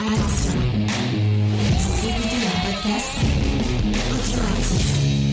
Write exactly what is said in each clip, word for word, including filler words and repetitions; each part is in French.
Attention, vous écoutez un podcast audioactif.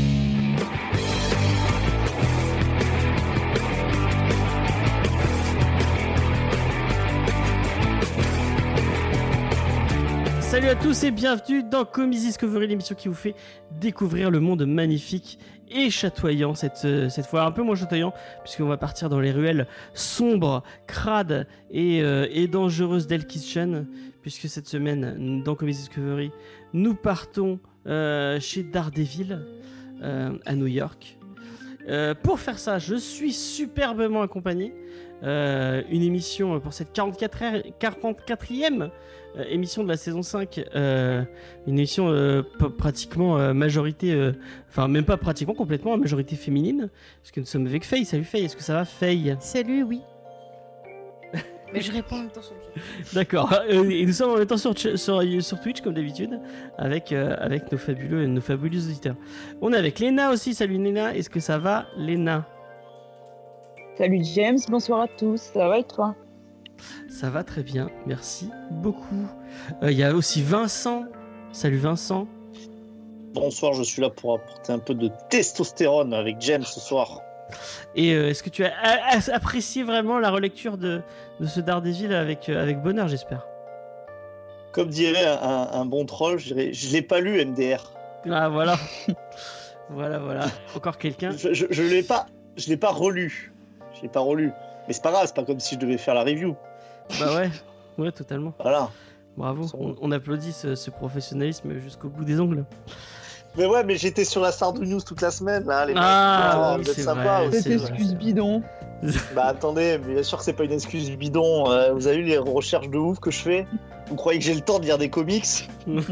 Salut à tous et bienvenue dans Comics Discovery, l'émission qui vous fait découvrir le monde magnifique et chatoyant, cette, cette fois un peu moins chatoyant, puisqu'on va partir dans les ruelles sombres, crades et, euh, et dangereuses d'Hell's Kitchen, puisque cette semaine, dans Comics Discovery, nous partons euh, chez Daredevil, euh, à New York. Euh, pour faire ça, je suis superbement accompagné. Euh, une émission pour cette quarante-quatrième euh, émission de la saison cinq, euh, une émission euh, p- pratiquement euh, majorité, euh, enfin même pas pratiquement, complètement majorité féminine, parce que nous sommes avec Faye. Salut Faye, est-ce que ça va Faye ? Salut, oui. Mais je réponds en même temps sur le chat. D'accord, euh, et nous sommes en même temps sur, sur, sur Twitch comme d'habitude, avec, euh, avec nos fabuleux, nos fabuleux auditeurs. On est avec Léna aussi, salut Léna, est-ce que ça va Léna ? Salut James, bonsoir à tous, ça va et toi ? Ça va très bien, merci beaucoup. Il euh, y a aussi Vincent, salut Vincent. Bonsoir, je suis là pour apporter un peu de testostérone avec James ce soir. Et euh, est-ce que tu as a- a- apprécié vraiment la relecture de, de ce Daredevil avec, euh, avec bonheur, j'espère ? Comme dirait un, un, un bon troll, je dirais, je l'ai pas lu M D R. Ah voilà, voilà, voilà, encore quelqu'un. Je, je, je l'ai pas, je l'ai pas relu. Je l'ai pas relu. Mais c'est pas grave, c'est pas comme si je devais faire la review. Bah ouais, ouais, totalement. Voilà. Bravo, on, on applaudit ce, ce professionnalisme jusqu'au bout des ongles. Mais ouais, mais j'étais sur la Sardou News toute la semaine, là, les Ah, mecs. oui, Vous êtes c'est sympas vrai, aussi. Cette c'est excuse vrai. bidon. Bah attendez, mais bien sûr que c'est pas une excuse bidon. Euh, vous avez vu les recherches de ouf que je fais ? Vous croyez que j'ai le temps de lire des comics ?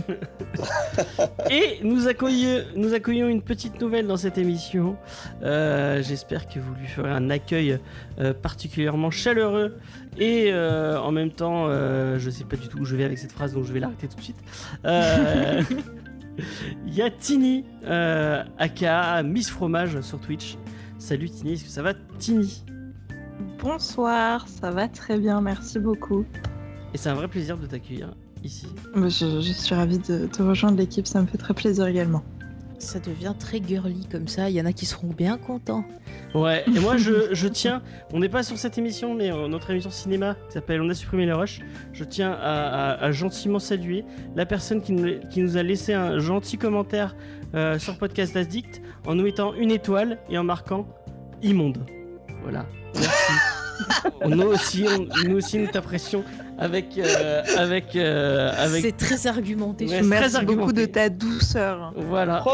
Et nous accueillons, nous accueillons une petite nouvelle dans cette émission. Euh, j'espère que vous lui ferez un accueil euh, particulièrement chaleureux. Et euh, en même temps, euh, je sais pas du tout où je vais avec cette phrase, donc je vais l'arrêter tout de suite. Euh, Il y a Tini, euh, aka Miss Fromage sur Twitch. Salut Tini, est-ce que ça va Tini ? Bonsoir, ça va très bien, merci beaucoup. Et c'est un vrai plaisir de t'accueillir ici. Je, je suis ravie de, de rejoindre l'équipe, ça me fait très plaisir également. Ça devient très girly comme ça, il y en a qui seront bien contents. Ouais, et moi je, je tiens, on n'est pas sur cette émission, mais euh, notre émission cinéma qui s'appelle On a supprimé les rushs. Je tiens à, à- à gentiment saluer la personne qui nous, qui nous a laissé un gentil commentaire euh, sur Podcast Addict en nous mettant une étoile et en marquant immonde. Voilà, merci. nous aussi, on, nous aussi nous t'apprécions avec, euh, avec, euh, avec. C'est très argumenté. Ouais, je- c'est Merci très beaucoup argumenté. de ta douceur. Voilà. Propre.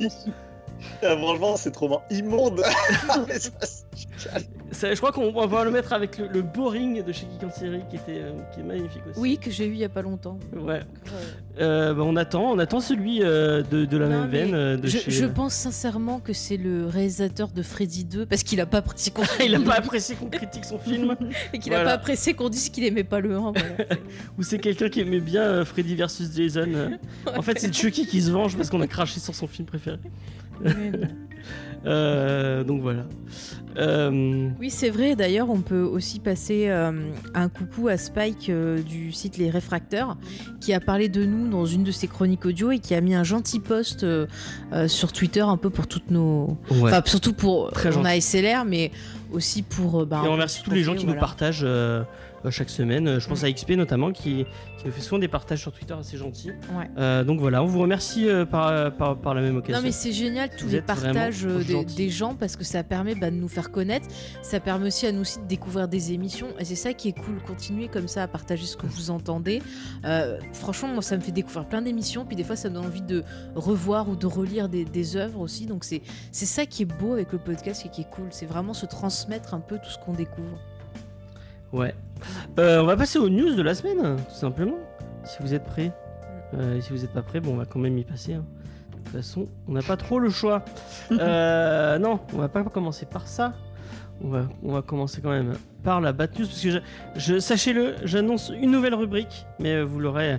Ah, franchement, c'est trop marrant. Immonde. Mais ça, c'est génial. Ça, je crois qu'on on va le mettre avec le, le boring de chez Geek en série qui était, euh, qui est magnifique aussi. Oui, que j'ai eu il y a pas longtemps. Ouais. Euh, bah, on attend, on attend celui euh, de, de la Non, même mais veine. euh, De Je, chez... je pense sincèrement que c'est le réalisateur de Freddy deux parce qu'il a pas apprécié qu'on Il a pas apprécié qu'on critique son film. et qu'il Voilà. a pas apprécié qu'on dise qu'il aimait pas le un. Voilà. Ou c'est quelqu'un qui aimait bien euh, Freddy versus Jason. euh. En fait, c'est Chucky qui se venge parce qu'on a craché sur son film préféré. Mais bon. Euh, donc voilà. Euh, Oui, c'est vrai. D'ailleurs, on peut aussi passer euh, un coucou à Spike euh, du site Les Réfracteurs, qui a parlé de nous dans une de ses chroniques audio et qui a mis un gentil post euh, euh, sur Twitter un peu pour toutes nos. ouais. Enfin, surtout pour. Très on gentil. a S L R, mais aussi pour. euh, bah, Et on remercie tous les gens qui nous voilà. partagent euh, euh, chaque semaine. Euh, Je pense Mm. à X P notamment qui, qui nous fait souvent des partages sur Twitter assez gentils. Ouais. Euh, donc voilà, on vous remercie euh, par, par, par la même occasion. Non mais c'est génial tous Vous les êtes partages vraiment euh, des, gentils. des gens parce que ça permet bah, de nous faire connaître, ça permet aussi à nous aussi de découvrir des émissions et c'est ça qui est cool, continuez comme ça à partager ce que vous entendez. Euh, franchement moi ça me fait découvrir plein d'émissions puis des fois ça me donne envie de revoir ou de relire des, des œuvres aussi donc c'est, c'est ça qui est beau avec le podcast et qui est cool, c'est vraiment se transmettre un peu tout ce qu'on découvre. Ouais. Euh, on va passer aux news de la semaine, tout simplement. Si vous êtes prêts. Euh, et si vous n'êtes pas prêts, bon, on va quand même y passer. hein. De toute façon, on n'a pas trop le choix. Euh, non, on va pas commencer par ça. On va, on va commencer quand même par la Bat News. Parce que je, je- sachez-le, j'annonce une nouvelle rubrique. Mais euh, vous l'aurez,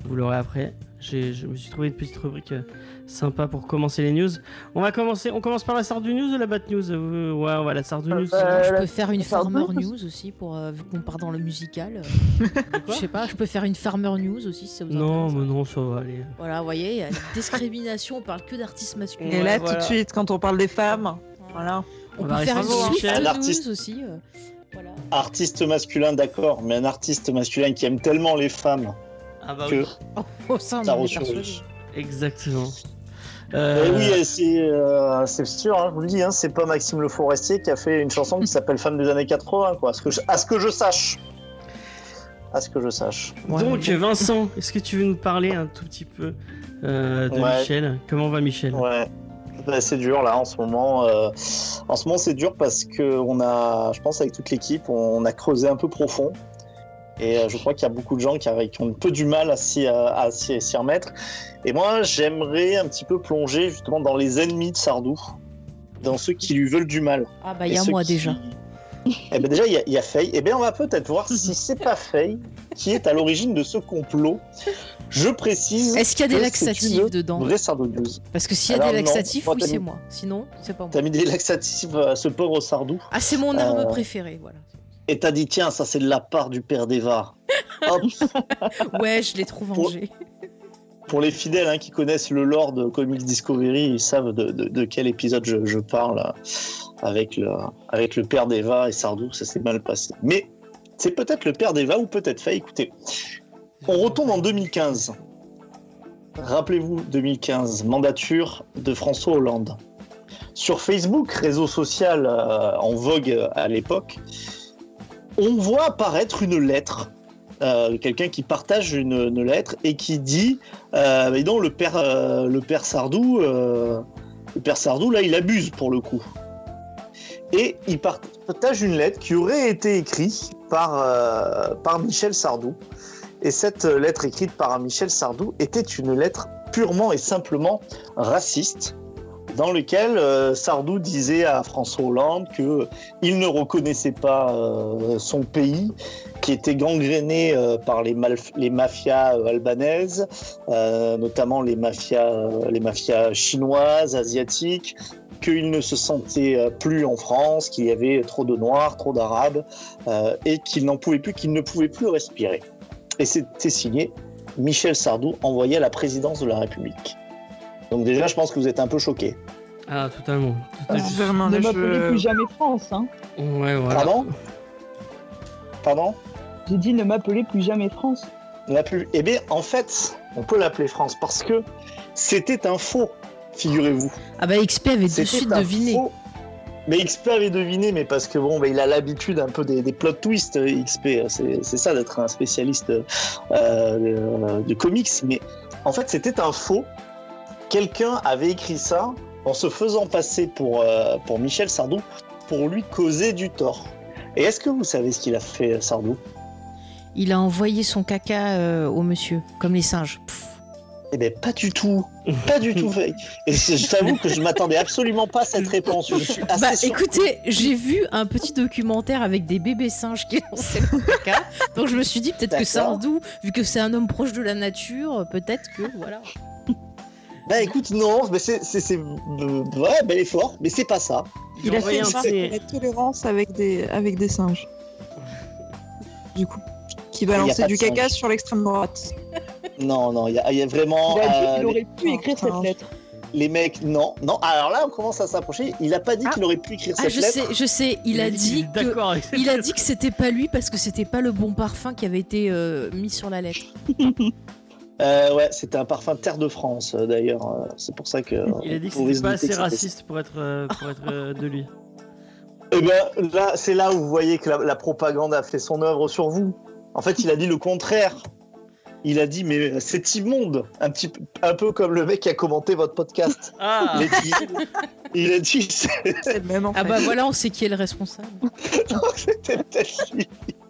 Vous l'aurez après. J'ai, je me suis trouvé une petite rubrique euh, sympa pour commencer les news. On va commencer. On commence par la Sardu News ou la Bat News euh, Ouais, on va la Sardu News. Euh, je la- peux faire une la Farmer Farmer News. News aussi, pour, euh, vu qu'on part dans le musical. euh, je sais pas, je peux faire une Farmer News aussi si ça vous Non, intéresse. mais non, ça va aller. Voilà, vous voyez, il y a une discrimination, on parle que d'artistes masculins. Et Ouais, là, voilà. tout de suite, quand on parle des femmes, voilà. On, On peut va faire une rester sur Swift Michel. News Artiste. aussi. euh, voilà. Artiste masculin, d'accord, mais un artiste masculin qui aime tellement les femmes Ah bah que Au sein ça de ressurgit. exactement. Eh Euh, oui, et c'est, euh, c'est sûr, hein, je vous le dis, hein, c'est pas Maxime Le Forestier qui a fait une chanson qui s'appelle Femme des années quatre-vingts, quoi. À ce que je, à ce que je sache. À ce que je sache. Ouais, Donc mais bon. Vincent, est-ce que tu veux nous parler un tout petit peu euh, de Ouais. Michel? Comment va Michel? Ouais. Bah, c'est dur là en ce moment. euh, En ce moment, c'est dur parce que on a, je pense, avec toute l'équipe, on a creusé un peu profond. Et euh, je crois qu'il y a beaucoup de gens qui, a- qui ont un peu du mal à s'y, à, à s'y, s'y remettre. Et moi, j'aimerais un petit peu plonger justement dans les ennemis de Sardou, dans ceux qui lui veulent du mal. Ah bah il y Et a ceux moi qui- déjà. Eh ben déjà, il y a, il y a Faye. Eh bien, on va peut-être voir si c'est pas Faye qui est à l'origine de ce complot. Je précise. Est-ce qu'il y a des que laxatifs c'est une dedans? Vraie Sardou News. Parce que s'il y a Alors des non, laxatifs, moi, oui t'as c'est mis- moi. Sinon, c'est pas moi. T'as mis des laxatifs à ce pauvre Sardou. Ah c'est mon arme Euh, préférée, voilà. Et t'as dit, tiens, ça c'est de la part du père d'Eva. Hop, Ouais, je l'ai trop Pour- vengé. pour les fidèles hein, qui connaissent le lore de Comics Discovery, ils savent de, de- de quel épisode je, je parle euh, avec le, avec le père d'Eva et Sardou, ça s'est mal passé. Mais c'est peut-être le père d'Eva ou peut-être Faye. Écoutez, on retombe en deux mille quinze. Rappelez-vous, deux mille quinze, mandature de François Hollande. Sur Facebook, réseau social euh, en vogue à l'époque, on voit apparaître une lettre. Euh, quelqu'un qui partage une, une lettre et qui dit euh, mais donc le père euh, le père Sardou euh, le père Sardou là il abuse pour le coup et il partage une lettre qui aurait été écrite par euh, par Michel Sardou et cette lettre écrite par Michel Sardou était une lettre purement et simplement raciste dans lequel euh, Sardou disait à François Hollande que il ne reconnaissait pas euh, son pays, qui était gangréné euh, par les, mal- les mafias euh, albanaises, euh, notamment les mafias, euh, les mafias chinoises, asiatiques, qu'il ne se sentait euh, plus en France, qu'il y avait trop de Noirs, trop d'Arabes, euh, et qu'il n'en pouvait plus, qu'il ne pouvait plus respirer. Et c'était signé Michel Sardou, envoyé à la présidence de la République. Donc déjà, je pense que vous êtes un peu choqués. Ah, totalement. Tout à Ah, fait. vraiment, Ne là, m'appelez je... plus jamais France. Hein. Ouais, voilà. Pardon Pardon J'ai dit ne m'appelez plus jamais France. La plus... Eh bien, en fait, on peut l'appeler France parce que c'était un faux, figurez-vous. Ah bah X P avait de C'était suite un deviné. faux. Mais X P avait deviné, mais parce que bon, bah, il a l'habitude un peu des, des plot twists, euh, X P. C'est, c'est ça d'être un spécialiste euh, euh, de comics. Mais en fait, c'était un faux. Quelqu'un avait écrit ça en se faisant passer pour, euh, pour Michel Sardou pour lui causer du tort. Et est-ce que vous savez ce qu'il a fait, Sardou ? Il a envoyé son caca euh, au monsieur, comme les singes. Pff. Eh bien, pas du tout. Pas du tout. Et c'est- je t'avoue que je m'attendais absolument pas à cette réponse. Je suis assez Bah surpris. écoutez, j'ai vu un petit documentaire avec des bébés singes qui lançaient le caca, donc je me suis dit peut-être que D'accord. Sardou, vu que c'est un homme proche de la nature, peut-être que voilà. Bah écoute, non, mais c'est, c'est, c'est... euh, ouais, bel effort, mais c'est pas ça. Il a fait envoyé une un charte petit- pour la tolérance avec des, avec des singes. Du coup, qui Il y a balançait pas du de caca singe. sur l'extrême droite. Non, non, il y, a- il y a vraiment... Il a dit euh, qu'il les, aurait pu écrire cette lettre. les mecs, non, non. Alors là, on commence à s'approcher. Il a pas dit Ah. qu'il aurait pu écrire Ah cette je lettre. sais, je sais, il a dit qu'il est que d'accord avec il a dit que c'était pas lui parce que c'était pas le bon parfum qui avait été euh, mis sur la lettre. Euh, ouais, c'était un parfum Terre de France, euh, d'ailleurs. euh, C'est pour ça que... Il a dit que on pouvait c'était pas se douter assez que c'était raciste pour être, euh, pour être euh, de lui. Eh ben, là, c'est là où vous voyez que la, la propagande a fait son œuvre sur vous. En fait, il a dit le contraire. Il a dit, mais c'est immonde. Un petit peu, un peu comme le mec qui a commenté votre podcast. Ah Il a dit, il a dit c'est- C'est le même en Ah fait. bah voilà, on sait qui est le responsable. c'était peut-être lui.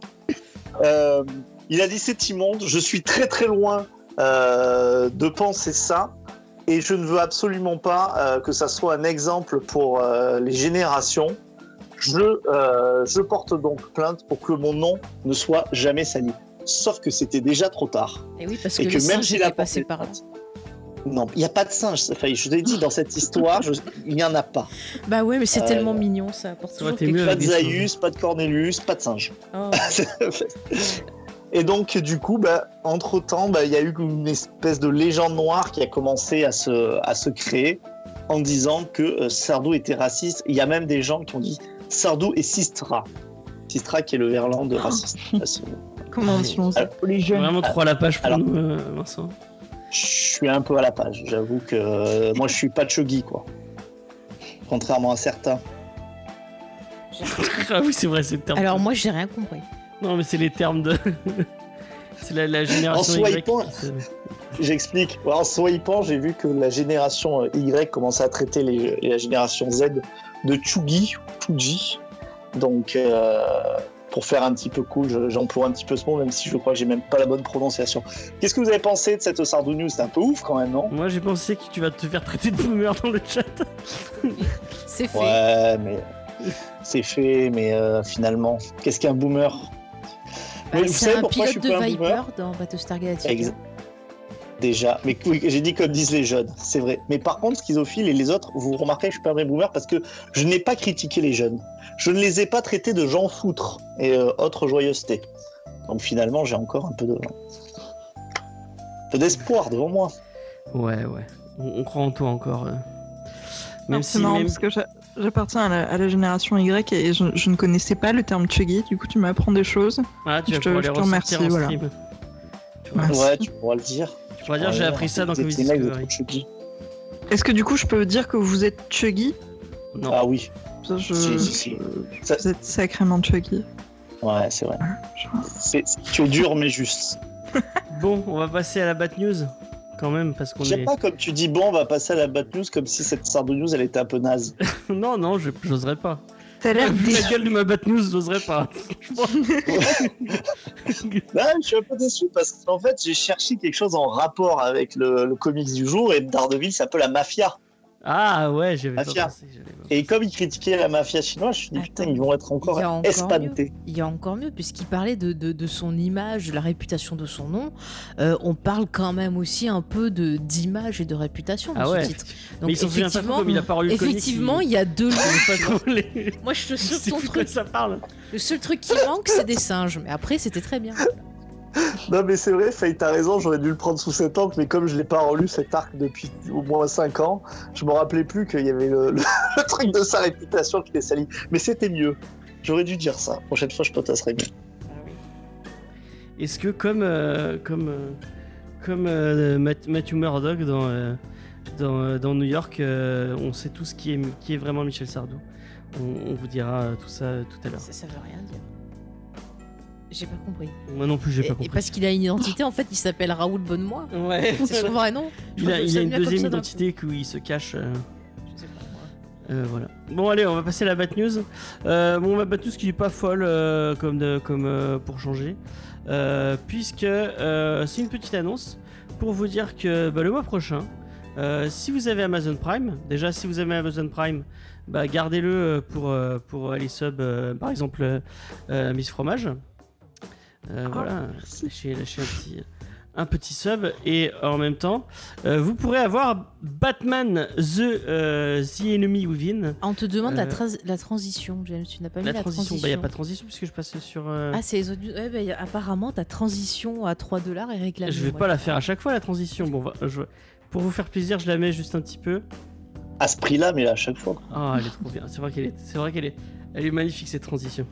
Euh, il a dit, c'est immonde. Je suis très très loin euh, de penser ça. Et je ne veux absolument pas euh, que ça soit un exemple pour euh, les générations. Je, euh, je porte donc plainte pour que mon nom ne soit jamais sali. sauf que c'était déjà trop tard. Et oui, parce Et que, que le même singe s'il était a passé porté par là. plainte- Non, il n'y a pas de singe. Enfin, je te l'ai dit, dans cette histoire, je- il n'y en a pas. Bah ouais, mais c'est Euh, tellement mignon, ça apporte Ça toujours aurait été quelque mieux Pas avec de des Zaius, pas de Cornelius, pas de singe. Oh. Et donc, du coup, bah, entre-temps, bah, il y a eu une espèce de légende noire qui a commencé à se, à se créer en disant que euh, Sardou était raciste. Il y a même des gens qui ont dit Sardou et Sistra. Sistra qui est le verlan de raciste. Comment on se lance Alors, Pour les jeunes. Vraiment trop à la page pour Alors- nous, euh, Vincent. Je suis un peu à la page. J'avoue que euh, moi, je suis pas chuggy, quoi. Contrairement à certains. Ah oui, c'est vrai, c'est le terme. Alors moi, j'ai rien compris. Non, mais c'est les termes de. C'est la, la En génération Y. swipant, qui se- j'explique. Ouais, en swipant, j'ai vu que la génération euh, Y commençait à traiter les, la génération Z de chuggy, chuggy. Donc, euh, pour faire un petit peu cool, je- j'emploie un petit peu ce mot, même si je crois que j'ai même pas la bonne prononciation. Qu'est-ce que vous avez pensé de cette Sardou News? C'est un peu ouf quand même, non? Moi, j'ai pensé que tu vas te faire traiter de boomer dans le chat. C'est fait. Ouais, mais c'est fait, mais euh, finalement, qu'est-ce qu'un boomer? Bah, Mais vous c'est savez un pourquoi je pilote suis de pas un Viper boomer? dans Battlestar Galactica. Ex- Déjà, mais oui, j'ai dit comme disent les jeunes, c'est vrai. Mais par contre, Schizophile et les autres, vous remarquez que je suis pas un vrai boomer parce que je n'ai pas critiqué les jeunes. Je ne les ai pas traités de gens foutres et euh, autres joyeusetés. Donc finalement, j'ai encore un peu de, un peu d'espoir devant moi. Ouais, ouais. On, on croit en toi encore. euh. Même Non, si. c'est marrant même- parce que j'a- j'appartiens à la, à la génération Y et je, je ne connaissais pas le terme chuggy, du coup tu m'apprends des choses. Ah, tu vas je te- pouvoir les je te ressortir remercie, en voilà. stream. Tu vois, Merci. Ouais, tu pourras le dire. tu pourras dire, j'ai Ouais, appris ça dans des- Comedy des mecs de Discovery. trop chuggy. Est-ce que du coup je peux dire que vous êtes chuggy? Non. Ah oui, Ça, je- Si, si, si. je- Ça- Vous êtes sacrément chuggy. ouais, c'est vrai. Je- C'est, c'est- tu es dur mais juste. Bon, on va passer à la Bat News. Quand même, parce qu'on J'aime est. pas comme tu dis, bon, on va passer à la Bat News comme si cette Sardou News elle était un peu naze. non, non, je- j'oserais pas. T'as l'air Vu la déçu. gueule de ma Bat News, j'oserais pas. Là, je suis un peu déçu parce qu'en fait, j'ai cherché quelque chose en rapport avec le, le comics du jour et Daredevil, c'est un peu la mafia. Ah ouais, j'avais pas Mafia. pensé. j'avais pas Et comme ils critiquaient la mafia chinoise, je me suis dit, putain, Attends. ils vont être encore, Il y a encore espantés. Il y a encore mieux, puisqu'il parlait de, de, de son image, de la réputation de son nom. Euh, on parle quand même aussi un peu de d'image et de réputation dans Ah ce ouais. titre. Mais il s'en souvient pas trop comme il a pas relu le comics. effectivement, il- il y a deux il lots. savait pas trop les- Moi, je te il sûr sait ton plus de truc. quoi ça parle. Le seul truc qui manque, c'est des singes. Mais après, c'était très bien. Non, mais c'est vrai, Faye, t'as raison, j'aurais dû le prendre sous cet angle, mais comme je l'ai pas relu cet arc depuis au moins cinq ans, je me rappelais plus qu'il y avait le, le- le truc de sa réputation qui était sali. Mais c'était mieux. J'aurais dû dire ça. Prochaine fois, je potasserai mieux. Est-ce que comme euh, comme euh, comme euh, Math- Matthew Murdock dans euh, dans, euh, dans New York, euh, on sait tous qui est qui est vraiment Michel Sardou. On, on vous dira euh, tout ça euh, tout à l'heure. Ça, ça veut rien dire. J'ai pas compris. Moi non plus, j'ai Et, pas et compris. parce qu'il a une identité, en fait, il s'appelle Raoul Bonnemois. Ouais. C'est son vrai nom. Je Il a, trouve il ça a une bien comme deuxième ça d'un identité où il se cache. euh, coup. Je sais pas, moi. Euh, voilà. Bon allez, on va passer à la Bat News. Euh, bon, la Bat News qui est pas folle euh, comme, de- comme euh, pour changer, euh, puisque euh, c'est une petite annonce pour vous dire que bah, le mois prochain, euh, si vous avez Amazon Prime, déjà si vous avez Amazon Prime, bah, gardez-le euh, pour, euh, pour les subs, euh, par exemple euh, euh, Miss Fromage. Euh, voilà, lâchez, lâchez un petit un petit sub et en même temps euh, vous pourrez avoir Batman The, euh, The Enemy Within. Ah, on te demande la, Euh, tra- la transition, James. Tu n'as pas mis La la transition, transition. bah y a pas de transition puisque je passe sur euh, Ah, c'est les autres. Ouais, bah, y a- apparemment, ta transition à trois dollars est réclamée. je vais moi. pas la faire à chaque fois la transition. Bon, va- je... pour vous faire plaisir, je la mets juste un petit peu. À ce prix-là, mais à chaque fois. Ah, elle est trop bien. C'est vrai qu'elle est c'est vrai qu'elle est elle est magnifique cette transition.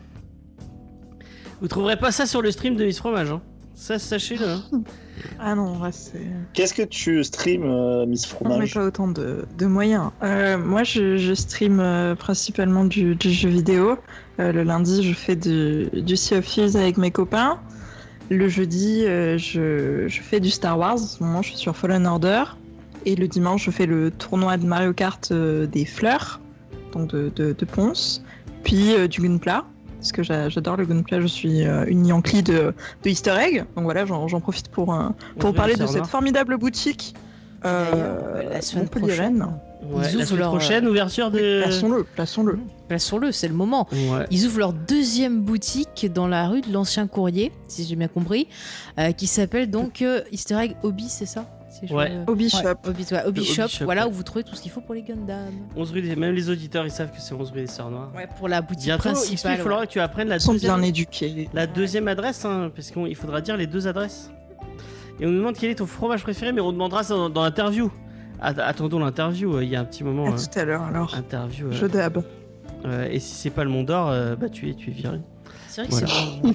Vous trouverez pas ça sur le stream de Miss Fromage hein. Ça sachez-le. hein. Ah non, ouais, c'est. Qu'est-ce que tu stream, euh, Miss Non, mais Fromage? pas autant de, de moyens. Euh, moi, je, je stream euh, principalement du, du jeu vidéo. Euh, le lundi, je fais du, du Sea of Thieves avec mes copains. Le jeudi, euh, je, je fais du Star Wars. En ce moment, je suis sur Fallen Order. Et le dimanche, je fais le tournoi de Mario Kart euh, des fleurs, donc de, de, de Ponce. Puis euh, du Gunpla, parce que j'a- j'adore le Gunpla. Je suis euh, une Yankee de, de Easter Egg. Donc voilà, j'en j'en profite pour, euh, On pour se parler met de au cette serveur. formidable boutique. D'ailleurs, Euh, la semaine Montpelliéraine. prochaine, Ouais, Ils la ouvrent semaine leur, prochaine, ouverture de. Plaçons-le, plaçons-le. Plaçons-le, c'est le moment. Ouais. Ils ouvrent leur deuxième boutique dans la rue de l'Ancien Courrier, si j'ai bien compris, euh, qui s'appelle donc euh, Easter Egg Hobby, c'est ça? Si je- Ouais. Hobby Shop. Hobby, ouais, Hobby Le Shop, Hobby Shop, voilà, ouais. où vous trouvez tout ce qu'il faut pour les Gundam. onze rue des... Même les auditeurs, ils savent que c'est onze rue des Sœurs Noires. Ouais, pour la boutique Bientôt, X P, il principale. faudra ouais. que tu apprennes la Ils sont deuxième, bien éduqués. la deuxième adresse, hein, parce qu'il faudra dire les deux adresses. Et on nous demande quel est ton fromage préféré, mais on demandera ça dans, dans l'interview. Att- Attendons l'interview, euh, il y a un petit moment. À euh, tout à l'heure alors. interview. euh, Je dab. euh, et si c'est pas le Mont d'Or, euh, bah tu es, tu es viré. C'est vrai que Voilà. c'est vraiment.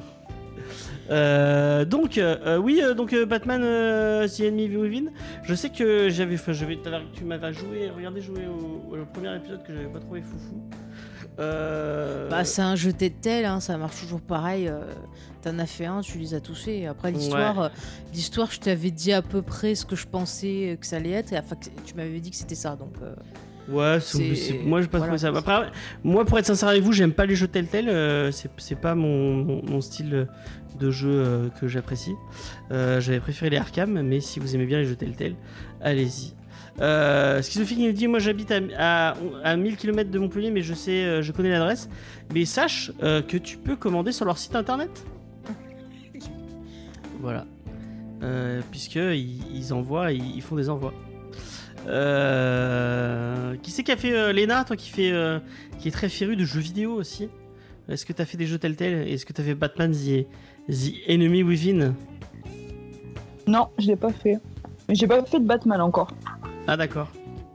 Euh, donc euh, euh, oui euh, donc euh, Batman euh, The Enemy Within, je sais que j'avais enfin je vais tu m'avais joué regardé jouer au, au premier épisode que j'avais pas trouvé foufou. Euh... Bah, c'est un jeu tel, hein, ça marche toujours pareil. euh, T'en as fait un, tu les as tous faits. Et après, l'histoire, Ouais. euh, l'histoire, je t'avais dit à peu près ce que je pensais que ça allait être. Et enfin, que- tu m'avais dit que c'était ça. Donc, euh, Ouais, c'est- C'est- c'est- moi j'ai pas voilà. trouvé ça. Après, moi pour être sincère avec vous, j'aime pas les jeux Telltale, euh, c'est c'est pas mon, mon, mon style de jeu euh, que j'apprécie. Euh, J'avais préféré les Arkham, mais si vous aimez bien les jeux Telltale, allez-y. Euh, Schizophile nous dit moi j'habite à, à, à mille kilomètres de Montpellier, mais je sais, euh, je connais l'adresse. Mais sache euh, que tu peux commander sur leur site internet. Voilà. Euh, puisque ils, ils envoient, ils, ils font des envois. Euh, Qui c'est qui a fait euh, Léna, toi qui fait, euh, qui est très féru de jeux vidéo aussi. Est-ce que t'as fait des jeux Telltale? Est-ce que t'as fait Batman The, The Enemy Within? Non, je l'ai pas fait. Mais j'ai pas fait de Batman encore. Ah d'accord.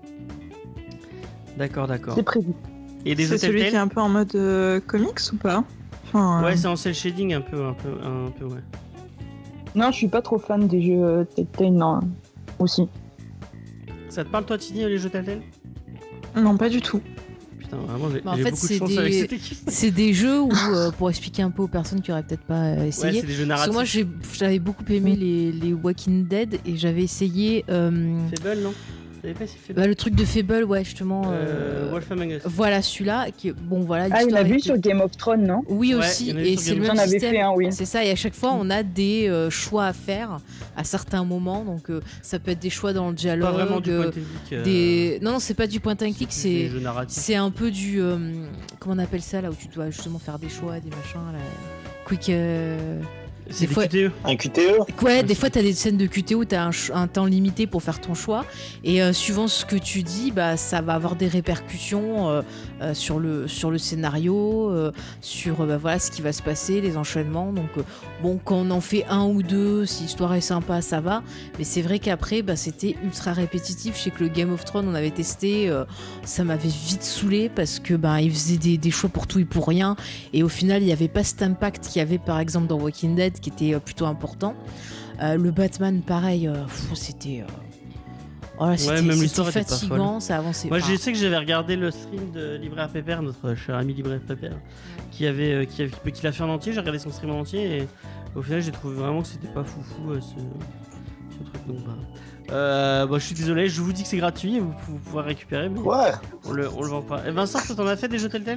D'accord, d'accord. C'est prévu. Et des jeux C'est celui qui est Telltale? un peu en mode euh, comics ou pas enfin, Ouais, euh, c'est en cel shading un peu, un peu, un peu, ouais. Non, je suis pas trop fan des jeux euh, Telltale, non. Aussi. Ça te parle toi, Tini, les jeux Telltale? Non, pas du tout. Putain, vraiment, j'ai Bah, en j'ai fait, beaucoup de c'est chance des- avec cette équipe. c'est des jeux où, euh, pour expliquer un peu aux personnes qui auraient peut-être pas euh, Ouais, essayé. c'est des jeux Parce que narratifs. moi, j'ai- j'avais beaucoup aimé les, les Walking Dead et j'avais essayé euh, Fable, non? T'avais pas essayé Fable? bah, le truc de Fable, ouais, justement. Euh, euh, Wolf Among Us. Voilà, celui-là. Qui, est- bon, voilà. Ah, il l'histoire a vu était- sur Game of Thrones, non? Oui Ouais, aussi, il y en a eu et sur c'est Game le of même Thrones. J'en avais système. fait un, oui. C'est ça, et à chaque fois, on a des euh, choix à faire à certains moments. Donc, euh, ça peut être des choix dans le dialogue. Pas vraiment du euh, point and click. euh, des... Non, non, c'est pas du point and click, plus c'est des jeux narratifs. c'est un peu du euh, comment on appelle ça là où tu dois justement faire des choix, des machins, là. Quick. euh, C'est des des fois- Q T E. Un Q T E? Ouais, des fois t'as des scènes de Q T E où t'as un, ch- un temps limité pour faire ton choix et euh, suivant ce que tu dis, bah ça va avoir des répercussions euh, euh, sur le sur le scénario, euh, sur euh, bah, voilà ce qui va se passer, les enchaînements. Donc euh, bon, quand on en fait un ou deux, si l'histoire est sympa, ça va. Mais c'est vrai qu'après, bah c'était ultra répétitif. Je sais que le Game of Thrones, on avait testé, euh, ça m'avait vite saoulé parce que bah il faisait des, des choix pour tout et pour rien et au final il n'y avait pas cet impact qu'il y avait par exemple dans Walking Dead qui était euh, plutôt important. Euh, le Batman, pareil, euh, pff, c'était. euh, voilà, c'était même c'était l'histoire était pas fatigant, ça avançait Moi, pas. je sais que j'avais regardé le stream de Libraire Pépère, notre cher ami Libraire Pépère, qui avait, euh, qui avait, qui l'a fait en entier. J'ai regardé son stream en entier et au final, j'ai trouvé vraiment que c'était pas foufou euh, ce, ce truc. Donc, bah. Euh, bah, je suis désolé, je vous dis que c'est gratuit, vous, vous pouvez récupérer, mais Ouais. on le, on le vend pas. Et Vincent, toi, t'en as fait des jeux Telltale?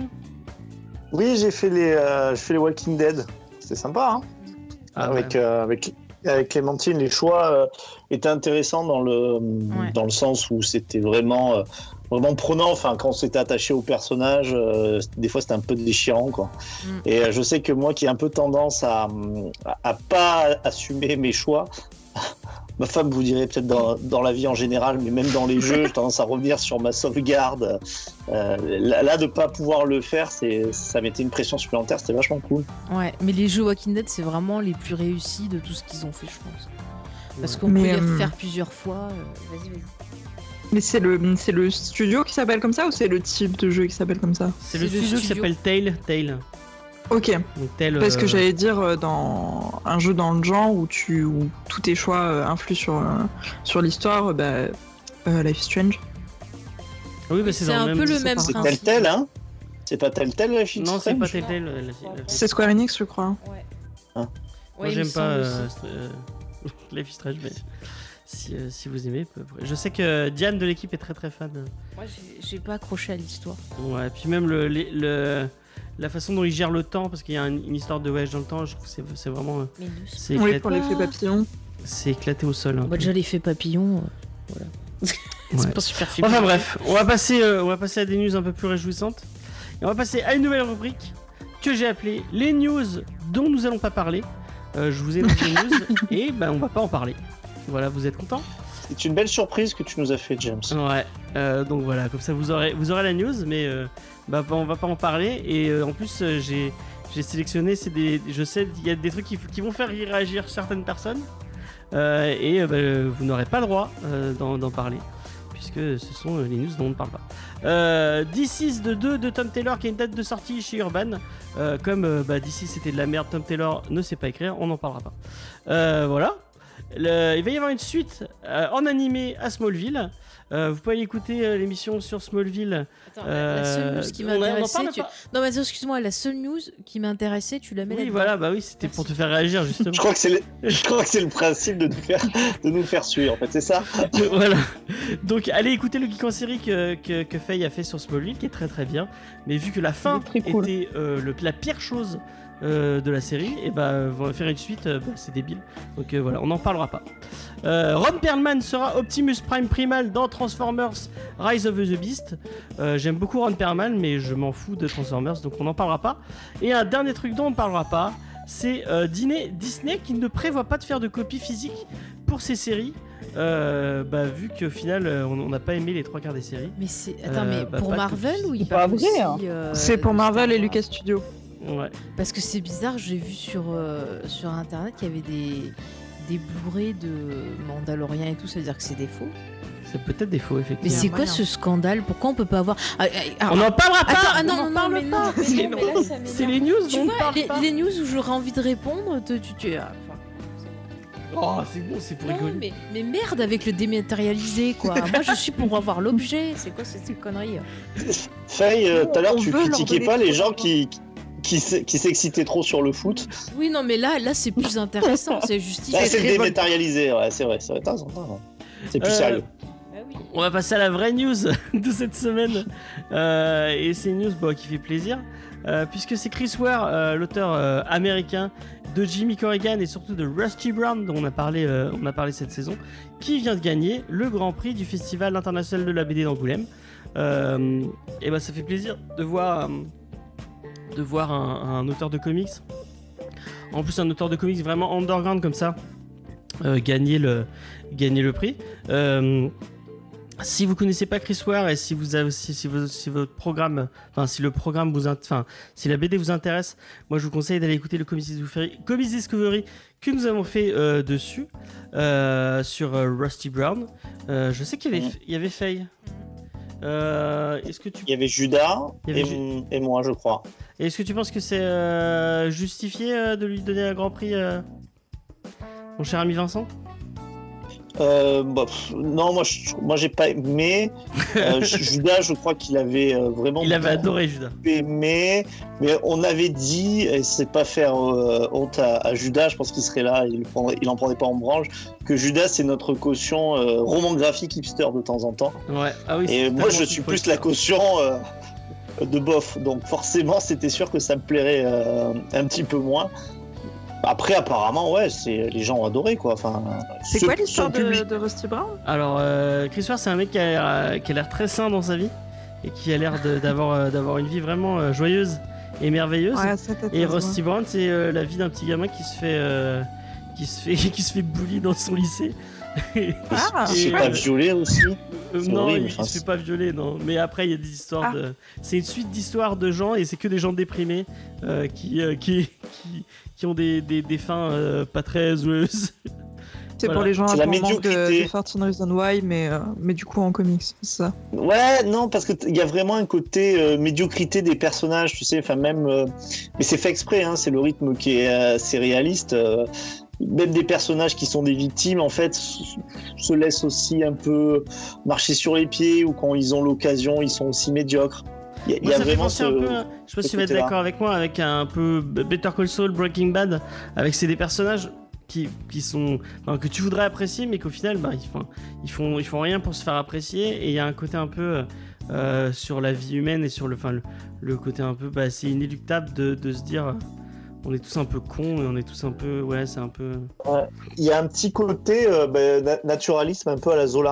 Oui, j'ai fait les, euh, j'ai fait les Walking Dead. C'était sympa, hein. Ah, avec, ouais. euh, avec, avec Clémentine, les choix euh, étaient intéressants dans le, Ouais. dans le sens où c'était vraiment, euh, vraiment prenant. Enfin, quand on s'était attaché au personnage, euh, des fois c'était un peu déchirant, quoi. Mm. Et euh, je sais que moi qui ai un peu tendance à, à, à pas assumer mes choix, ma femme vous dirait peut-être dans, dans la vie en général, mais même dans les jeux, j'ai tendance à revenir sur ma sauvegarde. Euh, là, là, de pas pouvoir le faire, c'est, ça mettait une pression supplémentaire, c'était vachement cool. Ouais, mais les jeux Walking Dead, c'est vraiment les plus réussis de tout ce qu'ils ont fait, je pense. Parce Ouais. qu'on peut Mais, les euh, refaire plusieurs fois. euh, Vas-y, vas-y. Mais c'est le, c'est le studio qui s'appelle comme ça ou c'est le type de jeu qui s'appelle comme ça? C'est le c'est le studio qui studio. s'appelle Tale. Tale. Ok, Donc, Tale, parce que euh, j'allais dire euh, dans un jeu dans le genre où, tu, où tous tes choix euh, influent sur, euh, sur l'histoire, euh, bah, euh, Life is Strange. Oui, bah, c'est C'est dans un le peu même. le même C'est principe. Telltale, hein? C'est pas Telltale, la Life is Non, c'est pas Strange Telltale. euh, la- la- la- C'est Square Enix, je crois. Ouais. Ah. Moi, Ouais, il j'aime me pas semble euh, aussi. euh, Life is Strange, mais si, euh, si vous aimez, peu- peu- je sais que Diane de l'équipe est très très fan. Moi, j'ai- j'ai pas accroché à l'histoire. Ouais, puis même le, les- le- la façon dont il gère le temps, parce qu'il y a un- une histoire de voyage dans le temps, je trouve que c'est, c'est vraiment euh, Mais ne c'est Oui, éclaté, pour l'effet papillon. c'est écéclaté au sol. un Bah, peu. déjà, l'effet papillon. euh, C'est Ouais. pas super film. Enfin bref, on va passer, euh, on va passer à des news un peu plus réjouissantes. Et on va passer à une nouvelle rubrique que j'ai appelée les news dont nous allons pas parler. Euh, je vous ai noté les news et ben on va pas en parler. Voilà, vous êtes contents ? C'est une belle surprise que tu nous as fait, James. Ouais. Euh, donc voilà, comme ça vous aurez, vous aurez la news, mais euh, bah on va pas en parler. Et euh, en plus euh, j'ai, j'ai sélectionné, c'est des, je sais, il y a des trucs qui, qui vont faire réagir certaines personnes. Euh, et euh, bah, vous n'aurez pas le droit euh, d'en, d'en parler, puisque ce sont les news dont on ne parle pas. Euh, D C de deux de Tom Taylor qui a une date de sortie chez Urban. Euh, comme euh, bah, D C c'était de la merde, Tom Taylor ne sait pas écrire, on n'en parlera pas. Euh, voilà. Le, il va y avoir une suite euh, en animé à Smallville. Euh, vous pouvez aller écouter euh, l'émission sur Smallville. Attends, la- la seule news qui Euh, on a- on en m'intéressait. parle Tu... pas. Non, mais attends, excuse-moi, la seule news qui m'intéressait, tu la mets Oui, là-dedans. voilà, bah oui, c'était pour te faire réagir justement. Je crois que c'est le, je crois que c'est le principe de nous faire, de nous faire suivre, en fait, c'est ça. Voilà. Donc allez écouter le geek en série que, que, que Faye a fait sur Smallville, qui est très très bien. Mais vu que la fin Il est très cool. était euh, le, la pire chose euh, de la série, et bah on va faire une suite, euh, bah, c'est débile. Donc euh, voilà, on n'en parlera pas. Euh, Ron Perlman sera Optimus Prime Primal dans Transformers Rise of the Beast. Euh, j'aime beaucoup Ron Perlman, mais je m'en fous de Transformers, donc on n'en parlera pas. Et un dernier truc dont on ne parlera pas, c'est euh, Disney, Disney qui ne prévoit pas de faire de copie physique pour ses séries. Euh, bah, vu qu'au final euh, on n'a pas aimé les trois quarts des séries. Mais c'est. Attends, Euh, mais bah, pour pas de Marvel copie. ou il C'est parle pas vrai, aussi, hein. euh, C'est pour de Marvel Star et Wars Lucas Studio. Ouais. Parce que c'est bizarre, j'ai vu sur, euh, sur internet qu'il y avait des, des Blu-ray de Mandalorian et tout, ça veut dire que c'est des faux. C'est peut-être des faux, Mais effectivement. y a c'est quoi moyen. ce scandale? Pourquoi on peut pas avoir. Ah, ah, ah, On n'en parlera pas. Attends, ah, non, on non, en non, parle mais pas. non, mais C'est non, mais là, ça m'énerve. C'est les news Tu dont on vois, parle les, pas. les news où j'aurais envie de répondre, te- tu. tu ah, enfin, Oh, c'est bon, c'est pour non, rigoler. mais, mais merde avec le dématérialisé, quoi. Moi, je suis pour avoir l'objet. C'est quoi cette cette connerie? Faye, euh, tout à l'heure, On tu veut leur critiquais donner pas les trop gens de qui, qui, s- qui s'excitaient trop sur le foot. Oui, non, mais là, là c'est plus intéressant. C'est justifié. Là, c'est le très bonne- dématérialisé, ouais, c'est vrai, c'est vrai, t'as raison, t'as raison. C'est plus Euh, sérieux. Ah oui. On va passer à la vraie news de cette semaine. Euh, et c'est une news bah, qui fait plaisir. Euh, puisque c'est Chris Ware, euh, l'auteur euh, américain de Jimmy Corrigan et surtout de Rusty Brown, dont on a parlé, euh, on a parlé cette saison, qui vient de gagner le Grand Prix du Festival international de la B D d'Angoulême. Euh, et bah ça fait plaisir de voir, euh, de voir un, un auteur de comics, en plus un auteur de comics vraiment underground comme ça, euh, gagner le, gagner le prix. Euh, Si vous connaissez pas Chris Ware et si vous avez, si, si, vous- si votre programme, enfin si le programme vous, int- enfin si la B D vous intéresse, moi je vous conseille d'aller écouter le Comics Discovery, Comics Discovery que nous avons fait euh, dessus euh, sur euh, Rusty Brown. Euh, je sais qu'il y avait, il y avait Faye. Euh, est-ce que tu, Il y avait Judas Il y avait et, Ju- et moi, je crois. est-ce que tu penses que c'est euh, justifié euh, de lui donner un Grand Prix, euh, mon cher ami Vincent? Euh, bah, pff, non, moi, je, moi, j'ai pas aimé. Euh, Judas, je crois qu'il avait euh, vraiment Il avait adoré Judas. aimé, mais on avait dit, et c'est pas faire euh, honte à, à Judas, je pense qu'il serait là, il, le prendrait, il en prendrait pas en branche, que Judas c'est notre caution euh, roman graphique hipster de temps en temps. Ouais. Ah oui. Et c'est moi totalement je suis ce plus la caution euh, de bof, donc forcément c'était sûr que ça me plairait euh, un petit peu moins. Après apparemment ouais, c'est les gens ont adoré quoi. Enfin, C'est ce- quoi l'histoire son de, public- de Rusty Brown? Alors, euh, Chris Ware, c'est un mec qui a l'air, euh, qui a l'air très sain dans sa vie et qui a l'air de- d'avoir, euh, d'avoir une vie vraiment euh, joyeuse et merveilleuse. Ouais, ça tête, Et ça se Rusty Brown, c'est euh, la vie d'un petit gamin qui se fait, euh, qui se fait, qui se fait bully dans son lycée. Ah, Il s'est Et, pas euh, violé aussi. Euh, C'est non, horrible, il, enfin, il se fait c'est- pas violer, non. Mais après, il y a des histoires Ah. de. C'est une suite d'histoires de gens et c'est que des gens déprimés euh, qui, euh, qui, qui, qui ont des, des, des fins euh, pas très joyeuses. C'est Voilà. pour les gens C'est un la peu en manque de, médiocrité. de quatorze Reasons Why, mais, euh, mais du coup en comics, c'est ça. Ouais, non, parce qu'il y a vraiment un côté euh, médiocrité des personnages, tu sais, enfin même... euh, mais c'est fait exprès, hein, c'est le rythme qui est assez réaliste. euh, Même des personnages qui sont des victimes, en fait, s- se laissent aussi un peu marcher sur les pieds, ou quand ils ont l'occasion, ils sont aussi médiocres. Il y a, il y Moi, a ça fait vraiment penser ce... un peu. à- Je sais pas ce si tu vas être côté-là. d'accord avec moi, avec un peu Better Call Saul, Breaking Bad, avec c'est des personnages qui, qui sont. Enfin, que tu voudrais apprécier, mais qu'au final, bah, ils, font, ils, font, ils font rien pour se faire apprécier. Et il y a un côté un peu. euh, sur la vie humaine et sur le, enfin, le, le côté un peu. Bah, c'est inéluctable de, de se dire. euh, On est tous un peu cons et on est tous un peu. Ouais, c'est un peu. Il y a un petit côté euh, bah, na- naturalisme un peu à la Zola.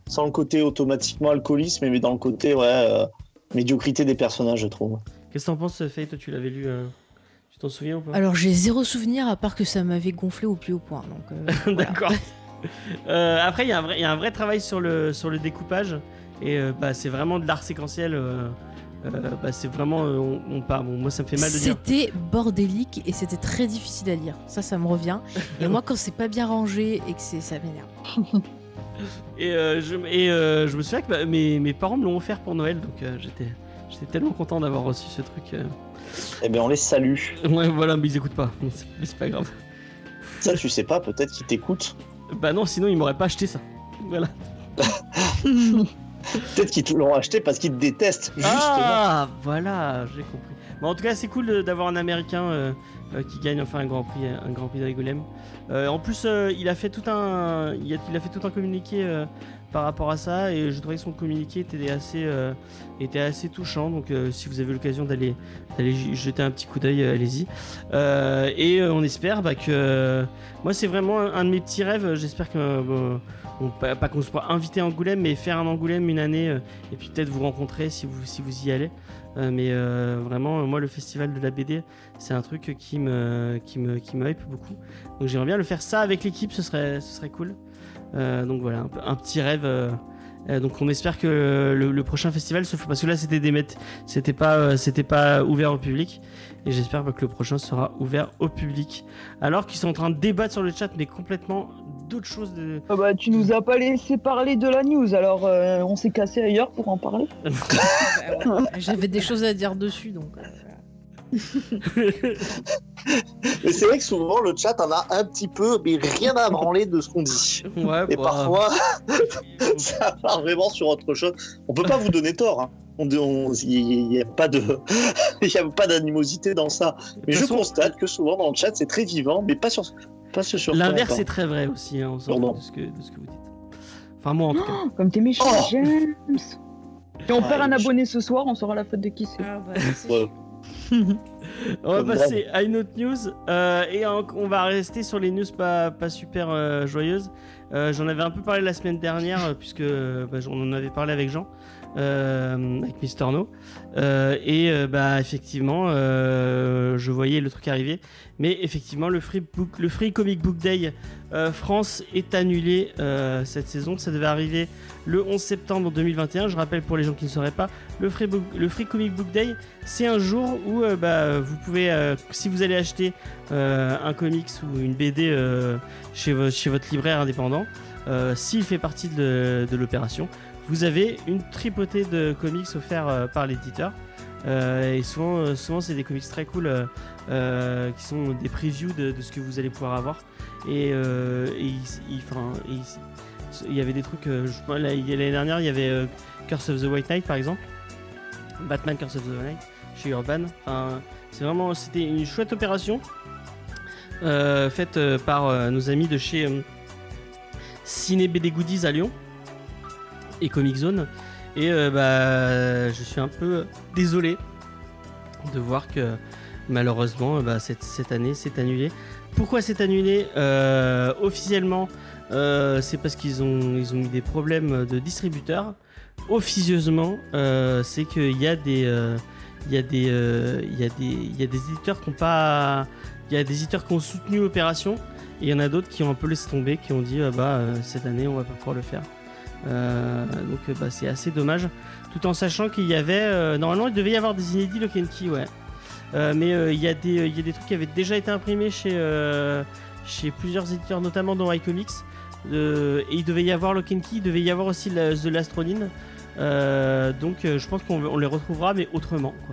sans le côté automatiquement alcoolisme, mais dans le côté ouais, euh, médiocrité des personnages, je trouve. Qu'est-ce que t'en penses, Faye? Toi, tu l'avais lu, euh... tu t'en souviens ou pas? Alors j'ai zéro souvenir à part que ça m'avait gonflé au plus haut point. Donc, euh, D'accord. euh, après, il y, y a un vrai travail sur le, sur le découpage. Et euh, bah, c'est vraiment de l'art séquentiel. Euh, euh, bah, c'est vraiment. Euh, on, on part. Bon, moi, ça me fait mal de dire. C'était bordélique et c'était très difficile à lire. Ça, ça me revient. Et moi, quand c'est pas bien rangé et que c'est, ça m'énerve. Et, euh, je, et euh, je me souviens que bah, mes, mes parents me l'ont offert pour Noël. Donc euh, j'étais, j'étais tellement content d'avoir reçu ce truc. Euh... Eh bien, on les salue. Ouais, voilà, mais ils écoutent pas. C'est, c'est pas grave. Ça, tu sais pas, peut-être qu'ils t'écoutent. Bah non, sinon ils m'auraient pas acheté ça. Voilà. Peut-être qu'ils te l'ont acheté parce qu'ils te détestent, justement. Ah, voilà, j'ai compris. Bon, en tout cas, c'est cool de, d'avoir un Américain euh, euh, qui gagne enfin un Grand Prix, un Grand Prix d'Angoulême. Euh, en plus, euh, il a fait tout un, il a, il a fait tout un communiqué euh, par rapport à ça, et je trouvais que son communiqué était assez, euh, était assez touchant. Donc, euh, si vous avez l'occasion d'aller, d'aller jeter un petit coup d'œil, euh, allez-y. Euh, et euh, on espère bah, que, euh, moi, c'est vraiment un, un de mes petits rêves. J'espère que euh, on, pas, pas qu'on soit invité à Angoulême, mais faire un Angoulême une année, euh, et puis peut-être vous rencontrer si vous, si vous y allez. Euh, mais euh, vraiment, moi, le festival de la B D, c'est un truc qui me, qui me, qui me hype beaucoup. Donc j'aimerais bien le faire ça avec l'équipe, ce serait, ce serait cool. Euh, donc voilà, un, un petit rêve. Euh, euh, donc on espère que le, le prochain festival se fait, parce que là c'était des mètres, c'était pas, euh, c'était pas ouvert au public, et j'espère que le prochain sera ouvert au public. Alors qu'ils sont en train de débattre sur le chat, mais complètement d'autres choses. De... Ah bah, tu nous as pas laissé parler de la news, alors euh, on s'est cassé ailleurs pour en parler. J'avais des choses à dire dessus, donc. Euh... Mais c'est vrai que souvent le chat en a un petit peu, mais rien à branler de ce qu'on dit. Ouais, et bah... parfois, ça part vraiment sur autre chose. On peut pas vous donner tort. Hein. Il n'y a pas de, il y a pas d'animosité dans ça. Mais je façon, constate que souvent dans le chat c'est très vivant, mais pas sur, pas ce sur. L'inverse est très vrai aussi, hein, en sorte de ce que, de ce que vous dites. Enfin moi en tout cas. Oh, comme t'es méchant, oh James. Si on ouais, perd un abonné ce soir, on saura la faute de qui c'est. Ah, bah, c'est Ouais. On va Comme passer à une autre news, euh, et en, on va rester sur les news pas, pas super euh, joyeuses. Euh, j'en avais un peu parlé la semaine dernière, euh, puisque bah, on en avait parlé avec Jean, euh, avec Mister No, euh, et euh, bah effectivement, euh, je voyais le truc arriver, mais effectivement le Free, Book, le Free Comic Book Day euh, France est annulé euh, cette saison. Ça devait arriver le onze septembre deux mille vingt et un. Je rappelle pour les gens qui ne sauraient pas, le Free, Book, le Free Comic Book Day, c'est un jour où euh, bah, vous pouvez, euh, si vous allez acheter euh, un comics ou une B D euh, chez, vo- chez votre libraire indépendant, euh, s'il fait partie de, de l'opération, vous avez une tripotée de comics offerts euh, par l'éditeur. Euh, et souvent, euh, souvent c'est des comics très cool euh, euh, qui sont des previews de, de ce que vous allez pouvoir avoir. Et, euh, et il, il, enfin, il, il y avait des trucs. Euh, je, là, l'année dernière, il y avait euh, Curse of the White Knight par exemple, Batman Curse of the White Knight chez Urban. Enfin, c'est vraiment, c'était une chouette opération euh, faite euh, par euh, nos amis de chez euh, Ciné B D Goodies à Lyon et Comic Zone. Et euh, bah, je suis un peu désolé de voir que malheureusement bah, cette, cette année c'est annulé. Pourquoi c'est annulé euh, officiellement euh, c'est parce qu'ils ont, ils ont eu des problèmes de distributeurs. Officieusement, euh, c'est qu'il y a des, euh, il y a des, euh, il y a des, il y a des éditeurs qui ont pas, il y a des éditeurs qui ont soutenu l'opération, et il y en a d'autres qui ont un peu laissé tomber, qui ont dit ah bah euh, cette année on va pas pouvoir le faire. Euh, donc euh, bah, c'est assez dommage, tout en sachant qu'il y avait euh, normalement il devait y avoir des inédits Lock and Key, ouais. Euh, mais euh, il y a des, il y a des trucs qui avaient déjà été imprimés chez, euh, chez plusieurs éditeurs, notamment dans iComics. Euh, et il devait y avoir Lock and Key, il devait y avoir aussi la, The Last Ronin. Euh, donc euh, je pense qu'on on les retrouvera, mais autrement, quoi.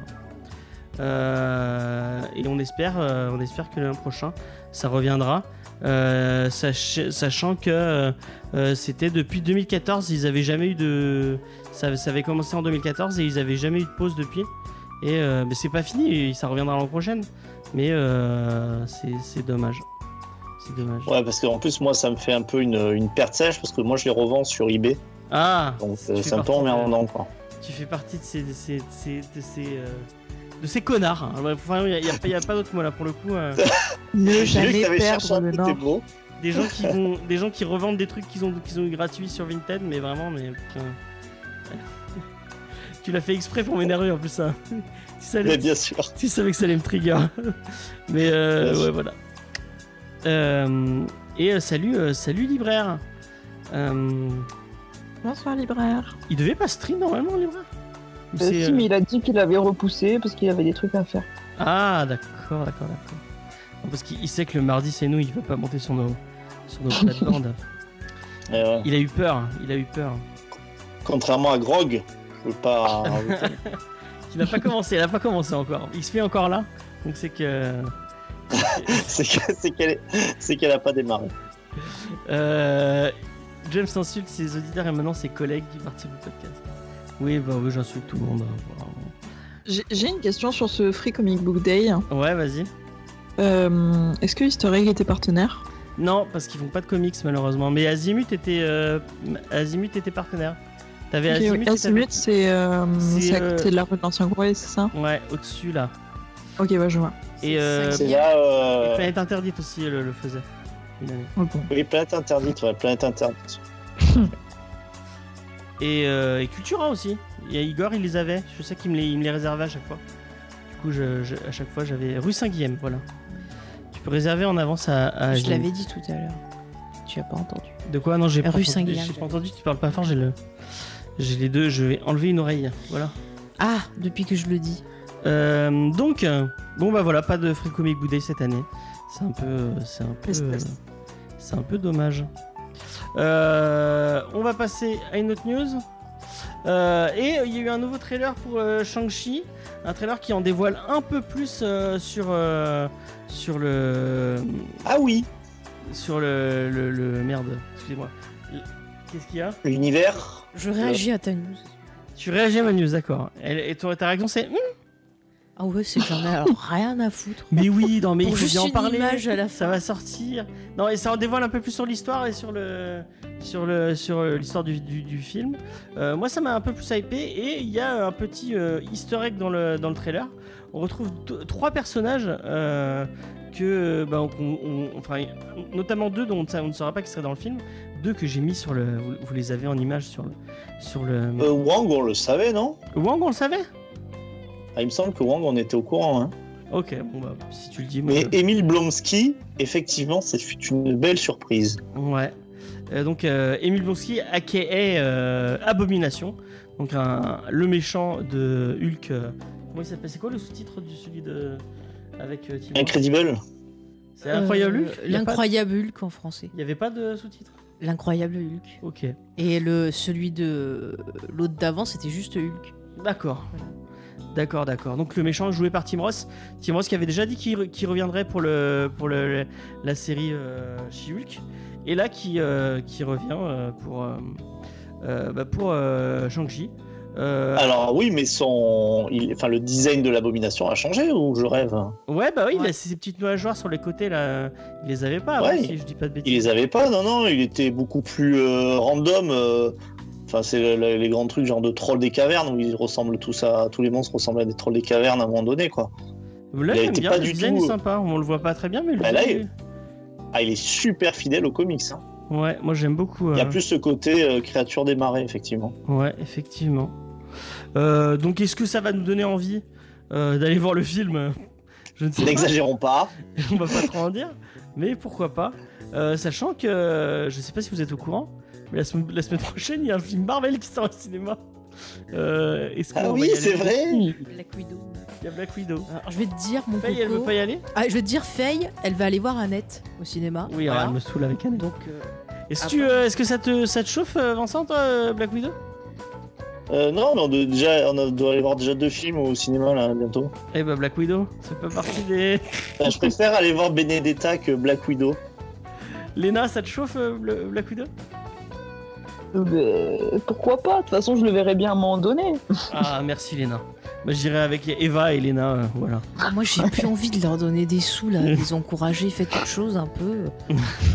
Euh, et on espère, euh, on espère que l'an prochain ça reviendra, euh, sach- sachant que euh, c'était depuis deux mille quatorze, ils avaient jamais eu de, ça, ça avait commencé en deux mille quatorze et ils avaient jamais eu de pause depuis. Et euh, mais c'est pas fini, ça reviendra l'an prochain. Mais euh, c'est, c'est dommage. C'est dommage. Ouais, parce qu'en plus, moi, ça me fait un peu une, une perte sèche, parce que moi, je les revends sur eBay. Ah. Donc, tu euh, fais c'est un peu partie emmerdant, de- quoi. Tu fais partie de ces, de ces, de ces, de ces, euh, de ces connards. Hein. Enfin, il n'y a, y a pas- y a pas d'autre mot là pour le coup. euh. Ne J'ai vu que jamais t'avais cherché perdre un le peu nord. tes mots. des gens qui vont, des gens qui revendent des trucs qu'ils ont, qu'ils ont eu gratuits sur Vinted, mais vraiment, mais putain. Tu l'as fait exprès pour m'énerver en plus ça. Tu savais, Mais bien sûr. tu savais que ça allait me trigger. Mais euh, Bien ouais sûr. voilà. Euh, et euh, salut, euh, salut libraire. Euh, Bonsoir libraire. il devait pas stream normalement libraire. Ou Euh, c'est, si, euh, mais il a dit qu'il avait repoussé parce qu'il avait des trucs à faire. Ah d'accord, d'accord, d'accord. Non, parce qu'il il sait que le mardi c'est nous, il veut pas monter sur nos, sur nos plates-bandes. Et ouais. Il a eu peur, il a eu peur. Contrairement à Grog, je veux pas. Il n'a pas commencé, il a pas commencé encore. Il se fait encore là, donc c'est que. c'est que- c'est qu'elle est- c'est qu'elle a pas démarré. Euh, James insulte ses auditeurs et maintenant ses collègues qui participent au podcast. Oui, bah oui, j'insulte tout le monde. hein, J'ai j'ai une question sur ce Free Comic Book Day. voilà. Ouais, vas-y. Euh, Est-ce que Easter Egg était partenaire? Non, parce qu'ils font pas de comics malheureusement. Mais Azimut était, euh, Azimut était partenaire. T'avais Ok, Azimut. oui. et t'avais- Azimut, c'est euh, C'est, c'est à euh, côté de la rue de l'Ancien Courrier, c'est ça? Ouais, au-dessus là. Ok, ouais, je vois. Et, euh, C'est là. Et Euh... Planète Interdite aussi le, le faisait. Une année. Oh, bon. Oui, Planète Interdite, ouais, Planète Interdite. Et, euh, et Cultura aussi. Il y a Igor, il les avait. Je sais qu'il me les, il me les réservait à chaque fois. Du coup, je, je- à chaque fois, j'avais rue Saint-Guilhem, voilà. Tu peux réserver en avance à. à Je Azimut. l'avais dit tout à l'heure. Tu as pas entendu. De quoi? Non, j'ai pas Rue entendu. Saint-Guilhem, J'ai pas j'avais entendu. Tu parles pas fort. J'ai le. J'ai les deux. Je vais enlever une oreille. Voilà. Ah, depuis que je le dis. Euh, donc, euh, bon bah voilà, pas de Free Comic Book Day cette année. C'est un peu, c'est un peu, euh, Tristesse. c'est un peu dommage. Euh, on va passer à une autre news. Euh, et il y a eu un nouveau trailer pour euh, Shang-Chi, un trailer qui en dévoile un peu plus euh, sur euh, sur le Ah oui, sur le, le, le- merde. Excusez-moi. Le- Qu'est-ce qu'il y a? l'univers. Je réagis à ta news. Tu réagis à ma news, d'accord. Et, et toi, ta réaction c'est. Hmm, Ah ouais, c'est que j'en ai alors rien à foutre. mais oui, non, mais il Pour faut juste bien en une parler. image à la Ça fin. va sortir. Non, et ça en dévoile un peu plus sur l'histoire et sur le sur le sur euh, l'histoire du, du, du film. Euh, moi, ça m'a un peu plus hypé et il y a un petit euh, Easter egg dans le dans le trailer. On retrouve deux- trois personnages euh, que bah, on, on- on- enfin notamment deux dont on ne sa- on ne saura pas qui seraient dans le film. Deux que j'ai mis sur le. Vous, vous les avez en image sur le sur le. Euh, Wang, on le savait, non? Wang, on le savait. Ah, il me semble que Wang, on était au courant. Hein. Ok, bon bah si tu le dis. Moi, Mais je- Emile Blonsky, effectivement, c'est une belle surprise. Ouais. Euh, donc euh, Emile Blonsky, aka euh, Abomination, donc un, le méchant de Hulk. euh, comment il s'appelle? C'est quoi le sous-titre de celui de avec euh, Timon Incredible. C'est Incroyable Euh, Hulk. Il y a pas- L'incroyable Hulk en français. Il y avait pas de sous-titre. L'incroyable Hulk. Ok. Et le celui de l'autre d'avant, c'était juste Hulk. D'accord. D'accord, d'accord. Donc le méchant joué par Tim Ross. Tim Ross qui avait déjà dit qu'il re- qu'il reviendrait pour le pour le, la série euh, She-Hulk. Et là qui euh, qui revient euh, pour euh, euh, bah, pour euh, Shang-Chi. Euh, Alors oui, mais son, il- enfin le design de l'abomination a changé ou je rêve? Ouais, bah oui, il Ouais. a ces petites nageoires sur les côtés là. Il les avait pas avant, Ouais. si je dis pas de Il bêtises. les avait pas, non non, il était beaucoup plus euh, random. euh, Enfin, c'est le- le- les grands trucs genre de trolls des cavernes où ils ressemblent tous à tous les monstres ressemblent à des trolls des cavernes à un moment donné quoi. Là, il a j'aime été bien, pas le du design tout, est euh, sympa. On le voit pas très bien, mais le Bah, là, design Ah, il est super fidèle aux comics. Hein. est- Ouais, moi j'aime beaucoup. Il y a euh, plus ce côté euh, créature des marais effectivement. Ouais, effectivement. Euh, donc, est-ce que ça va nous donner envie euh, d'aller voir le film? Je ne sais pas. N'exagérons pas. On va pas trop en dire, mais pourquoi pas. Euh, sachant que, euh, je sais pas si vous êtes au courant, mais la, semaine- la semaine prochaine, il y a un film Marvel qui sort au cinéma. Euh, est-ce qu'on Ah va oui, y aller c'est vrai. Black Widow. Il y a Black Widow. Alors, je vais te dire, mon Faye, elle veut coco. pas y aller? Ah, je vais te dire, Faye, elle va aller voir Annette au cinéma. Oui, Voilà. alors elle me saoule avec Anne. Donc, euh, Est-ce Ah, tu, pardon. euh, est-ce que ça te, ça te chauffe, euh, Vincent, toi, euh, Black Widow? Euh, non, mais on, doit déjà, on doit aller voir déjà deux films au cinéma là bientôt. Eh bah, Black Widow, ça fait pas partie des. Enfin, je préfère aller voir Benedetta que Black Widow. Léna, ça te chauffe, euh, le Black Widow? Euh, bah, pourquoi pas? De toute façon, je le verrai bien à un moment donné. Ah, merci Léna. Bah, je dirais avec Eva et Léna, euh, voilà. ah, moi, j'ai plus envie de leur donner des sous, là, de les encourager, faites autre chose un peu.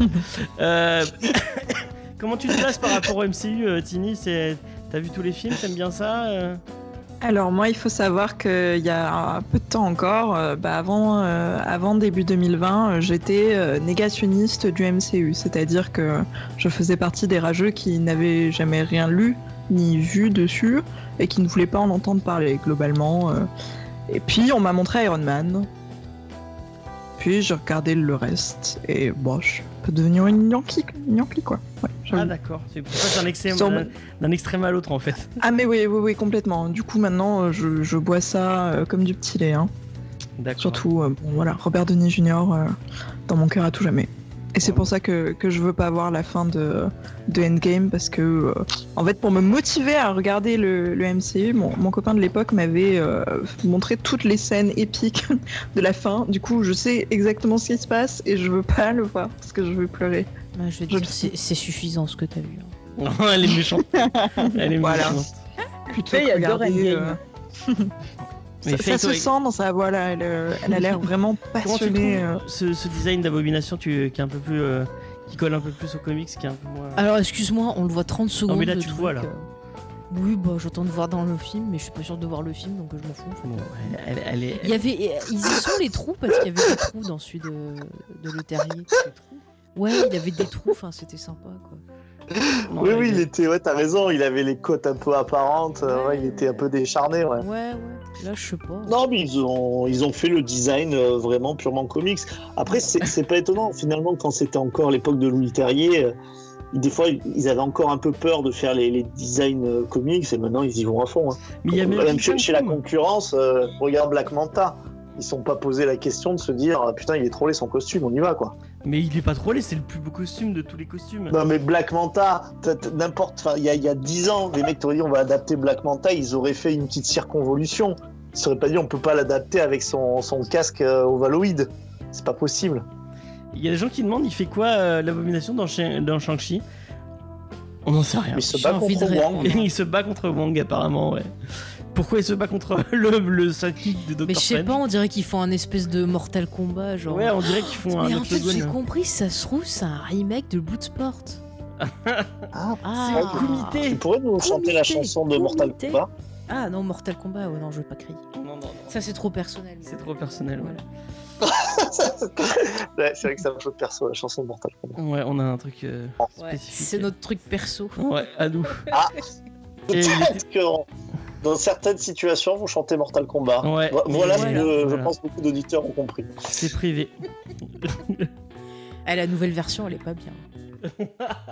Euh, Comment tu te places par rapport au M C U, euh, Tini? C'est... T'as vu tous les films? T'aimes bien ça? euh Alors moi, il faut savoir qu'il y a un peu de temps encore, euh, bah avant, euh, avant début deux mille vingt, euh, j'étais euh, négationniste du M C U, c'est-à-dire que je faisais partie des rageux qui n'avaient jamais rien lu ni vu dessus et qui ne voulaient pas en entendre parler globalement. euh. Et puis on m'a montré Iron Man, puis j'ai regardé le reste et bon, je peux devenir une Yankee, une Yankee quoi. Ouais, j'avoue. Ah d'accord, c'est pour ça d'un extrême, Sur- d'un, d'un extrême à l'autre en fait. Ah mais oui, oui, oui, complètement. Du coup maintenant, euh, je, je bois ça euh, comme du petit lait. Hein. D'accord. Surtout, euh, bon voilà, Robert Downey junior euh, dans mon cœur à tout jamais. Et c'est pour ça que, que je veux pas voir la fin de, de Endgame parce que, euh, en fait, pour me motiver à regarder le, le M C U, mon, mon copain de l'époque m'avait euh, montré toutes les scènes épiques de la fin. Du coup, je sais exactement ce qui se passe et je veux pas le voir parce que je veux pleurer. Bah, je vais te Je dire, le c'est, c'est suffisant ce que t'as vu. hein. Elle est méchante. Elle est Voilà. méchante. Plutôt Faye que adore regarder, Endgame. euh, Mais ça, Faye, ça se toi, sent dans sa voix là, elle, euh, elle a l'air vraiment Comment tu passionnée. euh. trouves ce, ce design d'abomination tu, qui est un peu plus, euh, qui colle un peu plus aux comics, qui est un peu moins. Alors excuse-moi, on le voit trente secondes. mais là, le tu le truc, vois, là. euh. Oui, bah j'entends de voir dans le film, mais je suis pas sûre de voir le film, donc euh, je m'en fous. en fait. Bon, elle, elle- elle est. Il y avait, ils y sont les trous parce qu'il y avait des trous dans celui de, de Le Terrier. Ouais, il avait des trous, enfin c'était sympa quoi. Non, Oui, elle oui, est- il était, ouais, t'as raison, il avait les côtes un peu apparentes, euh, Ouais. ouais, il était un peu décharné, ouais. Ouais, ouais. Là, je sais pas. Non, mais ils ont, ils ont fait le design euh, vraiment purement comics. Après, c'est c'est pas étonnant, finalement, quand c'était encore l'époque de Louis Terrier, euh, des fois, ils avaient encore un peu peur de faire les, les designs euh, comics, et maintenant, ils y vont à fond. Hein. Mais il y a Même même chez, chez la concurrence, euh, regarde Black Manta. Ils ne sont pas posé la question de se dire ah, putain, il est trollé son costume, on y va quoi. Mais il est pas trollé, c'est le plus beau costume de tous les costumes. Non, mais Black Manta, t'as- t'as- n'importe. Enfin, il y a, il y a dix ans, des mecs t'auraient dit on va adapter Black Manta, ils auraient fait une petite circonvolution. Ils seraient pas dit on peut pas l'adapter avec son, son casque euh, ovaloïde. C'est pas possible. Il y a des gens qui demandent il fait quoi euh, l'abomination dans, Shang- dans Shang-Chi. On n'en sait rien. Mais il se j'ai bat envie contre de Wang. il se bat contre Wong apparemment, ouais. Pourquoi il se bat contre le, le sidekick de docteur Mais je sais Strange pas, on dirait qu'ils font un espèce de Mortal Kombat, genre. Ouais, on dirait qu'ils font un Mais en fait, j'ai octogone. compris, ça se trouve, c'est un remake de Bloodsport. Ah, Ah, C'est un comité. tu pourrais nous chanter la Comité, chanson de Mortal comité. Kombat? Ah non, Mortal Kombat, ouais, non, je veux pas crier. Non, non, non. Ça, c'est trop personnel. C'est trop personnel, ouais. Ouais, c'est vrai que c'est un jeu de perso, la chanson de Mortal Kombat. Ouais, on a un truc euh, Ouais, spécifique. c'est notre truc perso. Ouais, à nous. Ah, Et il peut-être que dans certaines situations, vous chantez Mortal Kombat. Ouais. Vo- Voilà ce Voilà. que je Voilà. pense beaucoup d'auditeurs ont compris. C'est privé. Ah, la nouvelle version, elle est pas bien.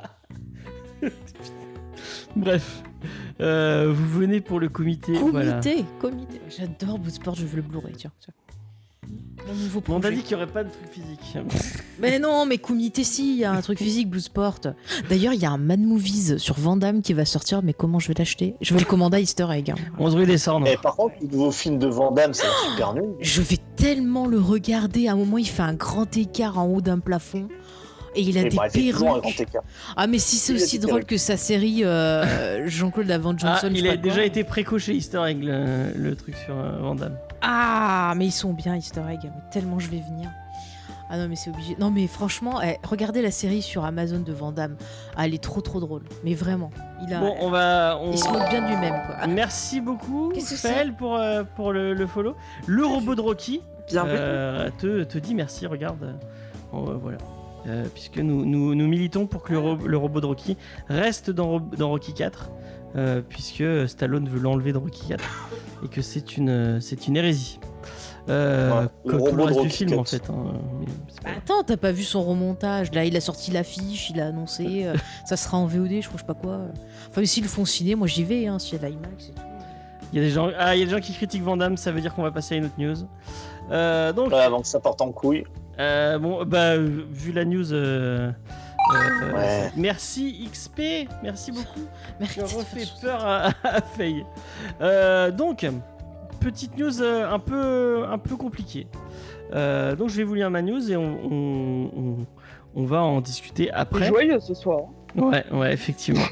Bref. Euh, vous venez pour le comité. Comité, Voilà. comité. J'adore Bloodsport, je veux le Blu-ray, tiens. tiens. Mon nouveau Bon, on a projet. dit qu'il n'y aurait pas de truc physique. Mais non, mais comité, si, il y a un truc physique, Bloodsport. D'ailleurs, il y a un Mad Movies sur Van Damme qui va sortir, mais comment je vais l'acheter? Je vais le commander à Easter Egg. hein. onze rue des Sornes. Et par contre, le nouveau film de Van Damme, c'est super nul. Je vais tellement le regarder. À un moment, il fait un grand écart en haut d'un plafond. Et il a Et des bah, effectivement, un perruques. grand écart. Ah, mais si c'est Il a aussi des drôle perruques. que sa série euh, Jean-Claude Van Johnson. Ah, je sais il pas a quoi. déjà été précoché Easter Egg, le, le truc sur euh, Van Damme. Ah, mais ils sont bien, Easter Egg. Mais tellement je vais venir. Ah non, mais c'est obligé. Non, mais franchement, eh, regardez la série sur Amazon de Van Damme. Ah, elle est trop trop drôle. Mais vraiment. Il, a, Bon, on va. On... il se moque bien de lui-même, quoi. Ah, Merci beaucoup, Qu'est-ce que c'est Fel, pour, euh, pour le, le follow. Le robot de Rocky Bienvenue. euh, te, te dit merci, regarde. Oh, euh, voilà. Euh, puisque nous, nous, nous militons pour que le, ro- le robot de Rocky reste dans, Ro- dans Rocky quatre, euh, puisque Stallone veut l'enlever de Rocky quatre, et que c'est une, c'est une hérésie. Euh, Ouais, le comme tout le robot de reste du Rocky film, quatre. en fait. hein, mais c'est pas- Attends, t'as pas vu son remontage? Là, il a sorti l'affiche, il a annoncé, euh, ça sera en V O D, je crois, je sais pas quoi. Enfin, mais s'ils le font ciné, moi j'y vais, hein, s'il y a l'IMAX et tout. Il y a des gens, ah, il y a des gens qui critiquent Van Damme, ça veut dire qu'on va passer à une autre news. Euh, donc, Ouais, avant que ça parte en couille. Euh, bon, bah, euh, vu la news, euh, euh, Ouais. merci X P, merci beaucoup. Tu as Merci. refait peur à, à Faye. Euh, donc, petite news euh, un peu, un peu compliquée. Euh, donc, je vais vous lire ma news et on, on, on, on va en discuter C'est après. joyeux ce soir. Ouais, ouais, effectivement.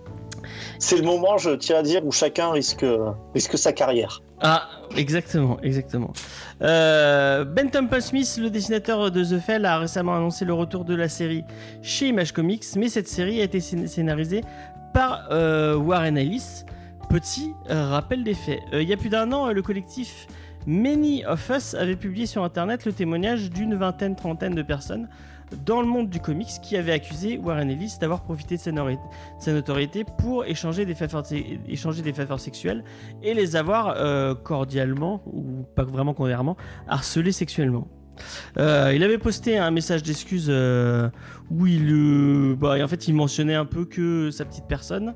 C'est le moment, je tiens à dire, où chacun risque, risque sa carrière. Ah, exactement, exactement. Euh, Ben Temple-Smith, le dessinateur de The Fell, a récemment annoncé le retour de la série chez Image Comics, mais cette série a été scén- scénarisée par euh, Warren Ellis, petit euh, rappel des faits. Euh, il y a plus d'un an, le collectif Many of Us avait publié sur internet le témoignage d'une vingtaine, trentaine de personnes dans le monde du comics qui avaient accusé Warren Ellis d'avoir profité de sa, nori- de sa notoriété pour échanger des faveurs, échanger des faveurs sexuelles et les avoir euh, cordialement, ou pas vraiment cordialement, harcelés sexuellement. Euh, il avait posté un message d'excuse euh, où il, euh, bah, en fait, il mentionnait un peu que sa petite personne.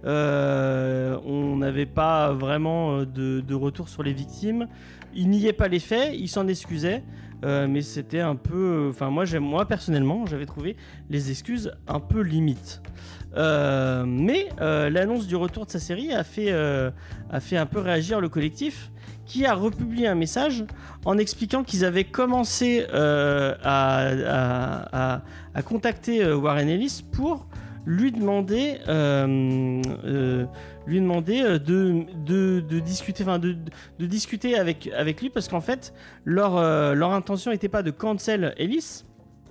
Euh, on n'avait pas vraiment de, de retour sur les victimes. Il niait pas les faits, il s'en excusait, euh, mais c'était un peu. Enfin, moi, j'aime, moi personnellement, j'avais trouvé les excuses un peu limites. Euh, mais euh, l'annonce du retour de sa série a fait, euh, a fait un peu réagir le collectif, qui a republié un message en expliquant qu'ils avaient commencé euh, à, à, à, à contacter euh, Warren Ellis pour lui demander, euh, euh, lui demander euh, de, de, de discuter, enfin de, de discuter avec, avec lui, parce qu'en fait leur, euh, leur intention n'était pas de cancel Ellis,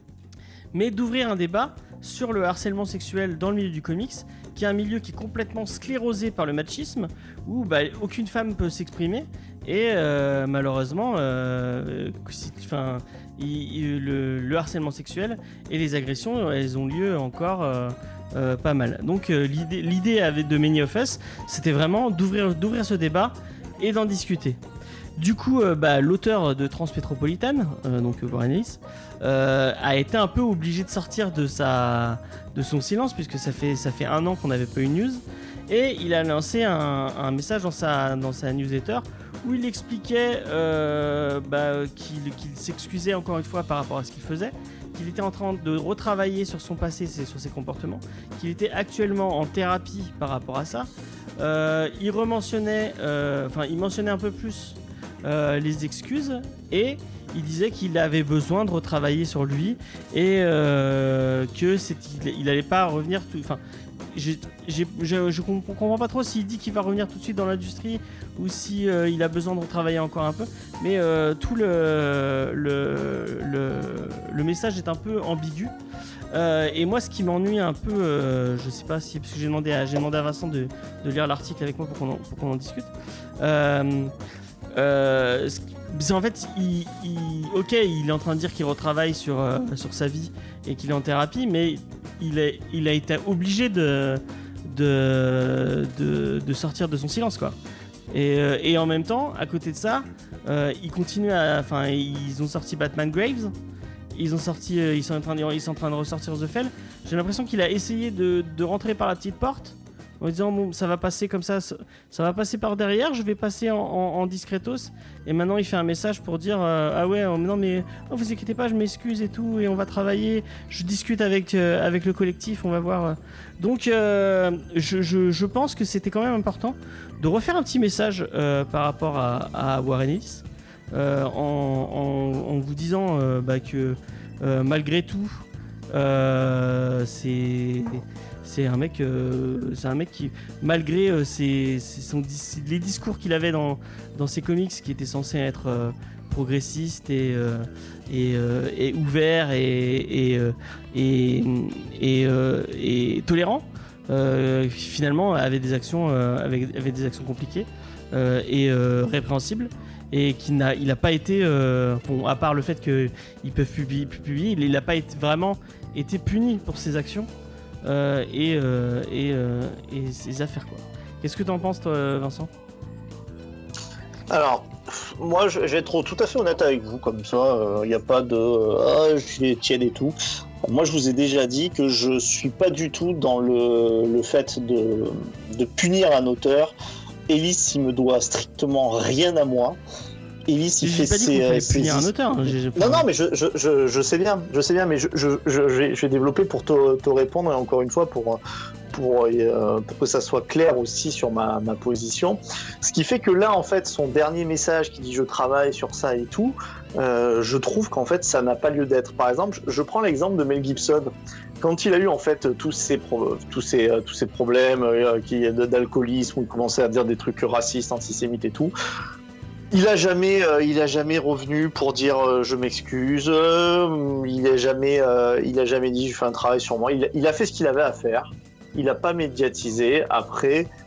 mais d'ouvrir un débat sur le harcèlement sexuel dans le milieu du comics, qui est un milieu qui est complètement sclérosé par le machisme, où bah, aucune femme peut s'exprimer. Et euh, malheureusement, euh, si, il, il, le, le harcèlement sexuel et les agressions, elles ont lieu encore euh, euh, pas mal. Donc euh, l'idée, l'idée avec de Many of Us, c'était vraiment d'ouvrir, d'ouvrir ce débat et d'en discuter. Du coup, euh, bah, l'auteur de Transmétropolitane, euh, donc Warren Ellis, euh, a été un peu obligé de sortir de, sa, de son silence, puisque ça fait, ça fait un an qu'on n'avait pas eu de news. Et il a lancé un, un message dans sa, dans sa newsletter où il expliquait euh, bah, qu'il, qu'il s'excusait encore une fois par rapport à ce qu'il faisait, qu'il était en train de retravailler sur son passé, sur ses comportements, qu'il était actuellement en thérapie par rapport à ça. Euh, il rementionnait, euh, enfin, il mentionnait un peu plus euh, les excuses, et il disait qu'il avait besoin de retravailler sur lui et euh, que c'est, il n'allait pas revenir tout, enfin. J'ai, j'ai, je, je comprends pas trop s'il dit qu'il va revenir tout de suite dans l'industrie ou si euh, il a besoin de retravailler encore un peu, mais euh, tout le, le, le, le message est un peu ambigu. Euh, et moi, ce qui m'ennuie un peu, euh, je sais pas si, parce que j'ai demandé à, j'ai demandé à Vincent de, de lire l'article avec moi pour qu'on en, pour qu'on en discute. Euh, euh, c'est en fait, il, il, ok, il est en train de dire qu'il retravaille sur, euh, sur sa vie et qu'il est en thérapie, mais il a, il a été obligé de, de, de, de sortir de son silence, quoi. Et, euh, et en même temps, à côté de ça, euh, ils continuent à, enfin, ils ont sorti Batman Graves, ils ont sorti, euh, ils sont en train de, ils sont en train de ressortir The Fell. J'ai l'impression qu'il a essayé de, de rentrer par la petite porte, en disant bon, ça va passer comme ça, ça, ça va passer par derrière, je vais passer en, en, en discretos. Et maintenant il fait un message pour dire euh, ah ouais, non mais non, vous inquiétez pas, je m'excuse et tout, et on va travailler, je discute avec, euh, avec le collectif, on va voir. Donc euh, je, je, je pense que c'était quand même important de refaire un petit message euh, par rapport à, à Warren Ellis, euh, en, en, en vous disant euh, bah, que euh, malgré tout euh, c'est... C'est un mec, euh, c'est un mec qui, malgré euh, ses, ses, son, les discours qu'il avait dans, dans ses comics, qui étaient censés être euh, progressistes et, euh, et, euh, et ouverts et, et, euh, et, et, euh, et tolérants, euh, finalement avait des actions, euh, avait, avait des actions compliquées euh, et euh, répréhensibles. Et qu'il n'a, il n'a pas été, euh, bon, à part le fait qu'ils peuvent publier, publier, il n'a pas été, vraiment été puni pour ses actions. Euh, et, euh, et, euh, et ses affaires, quoi. Qu'est-ce que tu en penses, toi, Vincent ? Alors, moi, je, je vais être tout à fait honnête avec vous, comme ça, il euh, n'y a pas de euh, ah, je suis tiède et tout. Moi, je vous ai déjà dit que je suis pas du tout dans le, le fait de, de punir un auteur. Ellis, il me doit strictement rien à moi. Ellis, il fait ses. C'est punir un auteur. Hein, j'ai, j'ai non, non, mais je, je, je, je sais bien, je sais bien, mais je, je, je, je, vais, je vais développer pour te, te répondre, et encore une fois, pour, pour, euh, pour que ça soit clair aussi sur ma, ma position. Ce qui fait que là, en fait, son dernier message qui dit je travaille sur ça et tout, euh, je trouve qu'en fait, ça n'a pas lieu d'être. Par exemple, je, je prends l'exemple de Mel Gibson. Quand il a eu en fait tous ces, pro- tous ces, euh, tous ces problèmes euh, qui, d'alcoolisme, où il commençait à dire des trucs racistes, antisémites et tout. Il a jamais, euh, il a jamais revenu pour dire euh, je m'excuse. Euh, il a jamais, euh, il a jamais dit je fais un travail sur moi. Il, il a fait ce qu'il avait à faire. Il a pas médiatisé. Après,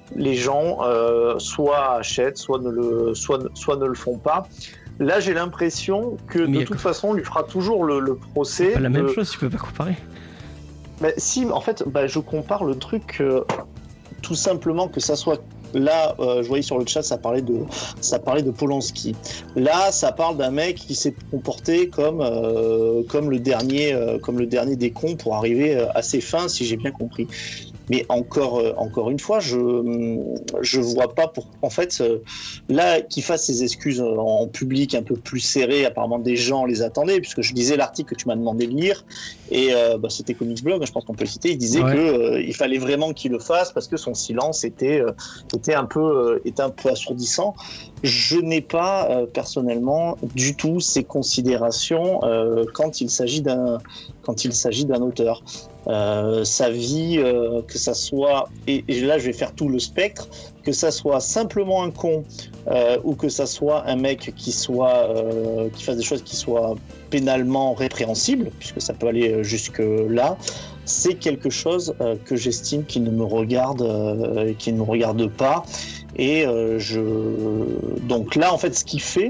les gens euh, soit achètent, soit ne le, soit, soit ne le font pas. Là, j'ai l'impression que Mais de toute façon, on lui fera toujours le, le procès. C'est pas la même de... chose, tu peux pas comparer. Bah, si, en fait, bah, je compare le truc euh, tout simplement que ça soit. Là, euh, je voyais sur le chat, ça parlait de, ça parlait de Polanski. Là, ça parle d'un mec qui s'est comporté comme, euh, comme le dernier, euh, comme le dernier des cons pour arriver à ses fins, si j'ai bien compris. Mais encore, euh, encore une fois, je, je vois pas pour. En fait, euh, là, qu'il fasse ses excuses en, en public un peu plus serré, apparemment des gens les attendaient, puisque je lisais l'article que tu m'as demandé de lire, et euh, bah, c'était Comics Blog, je pense qu'on peut le citer. Il disait Ouais. que euh, il fallait vraiment qu'il le fasse parce que son silence était, euh, était un peu, euh, était un peu assourdissant. Je n'ai pas euh, personnellement du tout ces considérations euh, quand il s'agit d'un, quand il s'agit d'un auteur. Euh, sa vie, euh, que ça soit, et, et là je vais faire tout le spectre, que ça soit simplement un con euh, ou que ça soit un mec qui soit, euh, qui fasse des choses qui soient pénalement répréhensibles, puisque ça peut aller jusque là, c'est quelque chose euh, que j'estime qui ne me regarde, euh, qui ne me regarde pas, et euh, je, donc là en fait ce qu'il fait.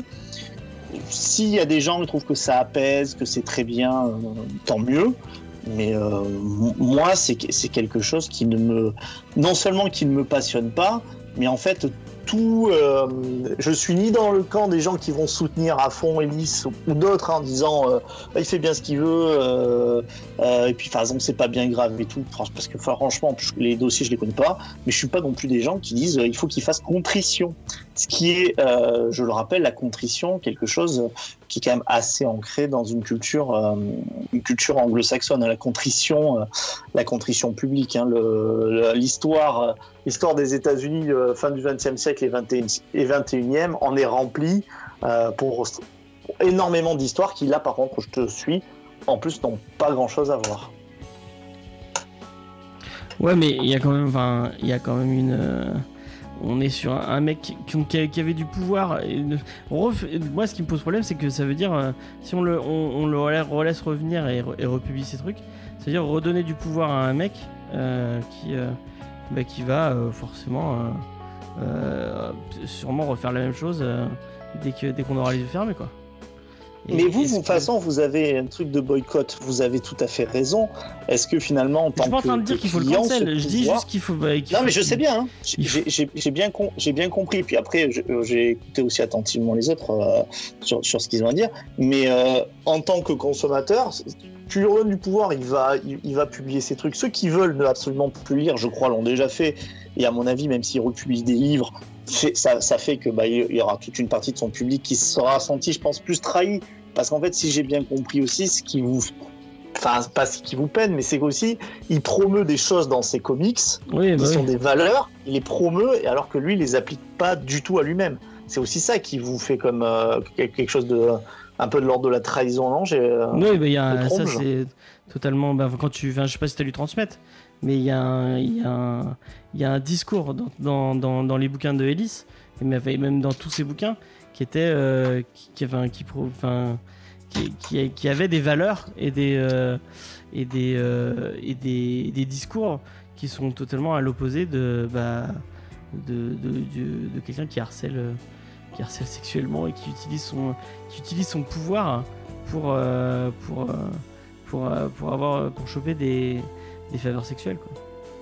S'il y a des gens qui trouvent que ça apaise, que c'est très bien, euh, tant mieux. Mais euh, moi, c'est, c'est quelque chose qui ne me, non seulement qui ne me passionne pas, mais en fait tout, euh, je suis ni dans le camp des gens qui vont soutenir à fond Ellis ou d'autres hein, en disant euh, bah, il fait bien ce qu'il veut euh, euh, et puis par exemple c'est pas bien grave et tout, parce que franchement les dossiers je les connais pas, mais je suis pas non plus des gens qui disent euh, il faut qu'il fasse contrition, ce qui est, euh, je le rappelle, la contrition, quelque chose qui est quand même assez ancré dans une culture, euh, une culture anglo-saxonne, la contrition, euh, la contrition publique, hein, le, le, l'histoire, euh, l'histoire des États-Unis euh, fin du vingtième siècle et vingt et unième en est remplie euh, pour énormément d'histoires qui là par contre je te suis, en plus n'ont pas grand-chose à voir. Ouais, mais il y a quand même, enfin, il y a quand même une. Euh... On est sur un, un mec qui, qui, qui avait du pouvoir. Et, ref, moi, ce qui me pose problème, c'est que ça veut dire, euh, si on le, on, on le relaisse revenir et, et republie ses trucs, ça veut dire redonner du pouvoir à un mec euh, qui, euh, bah, qui va euh, forcément euh, euh, sûrement refaire la même chose euh, dès, que, dès qu'on aura les yeux fermés, quoi. Et mais vous, de toute que... façon, vous avez un truc de boycott, vous avez tout à fait raison. Est-ce que finalement, en tant que. Je suis pas en train de dire qu'il faut le cancel, je dis juste qu'il faut. Bah, qu'il non, faut... mais je sais bien, hein. j'ai, j'ai, j'ai, bien con... j'ai bien compris. Puis après, j'ai écouté aussi attentivement les autres euh, sur, sur ce qu'ils ont à dire. Mais euh, en tant que consommateur, tu lui redonnes du pouvoir, il va, il, il va publier ses trucs. Ceux qui veulent ne absolument plus lire, je crois, l'ont déjà fait. Et à mon avis, même s'il republie des livres, fait, ça, ça fait que bah, il y aura toute une partie de son public qui sera senti, je pense, plus trahi. Parce qu'en fait, si j'ai bien compris aussi, ce qui vous, enfin pas ce qui vous peine, mais c'est qu'aussi il promeut des choses dans ses comics oui, bah qui oui. sont des valeurs, il les promeut, et alors que lui, il les applique pas du tout à lui-même. C'est aussi ça qui vous fait comme euh, quelque chose de un peu de l'ordre de la trahison, non j'ai, euh, Oui, bah, y a, ça c'est totalement. Bah, quand tu, enfin, je sais pas si tu as lu transmettre, mais il y a un, il y a un, il y a un discours dans, dans, dans, dans les bouquins de Ellis, et même dans tous ses bouquins, qui était, euh, qui, qui, enfin, qui, enfin, qui, qui, qui avait des valeurs et des, euh, et des, euh, et des, des discours qui sont totalement à l'opposé de, bah, de, de, de, de quelqu'un qui harcèle, qui harcèle sexuellement et qui utilise son, qui utilise son pouvoir pour, euh, pour, pour, pour avoir, pour choper des, des faveurs sexuelles, quoi.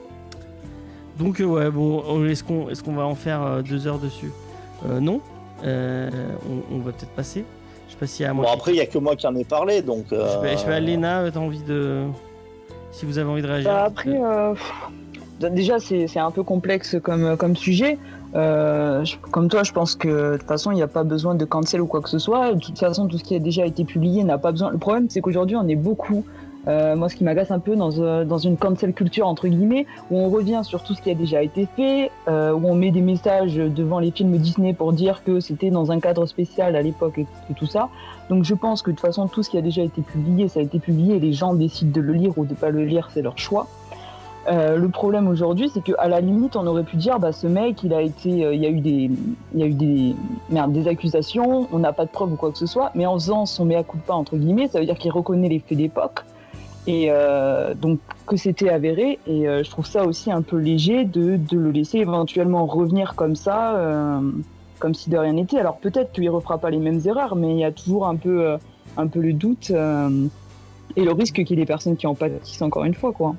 Donc euh, ouais, bon, est-ce qu'on, est-ce qu'on va en faire euh, deux heures dessus ? euh, Non. Euh, on, on va peut-être passer. Je sais pas s'il y a. Bon, après, il y a que moi qui en ai parlé, donc. Euh... Je sais pas, Léna, t'as envie de. Si vous avez envie de réagir. Bah, après, euh, déjà, c'est, c'est un peu complexe comme, comme sujet. Euh, je, comme toi, je pense que de toute façon, il n'y a pas besoin de cancel ou quoi que ce soit. De toute façon, tout ce qui a déjà été publié n'a pas besoin. Le problème, c'est qu'aujourd'hui, on est beaucoup. Euh, moi, ce qui m'agace un peu dans, euh, dans une cancel culture, entre guillemets, où on revient sur tout ce qui a déjà été fait, euh, où on met des messages devant les films Disney pour dire que c'était dans un cadre spécial à l'époque et, et tout ça. Donc je pense que de toute façon, tout ce qui a déjà été publié, ça a été publié, et les gens décident de le lire ou de pas le lire, c'est leur choix. Euh, le problème aujourd'hui, c'est qu'à la limite, on aurait pu dire, bah, ce mec, il a été, euh, il y a eu des, il y a eu des, merde, des accusations, on n'a pas de preuves ou quoi que ce soit, mais en faisant son mea culpa, entre guillemets, ça veut dire qu'il reconnaît les faits d'époque. Et euh, donc, que c'était avéré. Et euh, je trouve ça aussi un peu léger de, de le laisser éventuellement revenir comme ça, euh, comme si de rien n'était. Alors peut-être qu'il ne refera pas les mêmes erreurs, mais il y a toujours un peu, euh, un peu le doute euh, et le risque qu'il y ait des personnes qui en pâtissent encore une fois, quoi.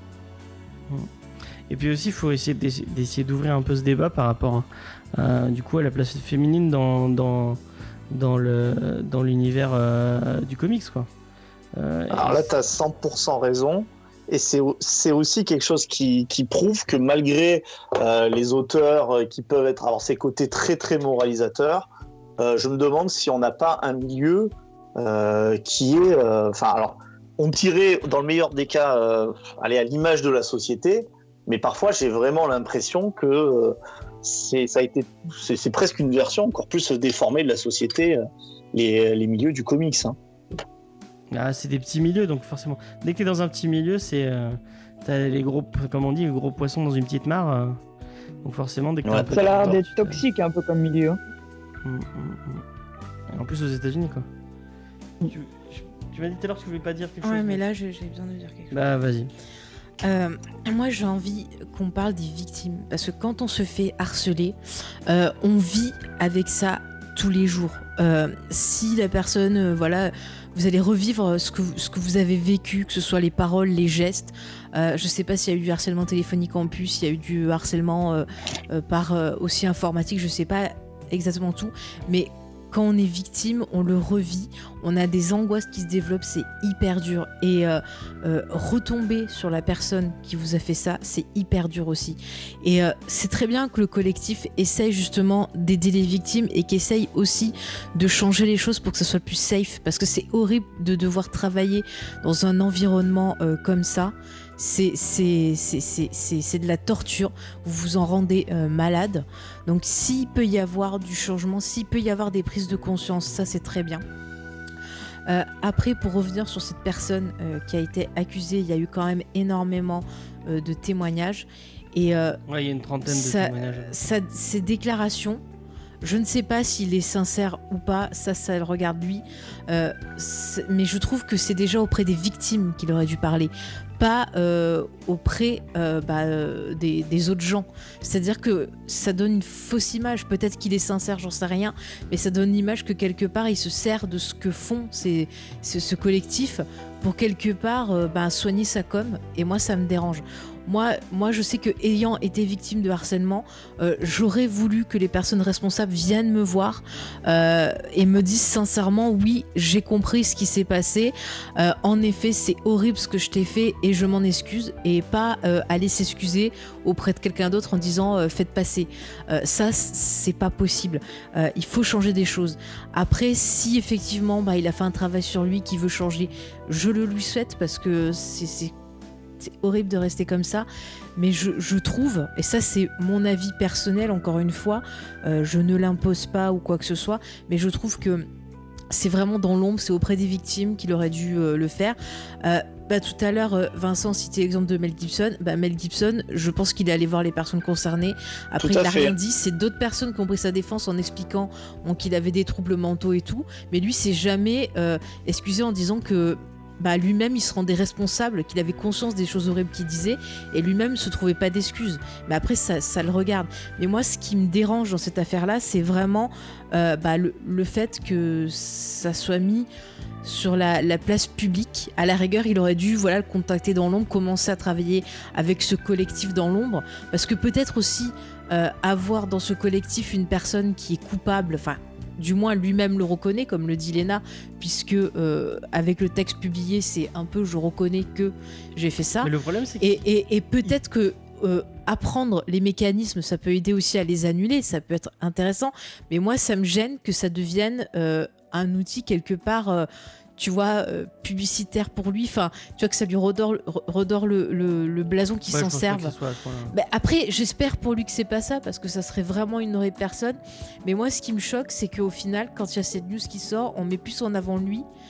Et puis aussi, il faut essayer d'essayer, d'essayer d'ouvrir un peu ce débat par rapport à, du coup, à la place féminine dans, dans, dans, le, dans l'univers euh, du comics, quoi. Euh, Alors là, tu as cent pour cent raison. Et c'est, c'est aussi quelque chose qui, qui prouve que malgré euh, les auteurs qui peuvent être, alors ces côtés très très moralisateurs, euh, je me demande si on n'a pas un milieu euh, qui est, enfin, euh, alors, on tirait dans le meilleur des cas, euh, aller à l'image de la société, mais parfois j'ai vraiment l'impression que euh, c'est, ça a été, c'est, c'est presque une version encore plus déformée de la société, euh, les, les milieux du comics. Hein. Ah, c'est des petits milieux, donc forcément, dès que t'es dans un petit milieu, c'est euh, t'as les gros, comme on dit, les gros poissons dans une petite mare. Euh, donc forcément, dès que ouais, t'as un peu ça a l'air de d'être tu- toxique un peu comme milieu. Hum, hum, hum. En plus aux États-Unis, quoi. Tu, tu- tu m'as dit tout à l'heure que tu voulais pas dire quelque Ouais, chose. mais là, j'ai j'ai besoin de dire quelque chose. Bah vas-y. Euh, moi, j'ai envie qu'on parle des victimes. Parce que quand on se fait harceler, euh, on vit avec ça tous les jours. Euh, si la personne, euh, voilà, vous allez revivre ce que, vous, ce que vous avez vécu, que ce soit les paroles, les gestes. Euh, je sais pas s'il y a eu du harcèlement téléphonique en plus, s'il y a eu du harcèlement euh, euh, par euh, aussi informatique, je sais pas exactement tout. Mais quand on est victime, on le revit, on a des angoisses qui se développent, c'est hyper dur. Et euh, euh, retomber sur la personne qui vous a fait ça, c'est hyper dur aussi. Et euh, c'est très bien que le collectif essaye justement d'aider les victimes et qu'essaye aussi de changer les choses pour que ça soit plus safe. Parce que c'est horrible de devoir travailler dans un environnement euh, comme ça. C'est, c'est, c'est, c'est, c'est, c'est de la torture, vous vous en rendez euh, malade. Donc s'il peut y avoir du changement, s'il peut y avoir des prises de conscience, ça c'est très bien. Euh, après, pour revenir sur cette personne euh, qui a été accusée, il y a eu quand même énormément euh, de témoignages. Et euh, Ouais, il y a une trentaine de ça, témoignages. ça, ces déclarations, je ne sais pas s'il est sincère ou pas, ça, ça le regarde lui. Euh, mais je trouve que c'est déjà auprès des victimes qu'il aurait dû parler, pas euh, auprès euh, bah, euh, des, des autres gens. C'est-à-dire que ça donne une fausse image. Peut-être qu'il est sincère, j'en sais rien, mais ça donne l'image que quelque part, il se sert de ce que font ces, ce, ce collectif pour quelque part euh, bah, soigner sa com. Et moi, ça me dérange. Moi, moi, je sais que ayant été victime de harcèlement, euh, j'aurais voulu que les personnes responsables viennent me voir euh, et me disent sincèrement, oui, j'ai compris ce qui s'est passé. Euh, en effet, c'est horrible ce que je t'ai fait et je m'en excuse. Et pas euh, aller s'excuser auprès de quelqu'un d'autre en disant euh, faites passer. Euh, ça, c'est pas possible. Euh, il faut changer des choses. Après, si effectivement, bah, il a fait un travail sur lui, qu'il veut changer, je le lui souhaite parce que c'est, c'est c'est horrible de rester comme ça, mais je, je trouve, et ça c'est mon avis personnel encore une fois, euh, je ne l'impose pas ou quoi que ce soit, mais je trouve que c'est vraiment dans l'ombre, c'est auprès des victimes qu'il aurait dû euh, le faire. Euh, bah, tout à l'heure, euh, Vincent citait l'exemple de Mel Gibson. Bah, Mel Gibson, je pense qu'il est allé voir les personnes concernées. Après, il n'a rien dit. C'est d'autres personnes qui ont pris sa défense en expliquant bon, qu'il avait des troubles mentaux et tout, mais lui, s'est jamais euh, excusé en disant que bah, lui-même il se rendait responsable, qu'il avait conscience des choses horribles qu'il disait et lui-même se trouvait pas d'excuses. Mais après ça, ça le regarde. Mais moi ce qui me dérange dans cette affaire-là, c'est vraiment euh, bah, le, le fait que ça soit mis sur la, la place publique. À la rigueur, il aurait dû voilà, le contacter dans l'ombre, commencer à travailler avec ce collectif dans l'ombre, parce que peut-être aussi euh, avoir dans ce collectif une personne qui est coupable, enfin du moins lui-même le reconnaît, comme le dit Léna, puisque euh, avec le texte publié, c'est un peu je reconnais que j'ai fait ça. Mais le problème, c'est que... Et, et, et peut-être que euh, apprendre les mécanismes, ça peut aider aussi à les annuler, ça peut être intéressant, mais moi, ça me gêne que ça devienne euh, un outil quelque part... Euh, tu vois, euh, publicitaire pour lui, enfin, tu vois que ça lui redore, redore le, le, le blason qui Ouais, s'en je pense pas serve. que ce soit à ce point-là. Bah, après, j'espère pour lui que c'est pas ça, parce que ça serait vraiment une horrible personne. Mais moi, ce qui me choque, c'est qu'au final, quand il y a cette news qui sort, on met plus en avant lui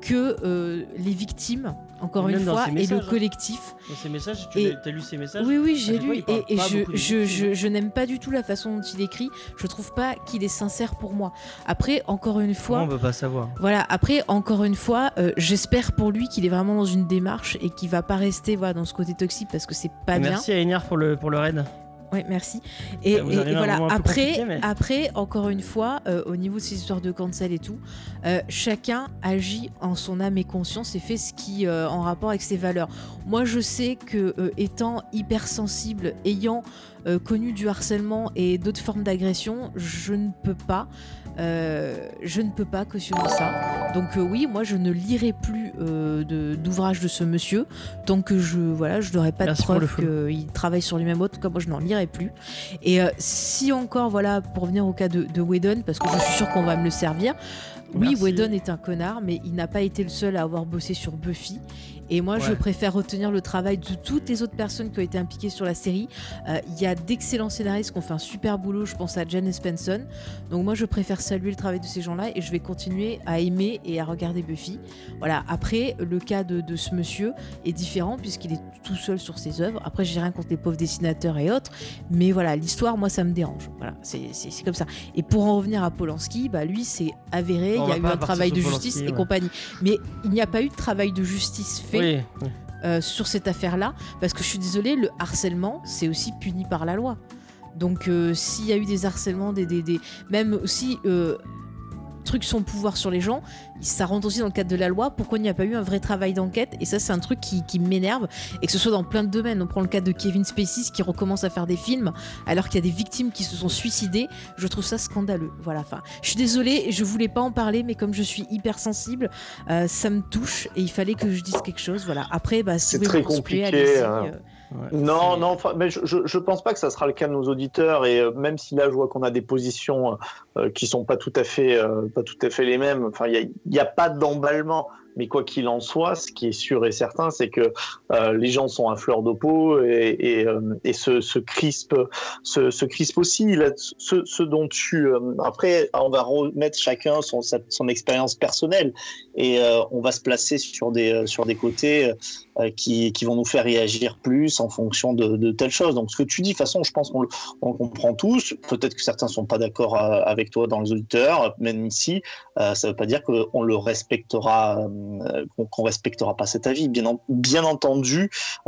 que euh, les victimes, encore Même une dans fois, ses et messages, le hein. collectif. Dans ces messages, tu Et- as lu ces messages? Oui, oui, À j'ai chaque fois, lu il parle et, et pas je, beaucoup des je, victimes. je, je n'aime pas du tout la façon dont il écrit. Je trouve pas qu'il est sincère pour moi. Après, encore une fois, On peut pas savoir. voilà. Après, encore une fois, euh, j'espère pour lui qu'il est vraiment dans une démarche et qu'il va pas rester voilà dans ce côté toxique parce que c'est pas bien. Merci à Enyar pour le, pour le raid. Oui, merci. Et, Ça vous et- arrive et à un voilà, moment un peu après, compliqué, mais- après, encore une fois, euh, au niveau de ces histoires de cancel et tout, euh, chacun agit en son âme et conscience et fait ce qui euh, en rapport avec ses valeurs. Moi, je sais que euh, étant hypersensible, ayant euh, connu du harcèlement et d'autres formes d'agression, je ne peux pas. euh, je ne peux pas cautionner ça. Donc euh, oui, moi je ne lirai plus euh, de- d'ouvrage de ce monsieur tant que je voilà, je n'aurai pas Merci de pour le preuve follow. qu'il travaille sur lui-même. En tout cas, moi je n'en lirai plus. Et euh, si encore, voilà, pour venir au cas de, de Whedon, parce que je suis sûre qu'on va me le servir. Oui, Merci. Whedon est un connard, mais il n'a pas été le seul à avoir bossé sur Buffy. Et moi, je Ouais. préfère retenir le travail de toutes les autres personnes qui ont été impliquées sur la série. Euh, Il y a d'excellents scénaristes qui ont fait un super boulot. Je pense à Jen Espenson. Donc moi, je préfère saluer le travail de ces gens-là et je vais continuer à aimer et à regarder Buffy. Voilà. Après, le cas de, de ce monsieur est différent puisqu'il est tout seul sur ses œuvres. Après, j'ai rien contre les pauvres dessinateurs et autres. Mais voilà, l'histoire, moi, ça me dérange. Voilà, c'est c'est- c'est comme ça. Et pour en revenir à Polanski, bah, lui, c'est avéré. On Il y va a eu pas un partir travail sur de Polanski, justice et ouais. compagnie. Mais il n'y a pas eu de travail de justice fait Oui, oui. euh, sur cette affaire-là, parce que je suis désolée, le harcèlement, c'est aussi puni par la loi. Donc euh, s'il y a eu des harcèlements, des, des, des... même aussi euh, trucs sans pouvoir sur les gens, ça rentre aussi dans le cadre de la loi. Pourquoi il n'y a pas eu un vrai travail d'enquête? Et ça, c'est un truc qui, qui m'énerve, et que ce soit dans plein de domaines. On prend le cas de Kevin Spacey qui recommence à faire des films alors qu'il y a des victimes qui se sont suicidées. Je trouve ça scandaleux. Voilà. Enfin, je suis désolée, je voulais pas en parler, mais comme je suis hypersensible, euh, ça me touche et il fallait que je dise quelque chose. Voilà. Après, bah, si C'est vous voulez très me conspuer, compliqué, allez-y, hein. euh, Ouais. Non, C'est- non, enfin, mais je, je, je pense pas que ça sera le cas de nos auditeurs, et euh, même si là je vois qu'on a des positions euh, qui sont pas tout à fait, euh, pas tout à fait les mêmes. Enfin, il y a, il y a pas d'emballement, mais quoi qu'il en soit, ce qui est sûr et certain, c'est que euh, les gens sont à fleur de peau et, et, euh, et se, se crispent, se, se crispent aussi. Là, ce, ce dont tu, euh, après, on va remettre chacun son, sa- son expérience personnelle, et euh, on va se placer sur des, sur des côtés euh, qui, qui vont nous faire réagir plus en fonction de, de telle chose. Donc, ce que tu dis, de toute façon, je pense qu'on le, on le comprend tous. Peut-être que certains sont pas d'accord euh, avec toi dans les auditeurs, même si euh, ça veut pas dire qu'on le respectera, euh, qu'on, qu'on respectera pas cet avis. Bien, en- bien entendu,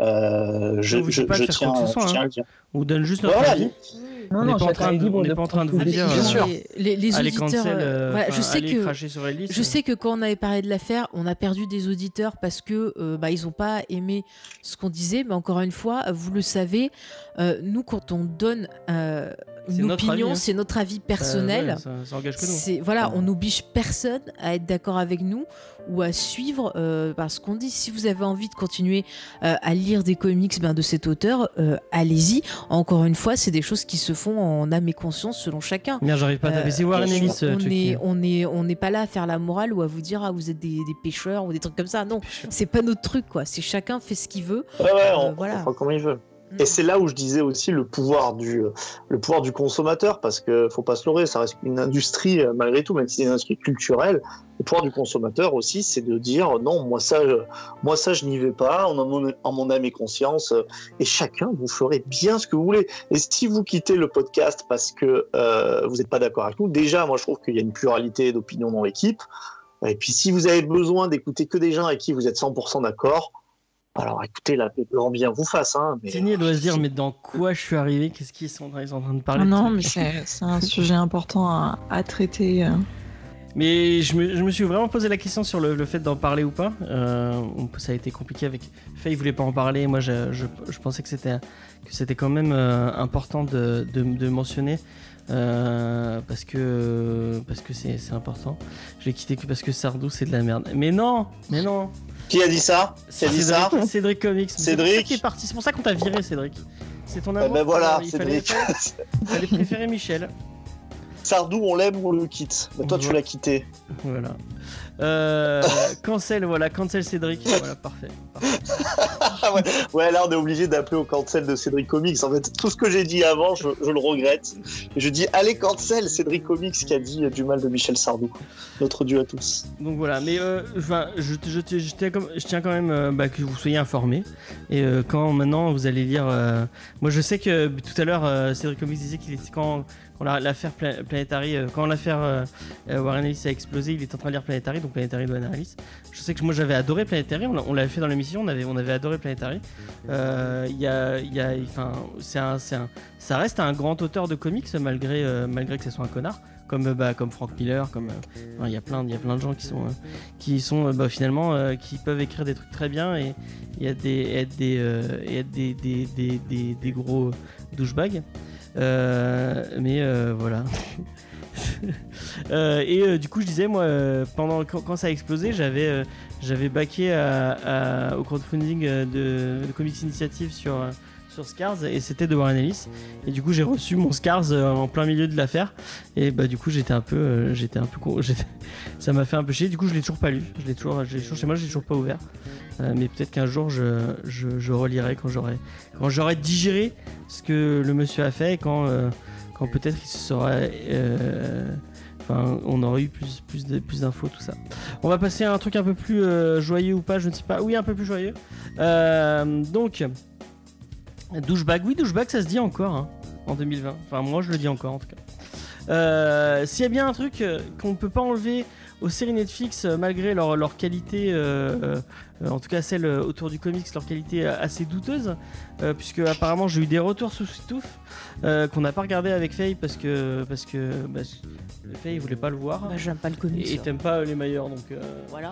euh, je, On vous dit je, pas de je faire tiens, quoi que ce soit, je tiens hein. à le dire. On vous donne juste notre Voilà, avis. Non, On non, n'est pas en chacun train est de- libre on n'est pas en train de prendre vous ses dire, décisions. euh, les, les, les Allez, auditeurs, cancel, euh, euh, voilà, enfin, je sais allez que cracher sur Ellis. je sais que quand on avait parlé de l'affaire, on a perdu des auditeurs parce que euh, bah, ils n'ont pas aimé ce qu'on disait. Mais encore une fois, vous le savez, euh, nous quand on donne euh, C'est une notre opinion, avis, hein. c'est notre avis personnel. Euh, ouais, ça, ça engage que nous. C'est voilà, Ouais. on n'oblige personne à être d'accord avec nous ou à suivre euh, bah, ce qu'on dit. Si vous avez envie de continuer euh, à lire des comics ben, de cet auteur, euh, allez-y. Encore une fois, c'est des choses qui se font en âme et conscience selon chacun. Merde, j'arrive pas à taper. C'est Warren bien Ellis. sûr. euh, On truc est, qui- on est, on n'est pas là à faire la morale ou à vous dire ah vous êtes des, des pêcheurs ou des trucs comme ça. Non, c'est pas notre truc quoi. C'est chacun fait ce qu'il veut. Ouais, ouais, on, Euh, voilà. on fera comme il veut. Mm. Et c'est là où je disais aussi le pouvoir du, le pouvoir du consommateur, parce que faut pas se leurrer, ça reste une industrie euh, malgré tout, même si c'est une industrie culturelle. Le pouvoir du consommateur aussi, c'est de dire non, moi ça, je, moi ça, je n'y vais pas, en mon, en mon âme et conscience. euh, Et chacun, vous ferez bien ce que vous voulez. Et si vous quittez le podcast parce que euh, vous n'êtes pas d'accord avec nous, déjà, moi je trouve qu'il y a une pluralité d'opinions dans l'équipe. Et puis si vous avez besoin d'écouter que des gens avec qui vous êtes cent pour cent d'accord, alors écoutez, la grand bien vous fasse. Hein, mais... Tini, elle doit se dire, mais dans quoi je suis arrivé? Qu'est-ce qu'ils sont, ils sont en train de parler Ah de non, trucs mais c'est c'est un sujet important à, à traiter. euh. Mais je me, je me suis vraiment posé la question sur le, le fait d'en parler ou pas. Euh, on- ça a été compliqué avec Faye, voulait pas en parler. Moi, je, je, je pensais que c'était que c'était quand même euh, important de, de, de mentionner euh, parce que parce que c'est c'est important. J'ai quitté que parce que Sardou c'est de la merde. Mais non, mais non. Qui a dit ça? Qui a dit ça? Cédric, Cédric Comics. C'est pour ça Cédric. qu'il est parti. C'est pour ça qu'on t'a viré, Cédric. C'est ton Eh amour. ben voilà, il fallait, Cédric. il fallait préférer Michel. Sardou, on l'aime ou on le quitte? Bah, toi, tu l'as quitté. Voilà. Euh, cancel, voilà, cancel Cédric. Voilà, parfait. parfait. ouais, ouais, là on est obligé d'appeler au cancel de Cédric Comics. En fait, tout ce que j'ai dit avant, je, je le regrette. Et je dis, allez cancel Cédric Comics qui a dit du mal de Michel Sardou. Notre dieu à tous. Donc voilà, mais euh, enfin, je, je, je, je, tiens comme- je tiens quand même euh, bah, que vous soyez informés. Et euh, quand maintenant vous allez lire. euh, Moi je sais que tout à l'heure euh, Cédric Comics disait qu'il était quand. Quand la- l'affaire Pla- Planetary, euh, quand l'affaire euh, euh, Warren Ellis a explosé, il était en train de lire Planetary, donc Planetary de Warren Ellis. Je sais que moi j'avais adoré Planetary, on, l'a- on l'avait fait dans l'émission, on avait, on avait adoré Planetary. Euh, Il y a, il y a, enfin, c'est un, c'est un, ça reste un grand auteur de comics malgré, euh, malgré que ce soit un connard, comme, euh, bah, comme Frank Miller, comme, euh, enfin, il y a plein, il y a plein de gens qui sont, euh, qui sont, euh, bah, finalement, euh, qui peuvent écrire des trucs très bien et, et être des, et être des, euh, et être des, des, des, des, des gros douchebags. Euh, mais euh, voilà. Euh, et euh, du coup, je disais, moi, euh, pendant quand, quand ça a explosé, j'avais euh, j'avais backé à, à- au crowdfunding euh, de, de Comics Initiative sur euh, sur Scars et c'était de Warren Ellis. Et du coup, j'ai reçu mon Scars euh, en plein milieu de l'affaire. Et bah du coup, j'étais un peu, euh, j'étais un peu, con- j'étais- ça m'a fait un peu chier. Du coup, je l'ai toujours pas lu. Je l'ai toujours, je l'ai toujours chez moi, je l'ai toujours pas ouvert. Euh, mais peut-être qu'un jour, je, je, je relirai quand j'aurai quand j'aurai digéré ce que le monsieur a fait et quand euh, quand peut-être il se sera euh, enfin on aurait eu plus plus de, plus d'infos, tout ça. On va passer à un truc un peu plus euh, joyeux ou pas, je ne sais pas. Oui, un peu plus joyeux. Euh, donc douchebag, oui, douchebag, ça se dit encore hein, en deux mille vingt. Enfin moi je le dis encore en tout cas. Euh, S'il y a bien un truc euh, qu'on peut pas enlever aux séries Netflix, euh, malgré leur, leur qualité, euh, euh, en tout cas celle euh, autour du comics, leur qualité euh, assez douteuse, euh, puisque apparemment j'ai eu des retours sous Sweetouf euh, qu'on n'a pas regardé avec Faye parce que parce que bah, Faye il voulait pas le voir Bah, j'aime pas le comics. et et t'aimes pas euh, les meilleurs donc. Euh, Voilà.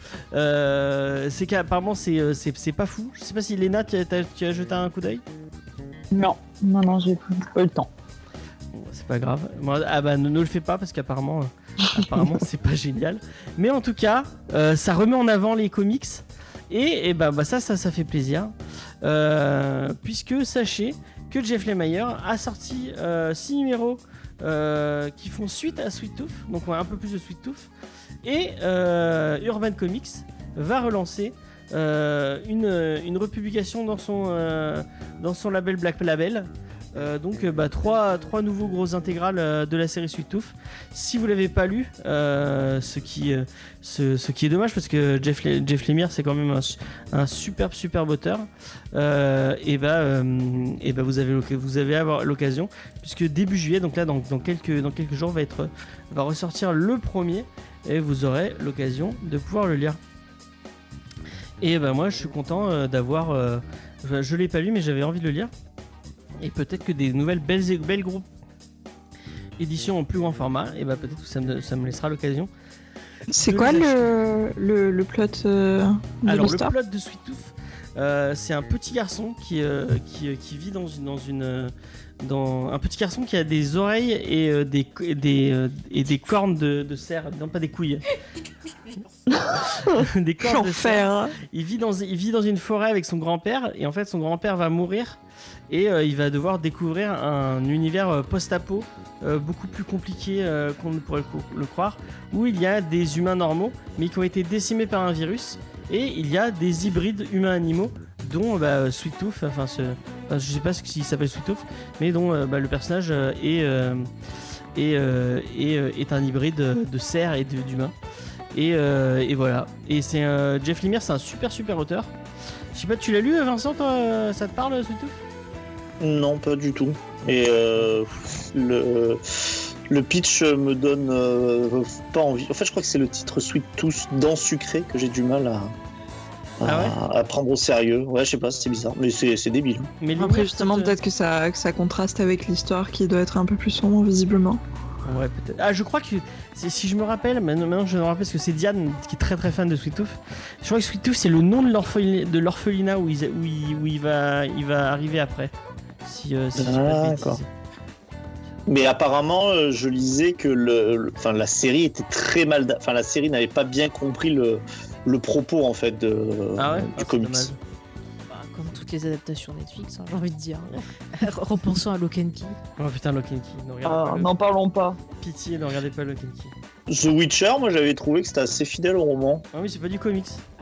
euh, c'est qu'apparemment c'est euh, c'est c'est pas fou. Je sais pas si Léna tu as, tu as jeté un coup d'œil. Non, non, non, j'ai pas eu le temps. Bon, c'est pas grave. Moi, ah bah ne, ne le fais pas parce qu'apparemment, euh, apparemment c'est pas génial. Mais en tout cas, euh, ça remet en avant les comics et, et bah, bah ça, ça, ça fait plaisir. Euh, puisque sachez que Jeff Lemire a sorti euh, six numéros euh, qui font suite à Sweet Tooth, donc on a un peu plus de Sweet Tooth. Et euh, Urban Comics va relancer euh, une, une republication dans son, euh, dans son label Black Label. Euh, donc euh, bah, trois, trois nouveaux gros intégrales euh, de la série Sweet Tooth. Si vous l'avez pas lu, euh, ce, qui, euh, ce, ce qui est dommage parce que Jeff, Le- Jeff Lemire c'est quand même un, su- un superbe superbe auteur. Euh, et bah, euh, et bah vous avez l'oc- vous avez avoir l'occasion puisque début juillet, donc là dans, dans quelques dans quelques jours va être va ressortir le premier et vous aurez l'occasion de pouvoir le lire. Et bah moi je suis content euh, d'avoir euh, je, je l'ai pas lu mais j'avais envie de le lire. Et peut-être que des nouvelles belles, belles groupes éditions en plus grand format, et bah peut-être que ça me, ça me laissera l'occasion. C'est de quoi les le, le, le plot euh, de Alors le l'histoire? plot de Sweet Tooth, euh, c'est un petit garçon qui, euh, qui, euh, qui vit dans une, dans une euh, dans un petit garçon qui a des oreilles et euh, des et des euh, et des cornes de, de cerf, non pas des couilles. Des cornes de cerf. L'enfer. Il vit dans il vit dans une forêt avec son grand-père et en fait son grand-père va mourir et euh, il va devoir découvrir un univers euh, post-apo euh, beaucoup plus compliqué euh, qu'on ne pourrait le, co- le croire, où il y a des humains normaux mais qui ont été décimés par un virus et il y a des hybrides humains-animaux dont bah, Sweet Tooth, enfin, ce, enfin je sais pas ce qu'il s'appelle Sweet Tooth, mais dont euh, bah, le personnage euh, est, euh, est, euh, est, euh, est un hybride de cerf et de- d'humain. Et, euh, et voilà. Et c'est euh, Jeff Lemire, c'est un super super auteur. Je sais pas, tu l'as lu Vincent, toi, euh, ça te parle Sweet Tooth? Non, pas du tout. Et euh, le, le pitch me donne euh, pas envie. En fait, je crois que c'est le titre Sweet Tooth dans sucré que j'ai du mal à, à, Ah ouais à prendre au sérieux. Ouais, je sais pas, c'est bizarre, mais c'est c'est débile. Mais Lemire, Après, justement, ça te- peut-être que ça, que ça contraste avec l'histoire qui doit être un peu plus sombre, visiblement. Ouais, peut-être. Ah, je crois que c'est- si je me rappelle, maintenant, maintenant je me rappelle parce que c'est Diane qui est très très fan de Sweet Tooth. Je crois que Sweet Tooth c'est le nom de l'orphelin- de l'orphelinat où, il, où, il, où il va il va arriver après. Si, euh, si je dis pas de Ah, bêtises. d'accord. Mais apparemment, euh, je lisais que le, le- enfin, la série était très mal. da- Enfin, la série n'avait pas bien compris le, le propos en fait de, Ah ouais du Ah, c'est comics. dommage. Bah, comme toutes les adaptations Netflix, hein, j'ai envie de dire. Repensons à Lock and Key. Oh putain, Lock and Key, ne regardez Ah, pas le... n'en parlons pas. Pitié, ne regardez pas Lock and Key. The Witcher, moi j'avais trouvé que c'était assez fidèle au roman. Ah oui, c'est pas du comics. Ah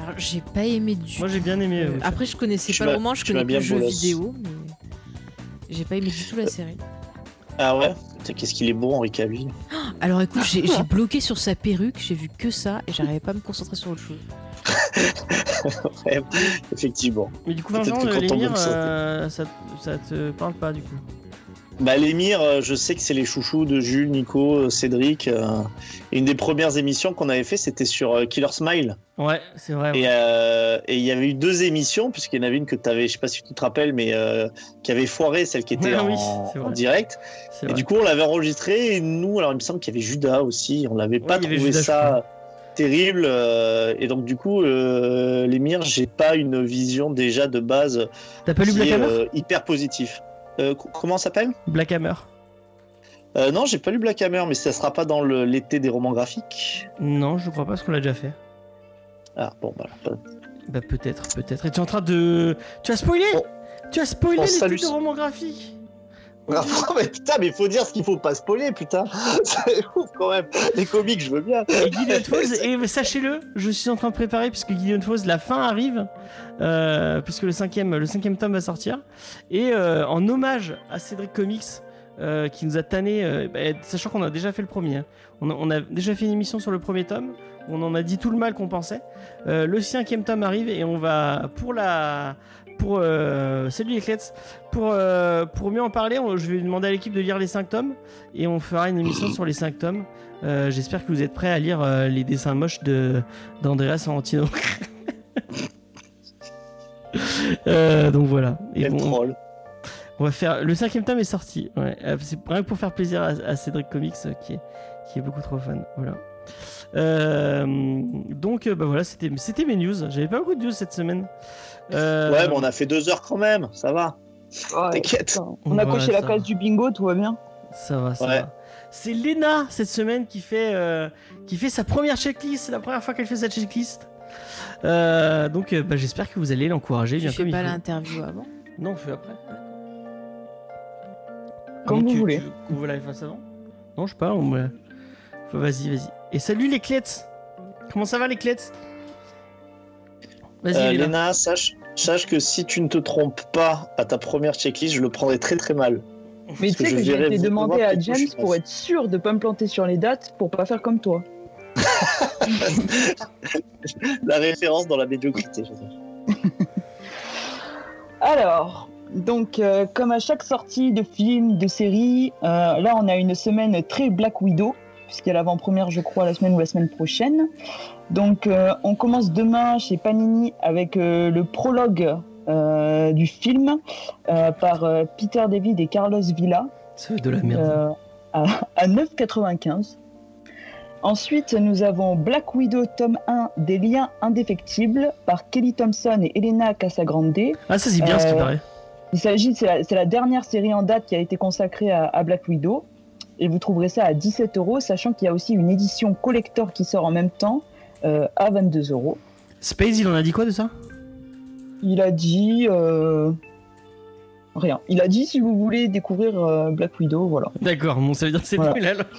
Alors, j'ai pas aimé du Moi j'ai bien aimé. euh, Witcher. Après, je connaissais Tu pas m'as- le roman, je tu connais m'as que le bien jeu bolasse. vidéo, mais j'ai pas aimé du tout la série. Ah ouais. Putain, qu'est-ce qu'il est bon, Henri Cavill. Alors écoute, j'ai j'ai bloqué sur sa perruque, j'ai vu que ça et j'arrivais pas à me concentrer sur autre chose. Ouais, effectivement. Mais du coup, Peut-être Vincent, que euh, quand on l'émir, veut le sauter. euh, ça, ça te parle pas du coup. Bah l'émir, euh, je sais que c'est les chouchous de Jules, Nico, euh, Cédric. euh, et une des premières émissions qu'on avait fait, c'était sur euh, Killer Smile. Ouais, c'est vrai. ouais. Et euh, et il y avait eu deux émissions, puisqu'il y en avait une que tu avais, je sais pas si tu te rappelles, mais euh, qui avait foiré, celle qui était Ouais, en, oui, c'est en vrai. direct. C'est Et vrai. du coup, on l'avait enregistré. Et nous, alors il me semble qu'il y avait Judas aussi. On l'avait pas il y avait trouvé Judas, je ça terrible. euh, et donc du coup, euh, l'émir, j'ai pas une vision déjà de base T'as pas lu qui Black est Hammer euh, hyper positif. Euh, co- comment ça s'appelle? Black Hammer. Euh, non, j'ai pas lu Black Hammer, mais ça sera pas dans le- l'été des romans graphiques. Non, je crois pas parce qu'on l'a déjà fait. Ah bon, bah, pas- Bah peut-être, peut-être. Et tu es en train de... Tu as spoilé Oh. Tu as spoilé Oh, les salut. titres de romans graphiques. Ah, mais putain, mais faut dire ce qu'il faut pas spoiler, putain. C'est ouf quand même. Les comics, je veux bien. Et Gideon Falls, et sachez-le, je suis en train de préparer puisque Gideon Falls, la fin arrive, euh, puisque le cinquième, le cinquième tome va sortir. Et euh, en hommage à Cédric Comics, euh, qui nous a tanné, euh, bah, sachant qu'on a déjà fait le premier, hein. on, a, on a déjà fait une émission sur le premier tome, où on en a dit tout le mal qu'on pensait. Euh, le cinquième tome arrive et on va, pour la... Pour, euh, salut les clets, pour, euh, pour mieux en parler, on- je vais demander à l'équipe de lire les cinq tomes et on fera une émission sur les cinq tomes. Euh, J'espère que vous êtes prêts à lire euh, les dessins moches de d'Andrea Sorrentino. Euh, donc voilà. Et Quel bon, troll. on va faire. Le cinquième tome est sorti. Ouais. Euh, C'est rien que pour faire plaisir à, à Cédric Comics euh, qui est qui est beaucoup trop fan. Voilà. Euh, donc euh, bah voilà, c'était c'était mes news. J'avais pas beaucoup de news cette semaine. Euh, Ouais, mais on a fait deux heures quand même, ça va. Ouais, T'inquiète. putain. On a Ouais, coché la ça case va. du bingo, tout va bien. Ça va, ça Ouais. va. C'est Léna cette semaine qui fait, euh, qui fait sa première checklist. C'est la première fois qu'elle fait sa checklist. Euh, donc euh, bah, j'espère que vous allez l'encourager Tu bien fais comme il pas faut. l'interview avant? Non, on fait après. Comme Ah, vous tu- voulez. Tu veux qu'on vous la fasse avant? Non, je sais pas. On me... Faut- Vas-y, vas-y. Et salut les clets. Comment ça va les clets? Vas-y, Euh, Léna. Léna, sache, sache que si tu ne te trompes pas à ta première checklist, je le prendrai très très mal. Mais Parce tu sais que que, je j'ai verrai été vous- demandé voir à quel coup je James passe. pour être sûr de pas me planter sur les dates pour pas faire comme toi. La référence dans la médiocrité. je veux dire. Alors, donc, euh, comme à chaque sortie de film, de série, euh, là, on a une semaine très Black Widow, puisqu'il y a l'avant-première, je crois, la semaine ou la semaine prochaine. Donc, euh, on commence demain chez Panini avec euh, le prologue euh, du film euh, par euh, Peter David et Carlos Villa C'est de la merde. euh, à, à neuf euros quatre-vingt-quinze. Ensuite, nous avons Black Widow tome un des liens indéfectibles par Kelly Thompson et Elena Casagrande. Ah, ça c'est bien ce qui euh, paraît. Il s'agit, c'est la, c'est la dernière série en date qui a été consacrée à, à Black Widow. Et vous trouverez ça à dix-sept euros, sachant qu'il y a aussi une édition collector qui sort en même temps euh, à vingt-deux euros. Space, il en a dit quoi de ça? Il a dit euh, rien. Il a dit si vous voulez découvrir euh, Black Widow, voilà. D'accord, bon, ça veut dire que c'est Voilà. nul alors.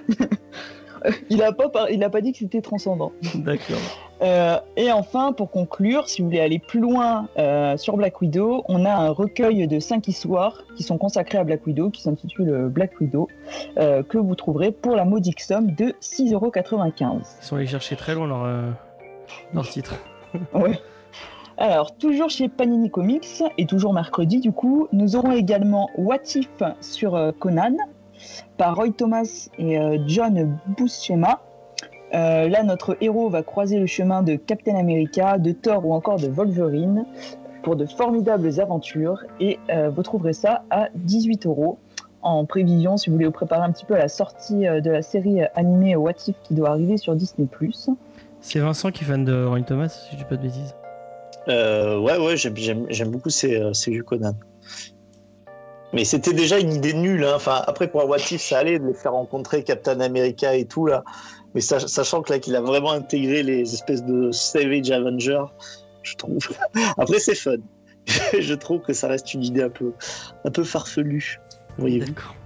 Il a pas, par- il a pas dit que c'était transcendant. D'accord. Euh, et enfin, pour conclure, si vous voulez aller plus loin euh, sur Black Widow, on a un recueil de cinq histoires qui sont consacrées à Black Widow, qui s'intitule Black Widow, euh, que vous trouverez pour la modique somme de six euros quatre-vingt-quinze. Ils sont allés chercher très loin leur, euh, leur titre. Ouais. Alors, toujours chez Panini Comics, et toujours mercredi du coup, nous aurons également What If sur euh, Conan, par Roy Thomas et euh, John Buscema. Euh, là, notre héros va croiser le chemin de Captain America, de Thor ou encore de Wolverine pour de formidables aventures. Et euh, vous trouverez ça à dix-huit euros en prévision si vous voulez vous préparer un petit peu à la sortie euh, de la série animée What If qui doit arriver sur Disney plus. C'est Vincent qui est fan de Roy Thomas, si je dis pas de bêtises. Euh, ouais, ouais, j'aime, j'aime, j'aime beaucoup ces, euh, ces vieux Conan. Mais c'était déjà une idée nulle. Hein. Enfin, après, pour un What If, ça allait de les faire rencontrer Captain America et tout, là. Mais sach- sachant que là, qu'il a vraiment intégré les espèces de Savage Avengers, je trouve. Après, c'est fun. Je trouve que ça reste une idée un peu, un peu farfelue. Voyez-vous. D'accord.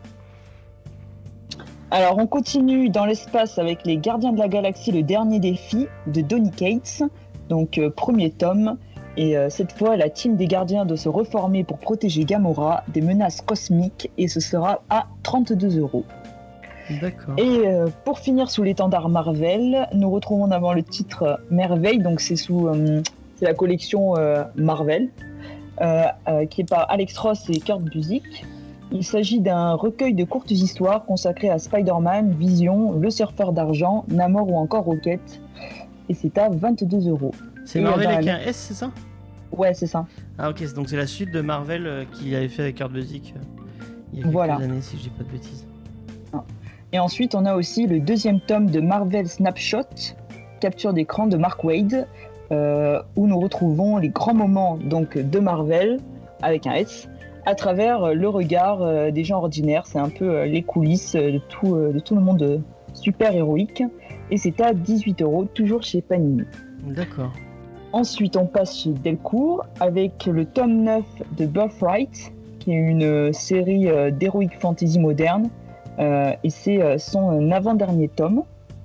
Alors, on continue dans l'espace avec les Gardiens de la Galaxie, le dernier défi de Donny Cates, Donc euh, premier tome, et euh, cette fois la team des gardiens doit se reformer pour protéger Gamora des menaces cosmiques, et ce sera à trente-deux euros. D'accord. Et euh, pour finir sous l'étendard Marvel, nous retrouvons d'abord le titre Merveille, donc c'est sous euh, c'est la collection euh, Marvel, euh, euh, qui est par Alex Ross et Kurt Busiek. Il s'agit d'un recueil de courtes histoires consacrées à Spider-Man, Vision, le surfeur d'argent, Namor ou encore Rocket, et c'est à vingt-deux euros. C'est Et Marvel dans avec la- un S, c'est ça? Ouais, c'est ça. Ah ok, donc c'est la suite de Marvel euh, qu'il avait fait avec Kurt Busiek euh, il y a quelques Voilà. années, si je dis pas de bêtises. Et ensuite, on a aussi le deuxième tome de Marvel Snapshot, capture d'écran de Mark Waid, euh, où nous retrouvons les grands moments donc de Marvel avec un S, à travers le regard euh, des gens ordinaires. C'est un peu euh, les coulisses euh, de tout, euh, de tout le monde euh, super héroïque. Et c'est à dix-huit euros, toujours chez Panini. D'accord. Ensuite, on passe chez Delcourt avec le tome neuf de Birthright, qui est une euh, série euh, d'heroic fantasy moderne. Euh, et c'est euh, son avant-dernier tome.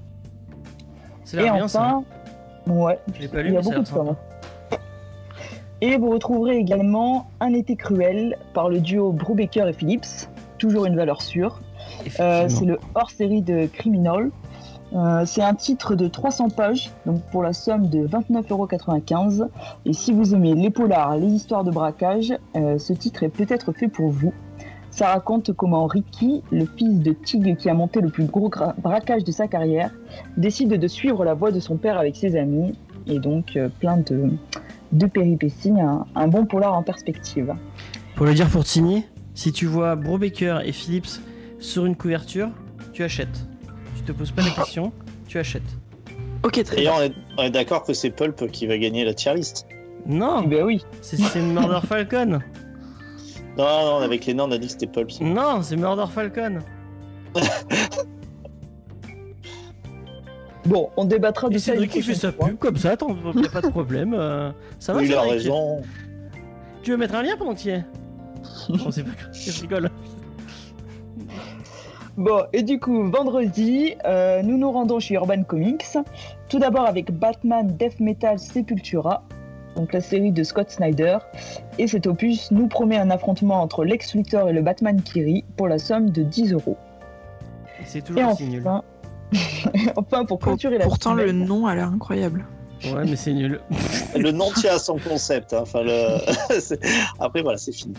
C'est Et l'air bien ça. enfin, ouais, Je l'ai pas lu, il y a mais ça a beaucoup de l'air tomes. sympa. Et vous retrouverez également Un été cruel par le duo Brubaker et Phillips, toujours une valeur sûre. Euh, Effectivement. c'est le hors-série de Criminal. Euh, c'est un titre de trois cents pages, donc pour la somme de vingt-neuf euros quatre-vingt-quinze. Et si vous aimez les polars, les histoires de braquage, euh, ce titre est peut-être fait pour vous. Ça raconte comment Ricky, le fils de Tig qui a monté le plus gros gra- braquage de sa carrière, décide de suivre la voie de son père avec ses amis. Et donc euh, plein de, de péripéties, un, un bon polar en perspective. Pour le dire pour Tini, si tu vois Brubaker et Phillips sur une couverture, tu achètes. Tu te poses pas la question, tu achètes. Ok, très bien. D'ailleurs, on est, on est d'accord que c'est Pulp qui va gagner la tier list. Non, Eh ben oui, c'est c'est Murder Falcon. Non, non, avec les noms, on a dit que c'était Pulp. Non, c'est Murder Falcon. bon, on débattra de Et ça une Cédric qui fait prochaine sa fois. pub comme ça, attends, y a pas de problème. euh, Ça va, Oui, il a Cédric raison. Tu veux mettre un lien pendant que tu y es? Non, c'est pas grave, je rigole. Bon, et du coup, vendredi, euh, nous nous rendons chez Urban Comics. Tout d'abord avec Batman Death Metal Sepultura, donc la série de Scott Snyder. Et cet opus nous promet un affrontement entre Lex Luthor et le Batman qui rit pour la somme de dix euros. Et c'est Et toujours aussi nul. enfin, enfin, pour Pour- clôturer la pourtant, le semaine, nom a l'air incroyable. Ouais, mais c'est nul. Le nom tient à son concept. Hein. Enfin, le... c'est- Après, voilà, c'est fini.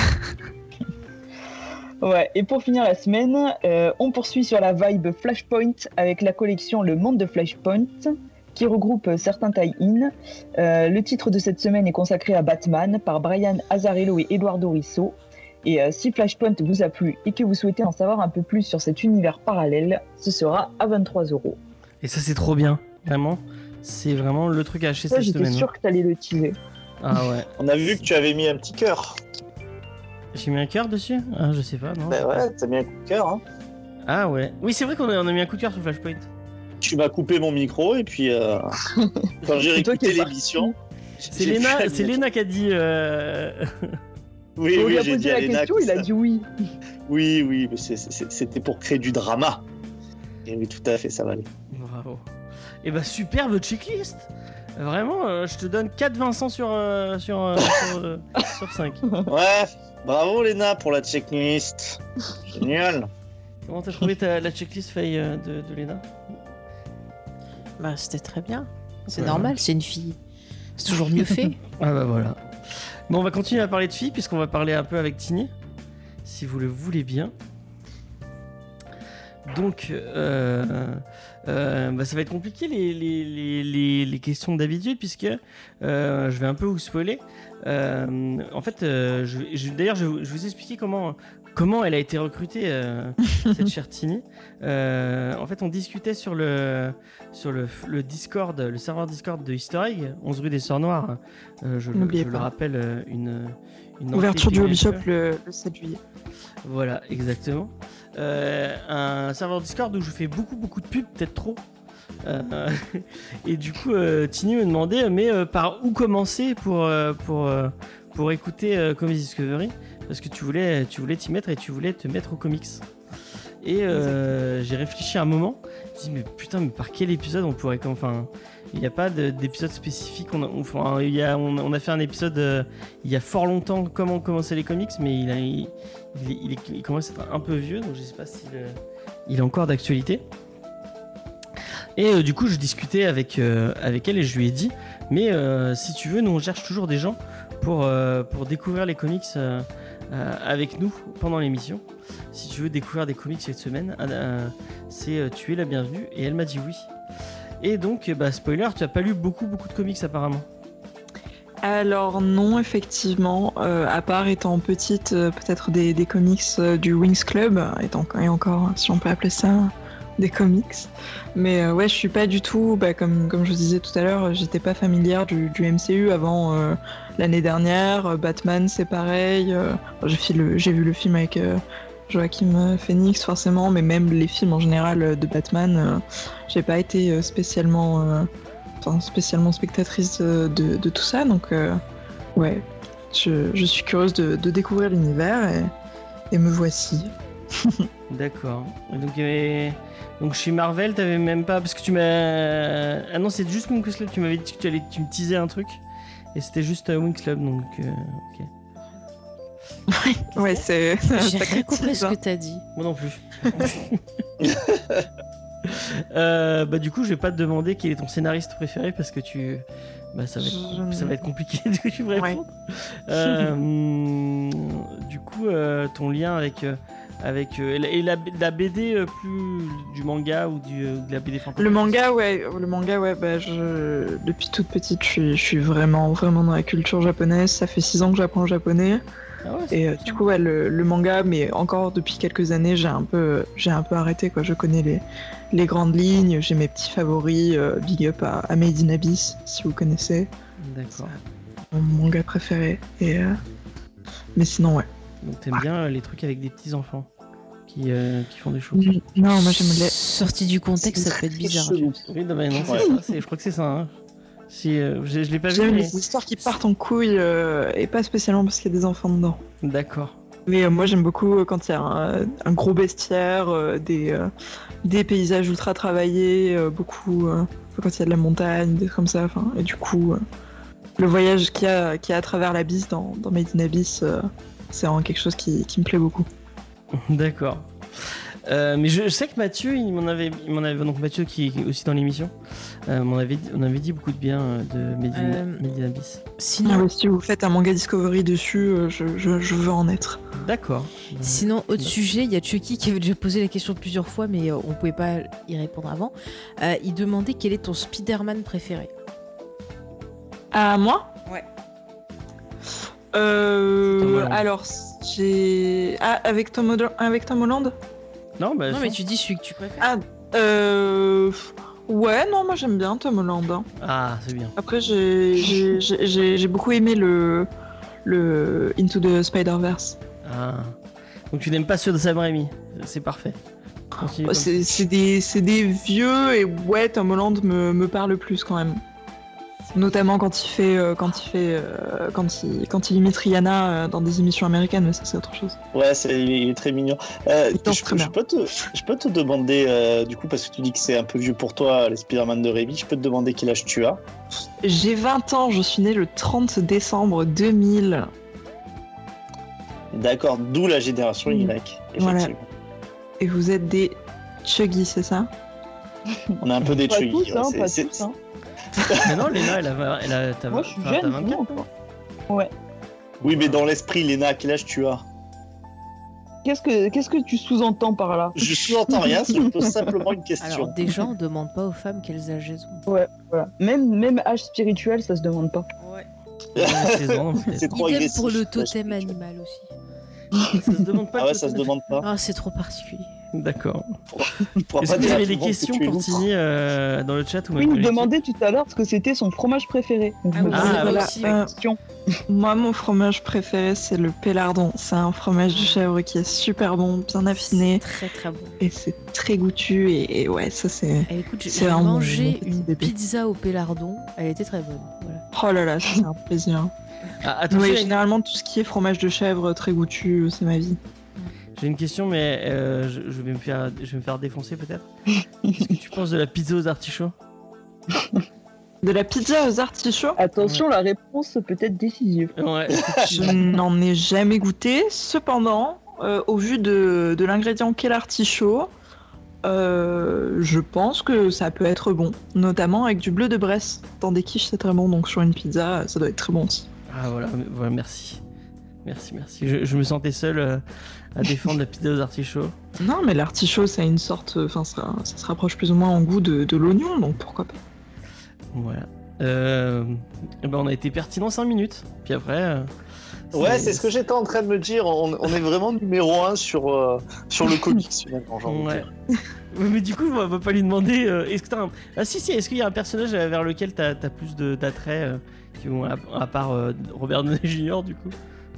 Ouais, et pour finir la semaine, euh, on poursuit sur la vibe Flashpoint avec la collection Le Monde de Flashpoint, qui regroupe certains tie-in. Euh, le titre de cette semaine est consacré à Batman par Brian Azzarello et Eduardo Risso. Et euh, si Flashpoint vous a plu et que vous souhaitez en savoir un peu plus sur cet univers parallèle, ce sera à vingt-trois euros. Et ça, c'est trop bien. Vraiment. C'est vraiment le truc à acheter Ça, cette j'étais semaine. sûr que t'allais le teaser. Ah ouais. On a vu que tu avais mis un petit cœur. J'ai mis un cœur dessus? Ah, je sais pas, non. Ben ouais, t'as mis un coup de cœur. Hein. Ah ouais. Oui, c'est vrai qu'on a, on a mis un coup de cœur sur Flashpoint. Tu m'as coupé mon micro et puis euh, quand j'ai C'est toi qui réécouté es parti. l'émission. C'est j'ai Léna, fait- c'est Léna qui a dit. Euh... Oui, on oui, lui a j'ai posé dit à la Léna question, que il a ça- dit oui. Oui, oui, mais c'est- c'est- c'était pour créer du drama. Et oui, tout à fait, ça va aller. Bravo. Et bah, superbe checklist. Vraiment, euh, je te donne quatre Vincent sur, euh, sur, euh, sur, euh, sur cinq. Ouais, bravo Léna pour la checklist. Génial. Comment t'as trouvé ta, la checklist Faye euh, de, de Léna? Bah, c'était très bien. C'est Ouais. normal, c'est une fille. C'est toujours mieux fait. Ah bah voilà. Bon, on va continuer à parler de filles puisqu'on va parler un peu avec Tini, si vous le voulez bien. Donc, euh, euh, bah, ça va être compliqué les, les, les, les, les questions d'habitude puisque euh, je vais un peu vous spoiler. Euh, en fait, euh, je, je- d'ailleurs, je, vais vous- je vais vous expliquer comment, comment elle a été recrutée, euh, cette chère Tini. Euh, en fait, on discutait sur le, sur le, le Discord, le serveur Discord de Easter Egg, onze rue des Sœurs Noires. Euh, je le, N'oubliez je le pas. rappelle, euh, une, une Ouverture entrée du Hobby P D F. Shop le, le sept juillet. Voilà, exactement. Euh, un serveur Discord où je fais beaucoup beaucoup de pubs, peut-être trop. Euh, et du coup, euh, Tini me demandait, mais euh, par où commencer pour, euh, pour, euh, pour écouter euh, Comics Discovery? Parce que tu voulais tu voulais t'y mettre et tu voulais te mettre aux comics. Et euh, j'ai réfléchi un moment. Je me suis dit, mais putain, mais par quel épisode on pourrait. Enfin, Il n'y a pas de, d'épisode spécifique. On a, enfin, il y a, on, on a fait un épisode euh, il y a fort longtemps, comment commencer les comics, mais il, a, il, il, est- il, est- il commence à être un peu vieux, donc je sais pas s'il euh, il est encore d'actualité. Et euh, du coup, je discutais avec, euh, avec elle et je lui ai dit, mais euh, si tu veux, nous on cherche toujours des gens pour, euh, pour découvrir les comics euh, euh, avec nous pendant l'émission. Si tu veux découvrir des comics cette semaine, euh, c'est euh, tu es la bienvenue. Et elle m'a dit oui. Et donc, bah, spoiler, tu as pas lu beaucoup, beaucoup de comics apparemment. Alors non, effectivement, euh, à part étant petite, euh, peut-être des, des comics euh, du Wings Club, étant, et encore, si on peut appeler ça des comics. Mais euh, ouais, je suis pas du tout, bah, comme, comme je vous disais tout à l'heure, j'étais pas familière du, du M C U avant euh, l'année dernière. Euh, Batman, c'est pareil. Euh, j'ai, fait le, j'ai vu le film avec euh, Joaquin Phoenix, forcément, mais même les films en général euh, de Batman, euh, j'ai pas été euh, spécialement... Euh, Enfin, spécialement spectatrice de, de, de tout ça, donc euh, ouais, je, je suis curieuse de, de découvrir l'univers et, et me voici. D'accord. Et donc, euh, donc chez Marvel, t'avais même pas. Parce que tu m'as. Ah non, c'est juste Wings Club. Tu m'avais dit que tu, allais, tu me teasais un truc. Et c'était juste euh, Wings Club, donc. Euh, ok. Ouais, c'est. J'ai ça rien compris ce hein. que t'as dit. Moi non plus. Euh, bah du coup je vais pas te demander quel est ton scénariste préféré parce que tu bah ça va être, Je- ça va être compliqué de tu me Ouais. répondre. Euh, hum, du coup euh, ton lien avec euh, avec euh, et la, la B D euh, plus du manga ou du, euh, de la B D fantastique. Le manga, ouais, le manga, ouais, bah, je, depuis toute petite, je suis, je suis vraiment, vraiment dans la culture japonaise. Ça fait six ans que j'apprends le japonais. Ah ouais, c'est Et euh, ça. du coup, ouais, le, le manga, mais encore depuis quelques années, j'ai un peu, j'ai un peu arrêté, quoi. Je connais les, les grandes lignes, j'ai mes petits favoris. euh, big up à, à Made in Abyss, si vous connaissez, D'accord. mon manga préféré. Et euh, mais sinon, ouais. Donc t'aimes bien euh, les trucs avec des petits enfants qui euh, qui font des choses. Non, moi j'aime les. Sorti du contexte, ça peut être bizarre. chelou. Oui non, bah, non c'est Ouais. ça. C'est, je crois que c'est ça. Hein. Si euh, je, je l'ai pas vu. J'aime Mais... les histoires qui partent en couille euh, et pas spécialement parce qu'il y a des enfants dedans. D'accord. Mais euh, moi j'aime beaucoup euh, quand il y a un, un gros bestiaire, euh, des, euh, des paysages ultra travaillés, euh, beaucoup euh, quand il y a de la montagne, des trucs comme ça. Enfin, et du coup, euh, le voyage qu'il y a, qu'il y a à travers l'abysse dans, dans Made in Abyss, euh, c'est vraiment quelque chose qui, qui me plaît beaucoup. D'accord. Euh, mais je, je sais que Mathieu, il m'en avait, il m'en avait donc Mathieu qui est aussi dans l'émission, euh, m'en avait, on avait dit beaucoup de bien euh, de Made in, Euh, Made in Abyss. Ah Sinon, ouais, si vous faites un manga Discovery dessus, euh, je, je, je veux en être. D'accord. Sinon, autre sujet, il y a Chucky qui avait déjà posé la question plusieurs fois, mais euh, on pouvait pas y répondre avant. Euh, il demandait quel est ton Spider-Man préféré. À moi Ouais. Euh, Tom Holland. alors, j'ai. Ah, avec Tom, Holland- avec Tom Holland Non, bah, Non, ça- mais tu dis celui que tu préfères. Ah, euh. Ouais, non, moi j'aime bien Tom Holland. hein. Ah, c'est bien. Après, j'ai- j'ai j'ai- j'ai- j'ai beaucoup aimé le, le Into the Spider-Verse. Ah. Donc tu n'aimes pas ceux de Sam Raimi. C'est parfait. Continue Ouais, comme C'est c'est des, c'est des vieux et ouais, Tom Holland me, me parle plus quand même. Notamment quand il fait, euh, quand il fait, euh, quand il, quand il imite Rihanna euh, dans des émissions américaines, mais ça c'est autre chose. Ouais, c'est, il est- il est très mignon. Euh, Il danse je, très je bien. peux te, je peux te demander, euh, du coup, parce que tu dis que c'est un peu vieux pour toi, les Spider-Man de Raimi, je peux te demander quel âge tu as. J'ai vingt ans, je suis née le trente décembre deux mille. D'accord, d'où la génération Mm. Y, Voilà. effectivement. Et vous êtes des Chuggy, c'est ça? On a un peu des Pas Chuggy. tous, ouais, hein, c'est- pas c'est- tous. Hein. Mais non, Léna, elle a, elle a, t'as, Moi, je suis enfin, jeune, t'as vingt-quatre, sinon, toi. Ouais. Oui, mais dans l'esprit, Léna, quel âge tu as? Qu'est-ce que, qu'est-ce que tu sous-entends par là? Je sous-entends rien, je pose simplement une question. Alors, déjà, on demande pas aux femmes quels âges elles ont. Voilà. Même, même âge spirituel, ça se demande pas. Ouais. Ouais, seize ans, peut-être. C'est trop Idem agressif. pour le l'âge totem spirituel. animal aussi. Ça se demande pas. Ah ouais, le ça se totem. demande pas. Ah, c'est trop particulier. D'accord. On pourra Est-ce pas que vous dire avez à des tout le monde questions que tu es pour loutre. Tini euh, dans le chat ou Oui, même il me l'équipe demandait tout à l'heure ce que c'était son fromage préféré. Donc, je Ah me oui, posais ah, voilà, aussi, la ouais. question. Moi, mon fromage préféré, c'est le pélardon. C'est un fromage de chèvre qui est super bon, bien affiné, Très très bon. et c'est très goûtu. Et, et ouais, ça c'est. Eh, écoute, j'ai C'est j'ai vraiment mon mangé petit une bébé. pizza au pélardon. Elle était très bonne. Voilà. Oh là là, ça, c'est un plaisir. Ah, attention, Ouais, il y a une- généralement, tout ce qui est fromage de chèvre très goûtu, c'est ma vie. j'ai une question, mais euh, je, je vais me faire, je vais me faire défoncer peut-être. Qu'est-ce que tu penses de la pizza aux artichauts? De la pizza aux artichauts, Attention, la réponse peut être décisive. Ouais. je n'en ai jamais goûté. Cependant, euh, au vu de, de l'ingrédient qu'est l'artichaut, euh, je pense que ça peut être bon. Notamment avec du bleu de Bresse. Dans des quiches, c'est très bon. Donc sur une pizza, ça doit être très bon aussi. Ah voilà, mais- voilà, merci. Merci, merci. Je, je me sentais seul euh, à défendre la pizza aux artichauts. Non, mais l'artichaut, ça a une sorte... Enfin, ça, ça se rapproche plus ou moins en goût de, de l'oignon, donc pourquoi pas. Voilà. Euh, eh ben on a été pertinent cinq minutes. Puis après. euh, Ouais, c'est ce que j'étais en train de me dire. On, on est vraiment numéro un sur, euh, sur le comics, finalement, j'ai envie de Ouais. dire. Ouais, mais du coup, on va pas lui demander. euh, est-ce que t'as un... Ah si, si, est-ce qu'il y a un personnage euh, vers lequel t'as as plus de- d'attrait euh, qui vont à, à part euh, Robert Downey junior du coup.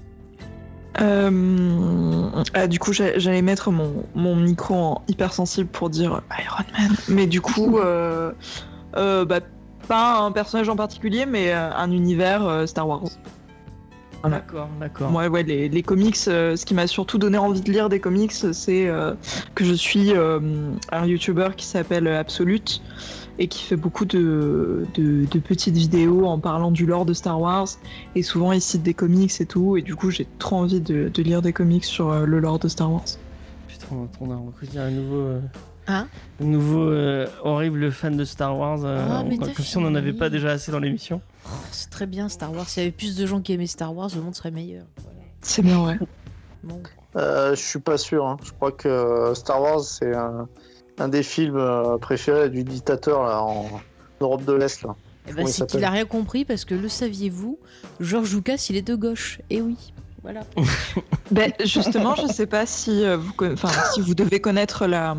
Euh, ah, du coup, j'a- j'allais mettre mon, mon micro en hypersensible pour dire Iron Man. Mais du coup, euh, euh, bah, pas un personnage en particulier, mais euh, un univers euh, Star Wars. Voilà. D'accord, d'accord. Ouais, ouais, les, les comics, euh, ce qui m'a surtout donné envie de lire des comics, c'est euh, que je suis euh, un YouTuber qui s'appelle Absolute et qui fait beaucoup de, de, de petites vidéos en parlant du lore de Star Wars. Et souvent, il cite des comics et tout. Et du coup, j'ai trop envie de, de lire des comics sur euh, le lore de Star Wars. Putain, on a recruté un nouveau. euh, Hein un nouveau euh, horrible fan de Star Wars. euh, Ah, mais on- t'as comme si on en avait fini. pas déjà assez dans l'émission. Oh, c'est très bien Star Wars. S'il y avait plus de gens qui aimaient Star Wars, le monde serait meilleur. Voilà. C'est bien vrai. Bon. Euh, je suis pas sûr. hein. Je crois que Star Wars, c'est un, un des films euh, préférés du dictateur là, en Europe de l'Est. Là. Eh ben, Comment il c'est s'appelle qu'il a rien compris parce que le saviez-vous, George Lucas, il est de gauche. Et oui, voilà. Ben, justement, je sais pas si, euh, vous, con- enfin, si vous devez connaître la,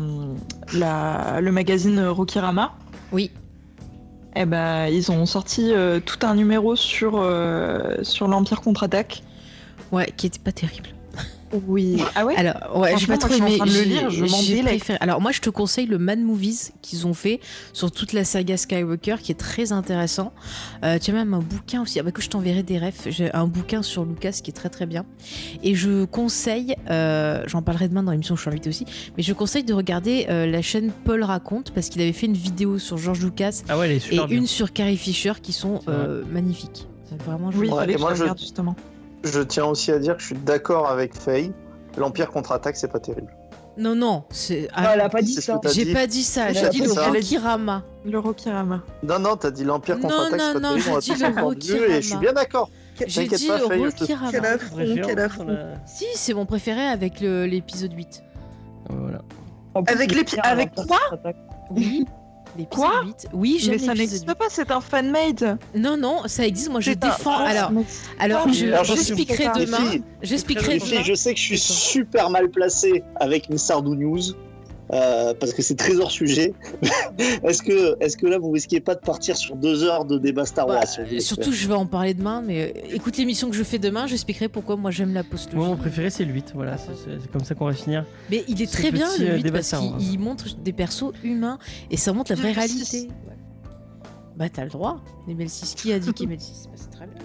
la, le magazine Rokirama. Oui. Eh ben, ils ont sorti euh, tout un numéro sur, euh, sur l'Empire contre-attaque. Ouais, qui était pas terrible. Oui. Ah ouais. Alors, ouais, j'ai pas trop Franchement, moi, je suis aimé. en train de le J'ai- lire, je m'en j'ai délecte. préféré- Alors, moi, je te conseille le Mad Movies qu'ils ont fait sur toute la saga Skywalker, qui est très intéressant. Euh, tu as même un bouquin aussi. Ah bah, que je t'enverrai des refs. J'ai un bouquin sur Lucas qui est très très bien. Et je conseille, euh, j'en parlerai demain dans l'émission où je suis invitée aussi, mais je conseille de regarder euh, la chaîne Paul Raconte parce qu'il avait fait une vidéo sur George Lucas Ah ouais, elle est et super bien. une sur Carrie Fisher qui sont C'est vrai. euh, magnifiques. Donc, vraiment, je Oui, il Ouais, fallait et que je moi, le je- regarde justement. Je tiens aussi à dire que je suis d'accord avec Faye. L'Empire contre-attaque, c'est pas terrible. Non, non, c'est. Ah, elle a pas dit C'est ce ça. que t'as J'ai dit. pas dit ça, Oui, j'ai t'as dit dit le ça. Rokirama. Le Rokirama. Non, non, t'as dit l'Empire Non, contre-attaque, non, c'est pas non, terrible. j'ai On va dit tous le s'entendre Rokirama. et je suis bien d'accord. J'ai T'inquiète dit pas, le Faye, je te- Rokirama. Quel affront, Préférence, quel affront. on a- Si, c'est mon préféré avec le- l'épisode huit. Voilà. En plus, Avec il les est pi- bien, avec alors, quoi ça s'attaque. Oui. L'épisode Quoi huit. Oui, j'aime Mais ça l'épisode n'existe huit. pas, c'est un fan-made. Non, non, ça existe. Moi, je C'est un- défends. Alors, alors Ah, je- alors, je j'expliquerai sais pas. demain. Les filles, J'expliquerai les filles, demain. je sais que je suis C'est ça. super mal placé avec mes Sardou News. euh, parce que c'est très hors sujet. est-ce que, est-ce que là vous risquez pas de partir sur deux heures de débat Star Bah, Wars si vous voulez surtout, je vais en parler demain, mais euh, écoute l'émission que je fais demain, j'expliquerai pourquoi moi j'aime la post-logie. Moi, mon préféré, c'est le huit. Voilà, c'est- c'est c'est comme ça qu'on va finir. Mais il est Ce très bien petit, le euh, huit débat parce Star Wars. qu'il il montre des persos humains et ça montre la vraie J'aime le six. réalité. Ouais. Bah t'as le droit. Aimer le six. Qui a dit qu'aimer le six? Bah, c'est très bien.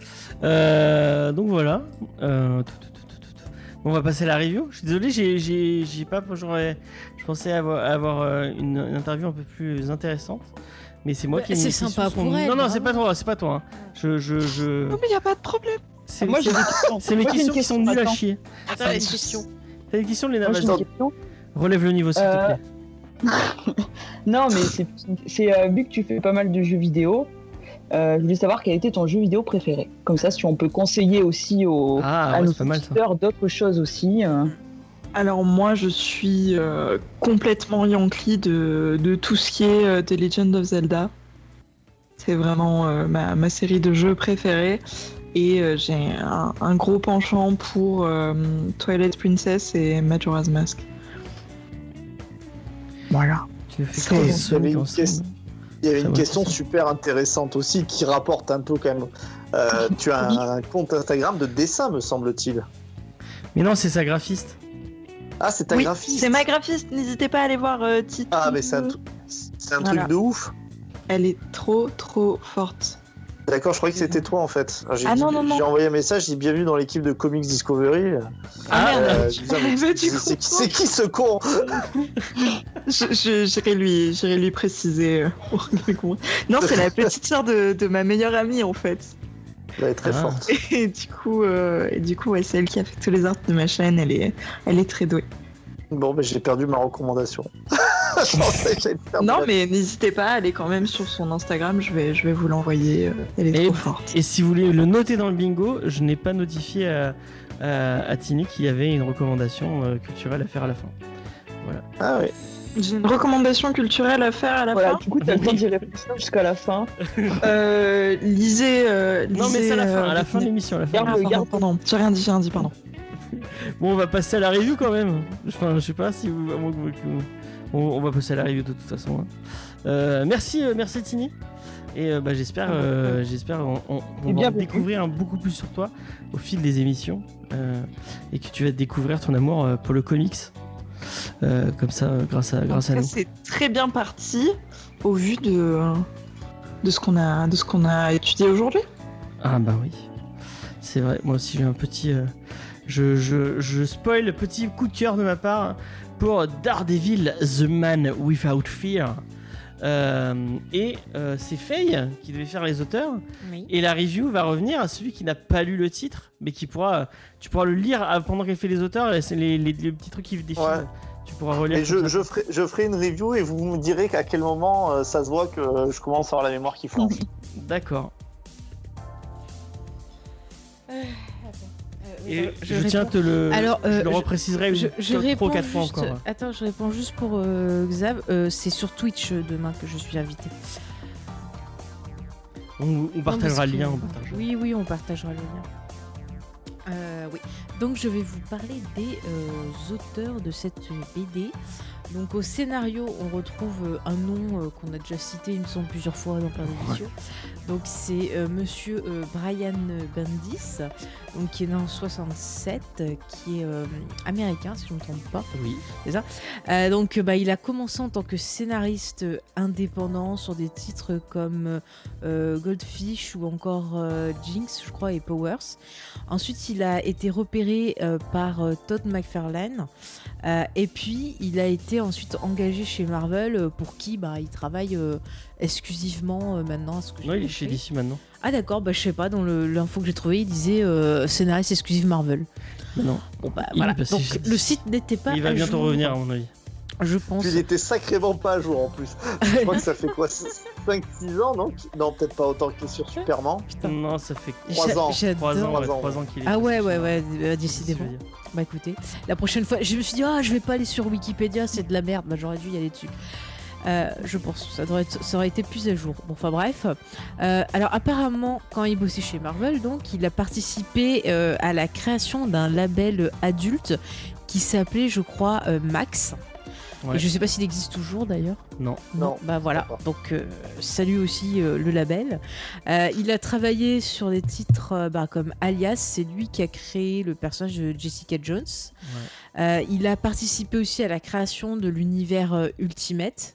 Euh, donc voilà. Euh, tout, tout, tout, tout, tout, tout. Bon, on va passer à la review. Je suis désolé, j'ai, j'ai, j'ai pas. J'aurais, je pensais avoir, avoir euh, une, une interview un peu plus intéressante. Mais c'est moi Bah, qui ai mis c'est les sympa questions pour sur- elle, Non, non, bravo. c'est pas toi, c'est pas toi. hein. Je, je, je... Non, mais il n'y a pas de problème. C'est, Moi, j'ai c'est- des questions. c'est mes Moi, j'ai questions une qui sont question, nulles à attends. chier. Attends, la question. T'as des questions, Léna? Moi, j'ai Vas-y, une question. relève le niveau, s'il Euh, te plaît. Non, mais c'est, c'est euh, vu que tu fais pas mal de jeux vidéo, euh, je voulais savoir quel était ton jeu vidéo préféré. Comme ça, si on peut conseiller aussi aux, Ah, à ouais, nos c'est pas mal ça. auditeurs d'autres choses aussi. euh. Alors moi, je suis euh, complètement Yankee de, de tout ce qui est euh, The Legend of Zelda. C'est vraiment euh, ma, ma série de jeux préférée. Et euh, j'ai un, un gros penchant pour euh, Twilight Princess et Majora's Mask. Voilà. Tu fais c'est- quoi, il y Sonic, avait une ensemble question- Il y avait Ça une va, question ça. super intéressante aussi qui rapporte un peu quand même. Euh, tu as un compte Instagram de dessin, me semble-t-il. Mais non, c'est sa graphiste. Ah, c'est ta Oui, graphiste. c'est ma graphiste. N'hésitez pas à aller voir euh, Titi. Ah, mais c'est un, tru- c'est un Voilà. truc de ouf. Elle est trop, trop forte. D'accord, je croyais que c'était toi en fait. J'ai Ah dit- non, non, non. J'ai envoyé un message, j'ai dit bienvenue dans l'équipe de Comics Discovery. Ah Euh, merde. je disais, mais Bah, du c'est- coup, c'est qui, c'est qui ce con? Je- je- J'irai lui, j'irai lui préciser. euh, pour qu'il comprenne. Non, c'est la petite sœur de, de ma meilleure amie en fait. Elle est très Ah. forte. Et du coup, euh, et du coup, ouais, c'est elle qui a fait tous les arts de ma chaîne. Elle est, elle est très douée. Bon, ben j'ai perdu ma recommandation. Je pensais que j'allais faire Non, de la- mais n'hésitez pas, elle est quand même sur son Instagram. Je vais, je vais vous l'envoyer. euh, Elle est Et, trop forte. et si vous voulez le noter dans le bingo, je n'ai pas notifié à, à, à Tini qu'il y avait une recommandation euh, culturelle à faire à la fin. Ah oui. J'ai une recommandation culturelle à faire à la Voilà, fin. du coup, t'as le temps d'y réfléchir jusqu'à la fin. Euh, lisez, euh, Non, mais lisez, c'est à la fin, euh, à la fin de l'émission. à la fin. Ah, Garde-le, pardon, garde-le. pardon, j'ai rien dit, j'ai rien dit, pardon. Bon, on va passer à la review quand même. Enfin, je sais pas si vous. à moins que vous- que- On, on va passer à la review de toute façon. hein. Euh, merci, euh, merci Tini. Et euh, bah, j'espère, euh, j'espère, on, on- on Et va bien en vécu. découvrir un beaucoup plus sur toi au fil des émissions euh, et que tu vas découvrir ton amour euh, pour le comics. Euh, comme ça, euh, grâce à, grâce En à tout nous. cas, c'est très bien parti au vu de, de ce qu'on a, de ce qu'on a étudié aujourd'hui. Ah bah oui, c'est vrai. Moi aussi j'ai un petit, euh, je, je, je spoil, petit coup de cœur de ma part pour Daredevil, The Man Without Fear. Euh, et euh, c'est Faye qui devait faire les auteurs. Oui. Et la review va revenir à celui qui n'a pas lu le titre, mais qui pourra, tu pourras le lire à- pendant qu'elle fait les auteurs. Et c'est les, les, les petits trucs qui défilent. Ouais. Tu pourras relire. Et je, comme ça. je, ferai, je ferai une review et vous me direz qu'à quel moment euh, ça se voit que euh, je commence à avoir la mémoire qui flanche. D'accord. Euh, Et attends, je, tiens à réponds. te le, Alors, je euh, le je- repréciserai Je, je trois réponds ou quatre fois juste- encore. Attends, je réponds juste pour euh, Xav. Euh, c'est sur Twitch euh, demain que je suis invitée. On, on partagera Non, le parce lien. que- On partagera. Oui, oui, on partagera le lien. Euh, oui. Donc je vais vous parler des euh, auteurs de cette B D. Donc au scénario, on retrouve euh, un nom euh, qu'on a déjà cité, il me semble, plusieurs fois dans plein d'émissions. Donc c'est euh, Monsieur euh, Brian Bendis, donc qui est né en soixante-sept, euh, qui est euh, américain, si je ne me trompe pas. Oui. Euh, donc bah, il a commencé en tant que scénariste euh, indépendant sur des titres comme euh, Goldfish ou encore euh, Jinx, je crois, et Powers. Ensuite, il a été repéré euh, par euh, Todd McFarlane. Euh, et puis, il a été ensuite engagé chez Marvel, euh, pour qui bah, il travaille euh, exclusivement euh, maintenant. à ce que j'ai Non, il est compris. chez D C maintenant. Ah d'accord, bah, je sais pas, dans le- l'info que j'ai trouvé, il disait euh, scénariste exclusif Marvel. Non. Bon bah Il voilà, est passé donc chez D C. le site n'était pas Il va à bientôt jour, revenir à mon avis. je pense. Puis il était sacrément pas à jour en plus. Je crois que ça fait quoi, cinq six ans, non Non, peut-être pas autant qu'il est sur Superman. Putain. Non, ça fait Trois J'a- ans. j'adore. trois ans, ouais, Trois ans, trois ans qu'il est. Ah ouais, passé ouais, chez- ouais, euh, c'est décidément. ce que je veux dire. Bah écoutez, la prochaine fois, je me suis dit, ah, je vais pas aller sur Wikipédia, c'est de la merde. Bah j'aurais dû y aller dessus. Euh, je pense, ça, devrait être- ça aurait été plus à jour. Bon, enfin bref. Euh, alors apparemment, quand il bossait chez Marvel, donc, il a participé euh, à la création d'un label adulte qui s'appelait, je crois, euh, Max. Ouais. Et je sais pas s'il existe toujours d'ailleurs. Non. Non, Bah voilà. je sais pas. Donc euh, salut aussi euh, le label. Euh, il a travaillé sur des titres euh, bah, comme Alias. C'est lui qui a créé le personnage de Jessica Jones. Euh, il a participé aussi à la création de l'univers euh, Ultimate.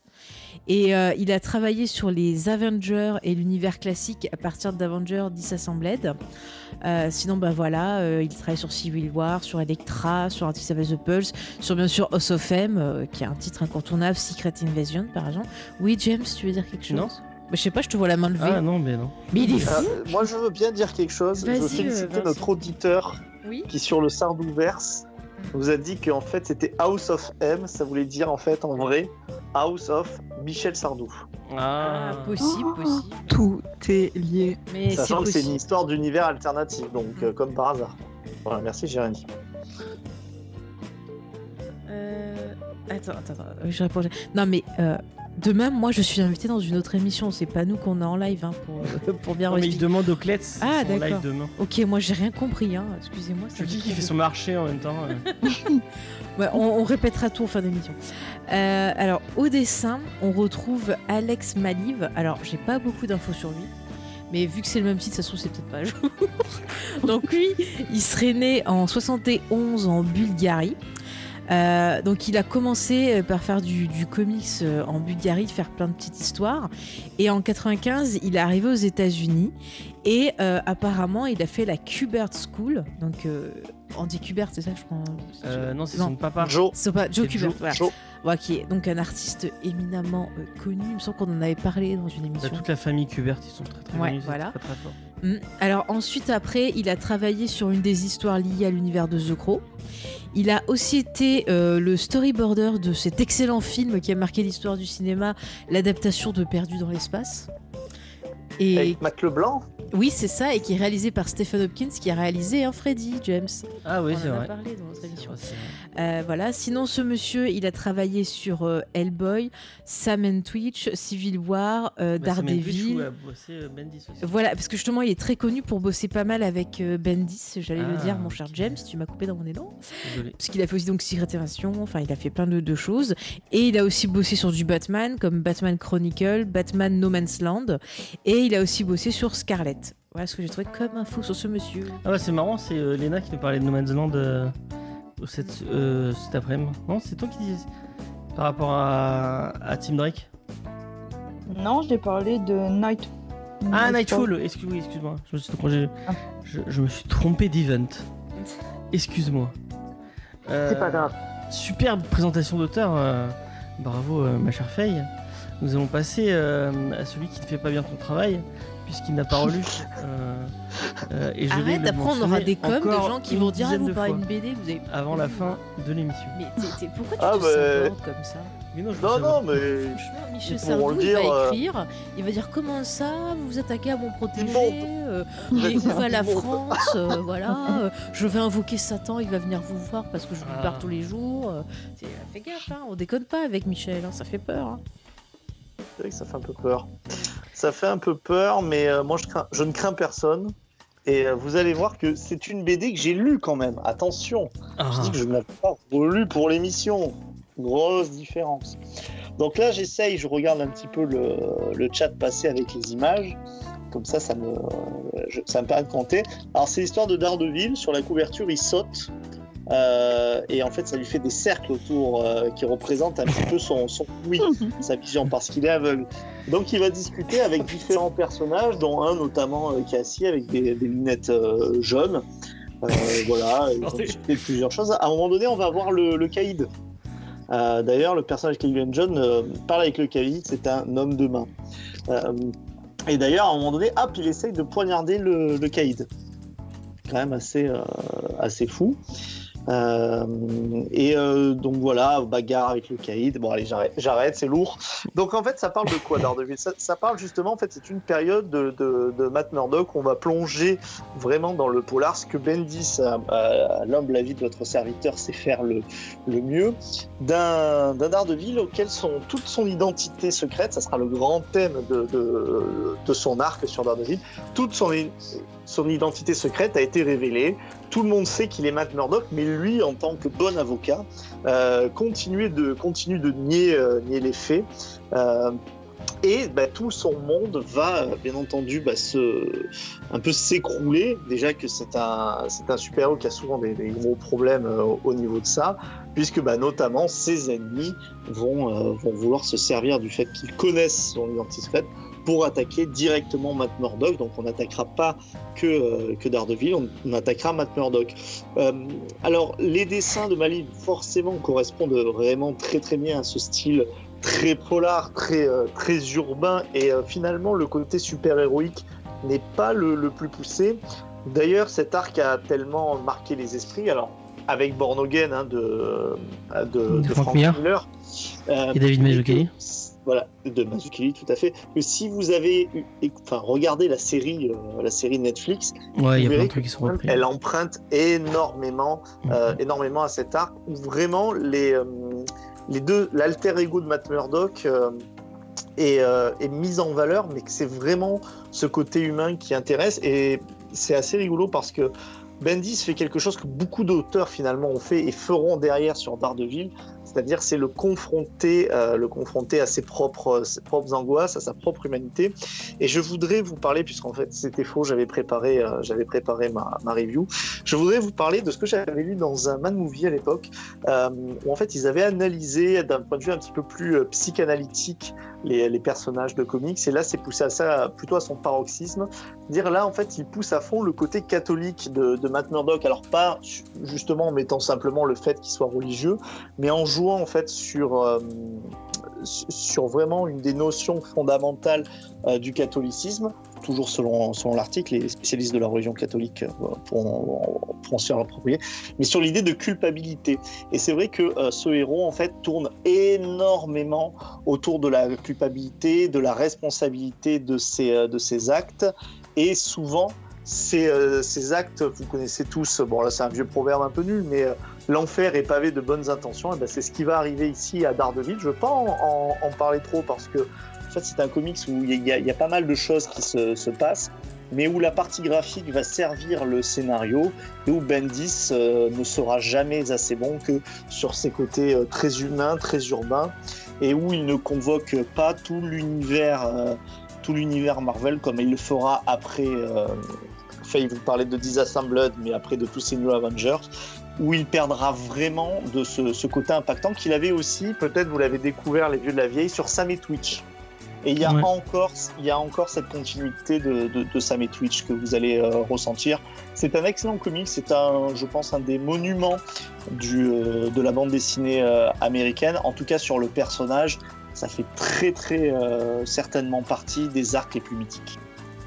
Et euh, il a travaillé sur les Avengers et l'univers classique à partir d'Avengers Disassembled. Euh, sinon, bah voilà, euh, il travaille sur Civil War, sur Elektra, sur un titre qui s'appelle The Pulse, sur bien sûr House of M, euh, qui est un titre incontournable, Secret Invasion par exemple. Oui, James, tu veux dire quelque chose? Non. Bah, je sais pas, je te vois la main levée. Ah non, mais non. Mais il est fou. Euh, moi, je veux bien dire quelque chose. Je veux Vas-y, féliciter euh, Vincent. notre auditeur Oui. qui, sur le Sardouverse, vous a dit qu'en fait, c'était House of M. Ça voulait dire, en fait, en vrai, House of Michel Sardou. Ah, possible, possible. Tout est lié. Mais c'est Sachant que c'est une possible. histoire d'univers alternatif, donc euh, comme par hasard. Voilà, merci Jérémy. Euh, Attends, attends, attends. Je réponds. Non, mais euh, demain, moi, je suis invitée dans une autre émission. C'est pas nous qu'on est en live hein, pour, euh, pour bien Non, mais il expliquer. demande au Klets. Ah, son live d'accord. demain. Ok, moi, j'ai rien compris. Hein. Excusez-moi. ça C'est qui me qui fait fait- son marché en même temps euh Ouais, on, on répétera tout en fin d'émission. Euh, alors, au dessin, on retrouve Alex Maliv. Alors, j'ai pas beaucoup d'infos sur lui. Mais vu que c'est le même titre, ça se trouve, c'est peut-être pas à jour. Donc lui, il serait né en soixante et onze en Bulgarie. Euh, donc il a commencé par faire du, du comics en Bulgarie, de faire plein de petites histoires. Et en quatre-vingt-quinze, il est arrivé aux États-Unis. Et euh, apparemment, il a fait la Kubert School. Donc, euh, Andy Kubert, c'est ça, je crois. Euh, non, c'est Non. son papa. Joe. C'est pas Joe C'est Kubert. Joe. Voilà. Joe. Ouais, qui est donc un artiste éminemment euh, connu. Il me semble qu'on en avait parlé dans une Bah, émission. toute la famille Kubert, ils sont très très Ouais, connus, c'est voilà. très très fort. Mm. Alors ensuite, après, il a travaillé sur une des histoires liées à l'univers de The Crow. Il a aussi été euh, le storyboarder de cet excellent film qui a marqué l'histoire du cinéma, l'adaptation de Perdu dans l'espace. Et Avec Matt Leblanc. oui, c'est ça, et qui est réalisé par Stephen Hopkins, qui a réalisé un Freddy, James. Ah oui, On c'est en a vrai. parlé dans notre émission. Ouais, c'est vrai. Euh, voilà. Sinon, ce monsieur, il a travaillé sur euh, Hellboy, Sam and Twitch, Civil War, euh, Bah, Sam Elwich, Daredevil. où a bossé, euh, Bendis aussi. Voilà, parce que justement, il est très connu pour bosser pas mal avec euh, Bendis, j'allais le Ah, dire, mon cher ok. James, tu m'as coupé dans mon élan. Désolé. Parce qu'il a fait aussi donc Secret Invasion, enfin, il a fait plein de, de choses. Et il a aussi bossé sur du Batman, comme Batman Chronicle, Batman No Man's Land. Et il a aussi bossé sur Scarlet. Voilà ce que j'ai trouvé comme info sur ce monsieur. Ah ouais, c'est marrant, c'est euh, Léna qui nous parlait de No Man's Land euh, cette, euh, cet après-midi. Non, c'est toi qui disais par rapport à, à Tim Drake. Non, j'ai parlé de Night. Ah, Nightfall, excuse, oui, excuse-moi. Je me suis trompé, Ah. je, je me suis trompé d'event. Excuse-moi. Euh, C'est pas grave. Superbe présentation d'auteur. euh, bravo, euh, ma chère Faye. Nous allons passer euh, à celui qui ne fait pas bien son travail, puisqu'il n'a pas relu. euh, euh, et je vais Arrête, le après on aura mentionner des coms de encore gens qui une vont dire ah, dizaine vous de parlez fois d'une B D, vous avez. avant la fin de l'émission. Mais t'es- t'es- pourquoi tu Ah, te bah, sabordes comme ça? Mais non, je veux Non, savoir. non, mais. Franchement, Michel Ils Sardou, pourront le il dire, va euh, écrire, il va dire comment ça, vous vous attaquez à mon protégé, Immonde. euh, Il et où va la Immonde. France, euh, voilà, euh, je vais invoquer Satan, il va venir vous voir parce que je lui Ah. parle tous les jours. euh, c'est- fais gaffe, hein, on déconne pas avec Michel, hein, ça fait peur. hein. C'est vrai que ça fait un peu peur. Ça fait un peu peur, mais euh, moi je, crains, je ne crains personne. Et euh, vous allez voir que c'est une B D que j'ai lue quand même. Attention, Ah. je dis que je ne l'avais pas relue pour l'émission. Grosse différence. Donc là, j'essaye, je regarde un petit peu le, le chat passer avec les images. Comme ça, ça me, je- ça me permet de compter. Alors, c'est l'histoire de Daredevil. Sur la couverture, il saute. Euh, et en fait, ça lui fait des cercles autour euh, qui représentent un petit peu son, son oui, sa vision, parce qu'il est aveugle. Donc, il va discuter avec différents personnages, dont un notamment euh, qui est assis avec des, des lunettes euh, jaunes. Euh, voilà, ils vont discuter de plusieurs choses. À un moment donné, on va voir le, le caïd. Euh, D'ailleurs, le personnage Kevin John euh, parle avec le caïd, c'est un homme de main. Euh, et d'ailleurs, à un moment donné, hop, il essaye de poignarder le, le caïd. Quand même assez, euh, assez fou. Euh, et euh, donc voilà, bagarre avec le caïd. Bon, allez, j'arrête, j'arrête, c'est lourd. Donc en fait, ça parle de quoi, Daredevil? ça, ça parle justement, en fait, c'est une période de, de, de Matt Murdock où on va plonger vraiment dans le polar, ce que Bendis, à, à l'humble avis de votre serviteur, sait faire le, le mieux, d'un, d'un Daredevil auquel son, toute son identité secrète, ça sera le grand thème de, de, de son arc sur Daredevil, toute son, son identité secrète a été révélée. Tout le monde sait qu'il est Matt Murdock, mais lui, en tant que bon avocat, euh, continue, de, continue de nier, euh, nier les faits. Euh, et bah, tout son monde va, euh, bien entendu, bah, se, un peu s'écrouler. Déjà que c'est un, c'est un super-héros qui a souvent des, des gros problèmes euh, au, au niveau de ça, puisque bah, notamment ses ennemis vont, euh, vont vouloir se servir du fait qu'ils connaissent son identité secrète pour attaquer directement Matt Murdock. Donc on n'attaquera pas que, euh, que Daredevil, on, on attaquera Matt Murdock. Euh, alors les dessins de Mali forcément correspondent vraiment très très bien à ce style très polar, très, euh, très urbain, et euh, finalement le côté super-héroïque n'est pas le, le plus poussé. D'ailleurs cet arc a tellement marqué les esprits, alors avec Born Again hein, de, de, de, De Frank, Frank Miller. Miller, euh, Et David Mazzucchelli. Voilà, de Mazzucchelli, tout à fait. Que si vous avez eu, enfin, regardé la série, euh, la série Netflix, Ouais, il y a vous plein verrez de trucs qui sont repris. elle emprunte énormément, euh, énormément à cet arc où vraiment les, euh, les deux, l'alter ego de Matt Murdock euh, est, euh, est mise en valeur, mais que c'est vraiment ce côté humain qui intéresse. Et c'est assez rigolo parce que Bendis fait quelque chose que beaucoup d'auteurs finalement ont fait et feront derrière sur Daredevil, C'est-à-dire, c'est le confronter, euh, le confronter à ses propres, ses propres angoisses, à sa propre humanité. Et je voudrais vous parler, puisqu'en fait c'était faux, j'avais préparé, euh, j'avais préparé ma, ma review. Je voudrais vous parler de ce que j'avais lu dans un Man Movie à l'époque, euh, où en fait ils avaient analysé d'un point de vue un petit peu plus euh, psychanalytique les, les personnages de comics. Et là, c'est poussé à ça, plutôt à son paroxysme. Dire là, en fait, il pousse à fond le côté catholique de, de Matt Murdock. Alors pas justement en mettant simplement le fait qu'il soit religieux, mais en jouant en fait sur euh, sur vraiment une des notions fondamentales euh, du catholicisme, toujours selon, selon l'article, les spécialistes de la religion catholique euh, pourront, pourront se faire approprier, mais sur l'idée de culpabilité. Et c'est vrai que euh, ce héros, en fait, tourne énormément autour de la culpabilité, de la responsabilité de ses, euh, de ses actes, et souvent, ces, euh, ces actes, vous connaissez tous, bon là c'est un vieux proverbe un peu nul, mais euh, l'enfer est pavé de bonnes intentions, et ben, c'est ce qui va arriver ici à Daredevil. Je ne veux pas en, en, en parler trop parce que en fait, c'est un comics où il y, y, y a pas mal de choses qui se, se passent, mais où la partie graphique va servir le scénario et où Bendis euh, ne sera jamais assez bon que sur ses côtés euh, très humains, très urbains, et où il ne convoque pas tout l'univers, euh, tout l'univers Marvel comme il le fera après. Euh, enfin, il vous parlait de Disassembled, mais après de tous ces New Avengers, où il perdra vraiment de ce, ce côté impactant qu'il avait aussi, peut-être vous l'avez découvert, les vieux de la vieille, sur Sam et Twitch. Et il y a, ouais. encore, il y a encore cette continuité de, de, de Sam et Twitch que vous allez euh, ressentir. C'est un excellent comic, c'est un, je pense, un des monuments du, euh, de la bande dessinée euh, américaine. En tout cas, sur le personnage, ça fait très très euh, certainement partie des arcs les plus mythiques.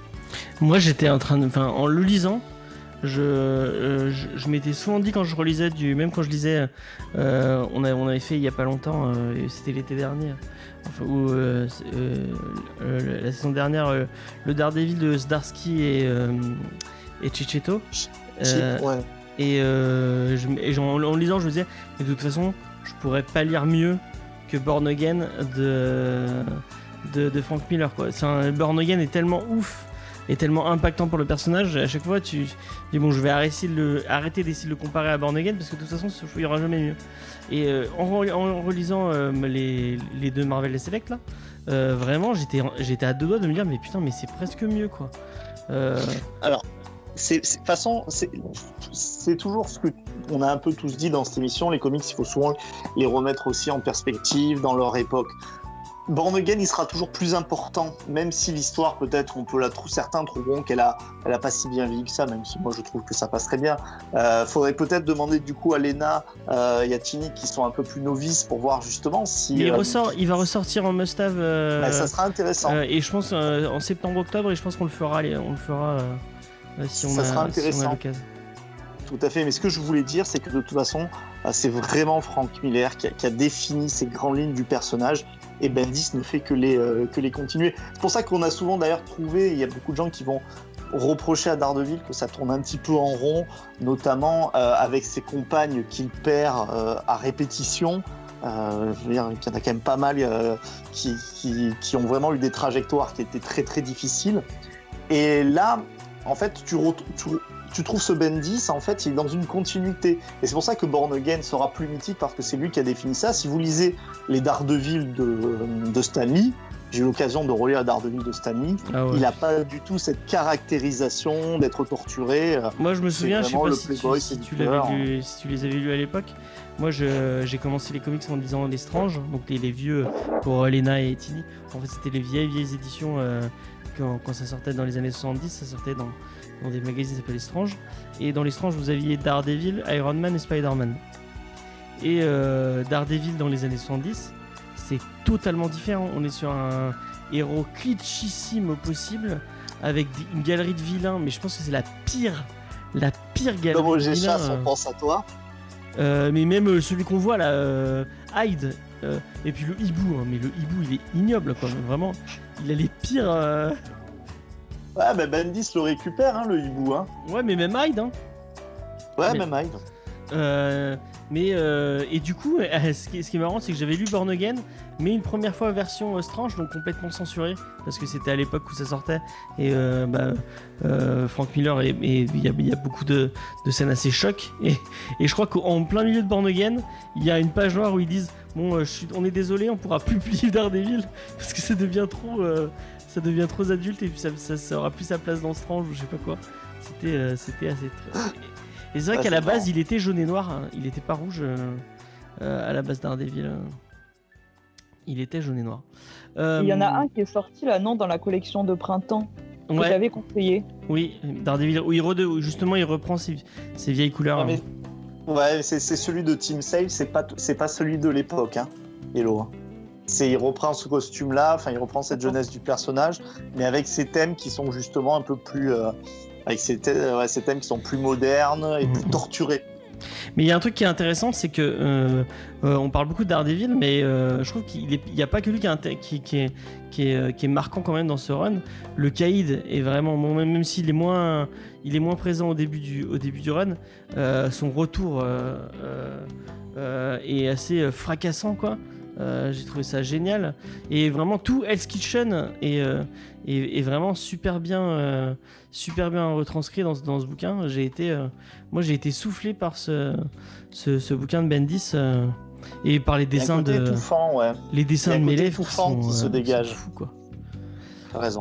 Moi, j'étais en train de, enfin, en le lisant, je, euh, je, je m'étais souvent dit quand je relisais du, même quand je lisais, euh, on, a, on avait fait il y a pas longtemps, euh, c'était l'été dernier. Enfin, où, euh, euh, euh, la saison dernière, euh, le Daredevil de Zdarsky et, euh, et Checchetto. Euh, ouais. Et, euh, je, et en, en lisant, je me disais, mais de toute façon, je pourrais pas lire mieux que Born Again de, de, de Frank Miller, quoi. C'est un, Born Again est tellement ouf et tellement impactant pour le personnage. À chaque fois, tu dis bon, je vais arrêter, le, arrêter d'essayer de le comparer à Born Again parce que de toute façon, il n'y aura jamais mieux. Et euh, en, en relisant euh, les, les deux Marvel Select là, euh, vraiment, j'étais, j'étais à deux doigts de me dire mais putain, mais c'est presque mieux quoi. Euh... Alors, c'est, c'est façon, c'est, c'est toujours ce que on a un peu tous dit dans cette émission. Les comics, il faut souvent les remettre aussi en perspective dans leur époque. Born Again, il sera toujours plus important, même si l'histoire, peut-être, on peut la trouver, certains trouveront qu'elle a, elle a pas si bien vieilli que ça, même si moi je trouve que ça passe très bien. Euh, faudrait peut-être demander du coup à Lena euh, et à Tini qui sont un peu plus novices pour voir justement si. Il, euh, ressort, il va ressortir en must-have. Euh, bah, ça sera intéressant. Euh, et je pense euh, en septembre-octobre, et je pense qu'on le fera, on le fera euh, si on ça a, sera intéressant. Si on a l'occasion. Tout à fait, mais ce que je voulais dire, c'est que de toute façon, c'est vraiment Frank Miller qui a, qui a défini ces grandes lignes du personnage. Et Bendis ne fait que les, euh, que les continuer. C'est pour ça qu'on a souvent d'ailleurs trouvé, il y a beaucoup de gens qui vont reprocher à Daredevil que ça tourne un petit peu en rond, notamment euh, avec ses compagnes qu'il perd euh, à répétition. Euh, je veux dire, il y en a quand même pas mal euh, qui, qui, qui ont vraiment eu des trajectoires qui étaient très très difficiles. Et là, en fait, tu, re- tu, tu trouves ce Bendis, en fait, il est dans une continuité. Et c'est pour ça que Born Again sera plus mythique, parce que c'est lui qui a défini ça. Si vous lisez les Daredevil de, de Stan Lee, j'ai eu l'occasion de relire Daredevil de Stan Lee, ah ouais. Il n'a pas du tout cette caractérisation d'être torturé. Moi, je me souviens, je sais pas si, tu, si, tu l'avais lu, si tu les avais lus à l'époque. Moi, je, j'ai commencé les comics en lisant Les Stranges, donc les, les vieux pour Lena et Tini. En fait, c'était les vieilles, vieilles éditions euh, quand, quand ça sortait dans les années soixante-dix, ça sortait dans, dans des magazines qui s'appelaient Strange. Et dans Les Stranges, vous aviez Daredevil, Iron Man et Spider-Man. Et euh, Daredevil dans les années soixante-dix, c'est totalement différent. On est sur un héros kitschissime au possible, avec une galerie de vilains, mais je pense que c'est la pire, la pire galerie Comme de vilains. Chasse, on pense à toi. Euh, mais même euh, celui qu'on voit là, euh, Hyde, euh, et puis le hibou, hein, mais le hibou il est ignoble quoi, vraiment, il a les pires. Euh... Ouais, bah Bendis le récupère, hein, le hibou. Hein. Ouais, mais même Hyde. Hein. Ouais, mais... même Hyde. Euh, Mais euh, et du coup, euh, ce, qui est, ce qui est marrant, c'est que j'avais lu Born Again, mais une première fois version euh, Strange, donc complètement censurée, parce que c'était à l'époque où ça sortait. Et euh, bah, euh, Frank Miller, et il y, y a beaucoup de, de scènes assez chocs. Et, et je crois qu'en plein milieu de Born Again, il y a une page noire où ils disent bon, euh, je suis, on est désolé, on pourra plus publier Daredevil parce que ça devient trop, euh, ça devient trop adulte et puis ça, ça, ça aura plus sa place dans Strange ou je sais pas quoi. C'était, euh, c'était assez. Très... Et c'est vrai Ah, qu'à la c'est base, marrant. il était jaune et noir, hein. Il était pas rouge euh, euh, à la base Daredevil. euh. Il était jaune et noir. Euh, Il y en a un qui est sorti là, non, dans la collection de printemps que ouais, j'avais conseillé. oui, Daredevil, où, il rede- où justement il reprend ses, ses vieilles couleurs. Ouais, mais- Ouais, c'est, c'est celui de Team Sale, c'est pas, c'est pas celui de l'époque, hein, Hello. hein. C'est, il reprend ce costume-là, enfin il reprend cette jeunesse du personnage, mais avec ces thèmes qui sont justement un peu plus, euh, avec ces, thè- ouais, ces thèmes qui sont plus modernes et plus Mhm. torturés. Mais il y a un truc qui est intéressant, c'est que euh, euh, on parle beaucoup de Daredevil, mais euh, je trouve qu'il n'y a pas que lui qui est, inté- qui, qui, est, qui, est, euh, qui est marquant quand même dans ce run. Le Caïd est vraiment, bon, même, même s'il est moins, il est moins présent au début du, au début du run, euh, son retour euh, euh, euh, est assez euh, fracassant, quoi. Euh, j'ai trouvé ça génial et vraiment tout Hell's Kitchen est, euh, est, est vraiment super bien euh, super bien retranscrit dans, ce- dans ce bouquin. J'ai été euh, moi j'ai été soufflé par ce, ce, ce bouquin de Bendis euh, et par les Il y a un dessins côté de étouffant, ouais, les dessins il y a de un mes côté lèvres qui étouffant sont, qui se euh, dégage. sont fous, quoi. t'as raison.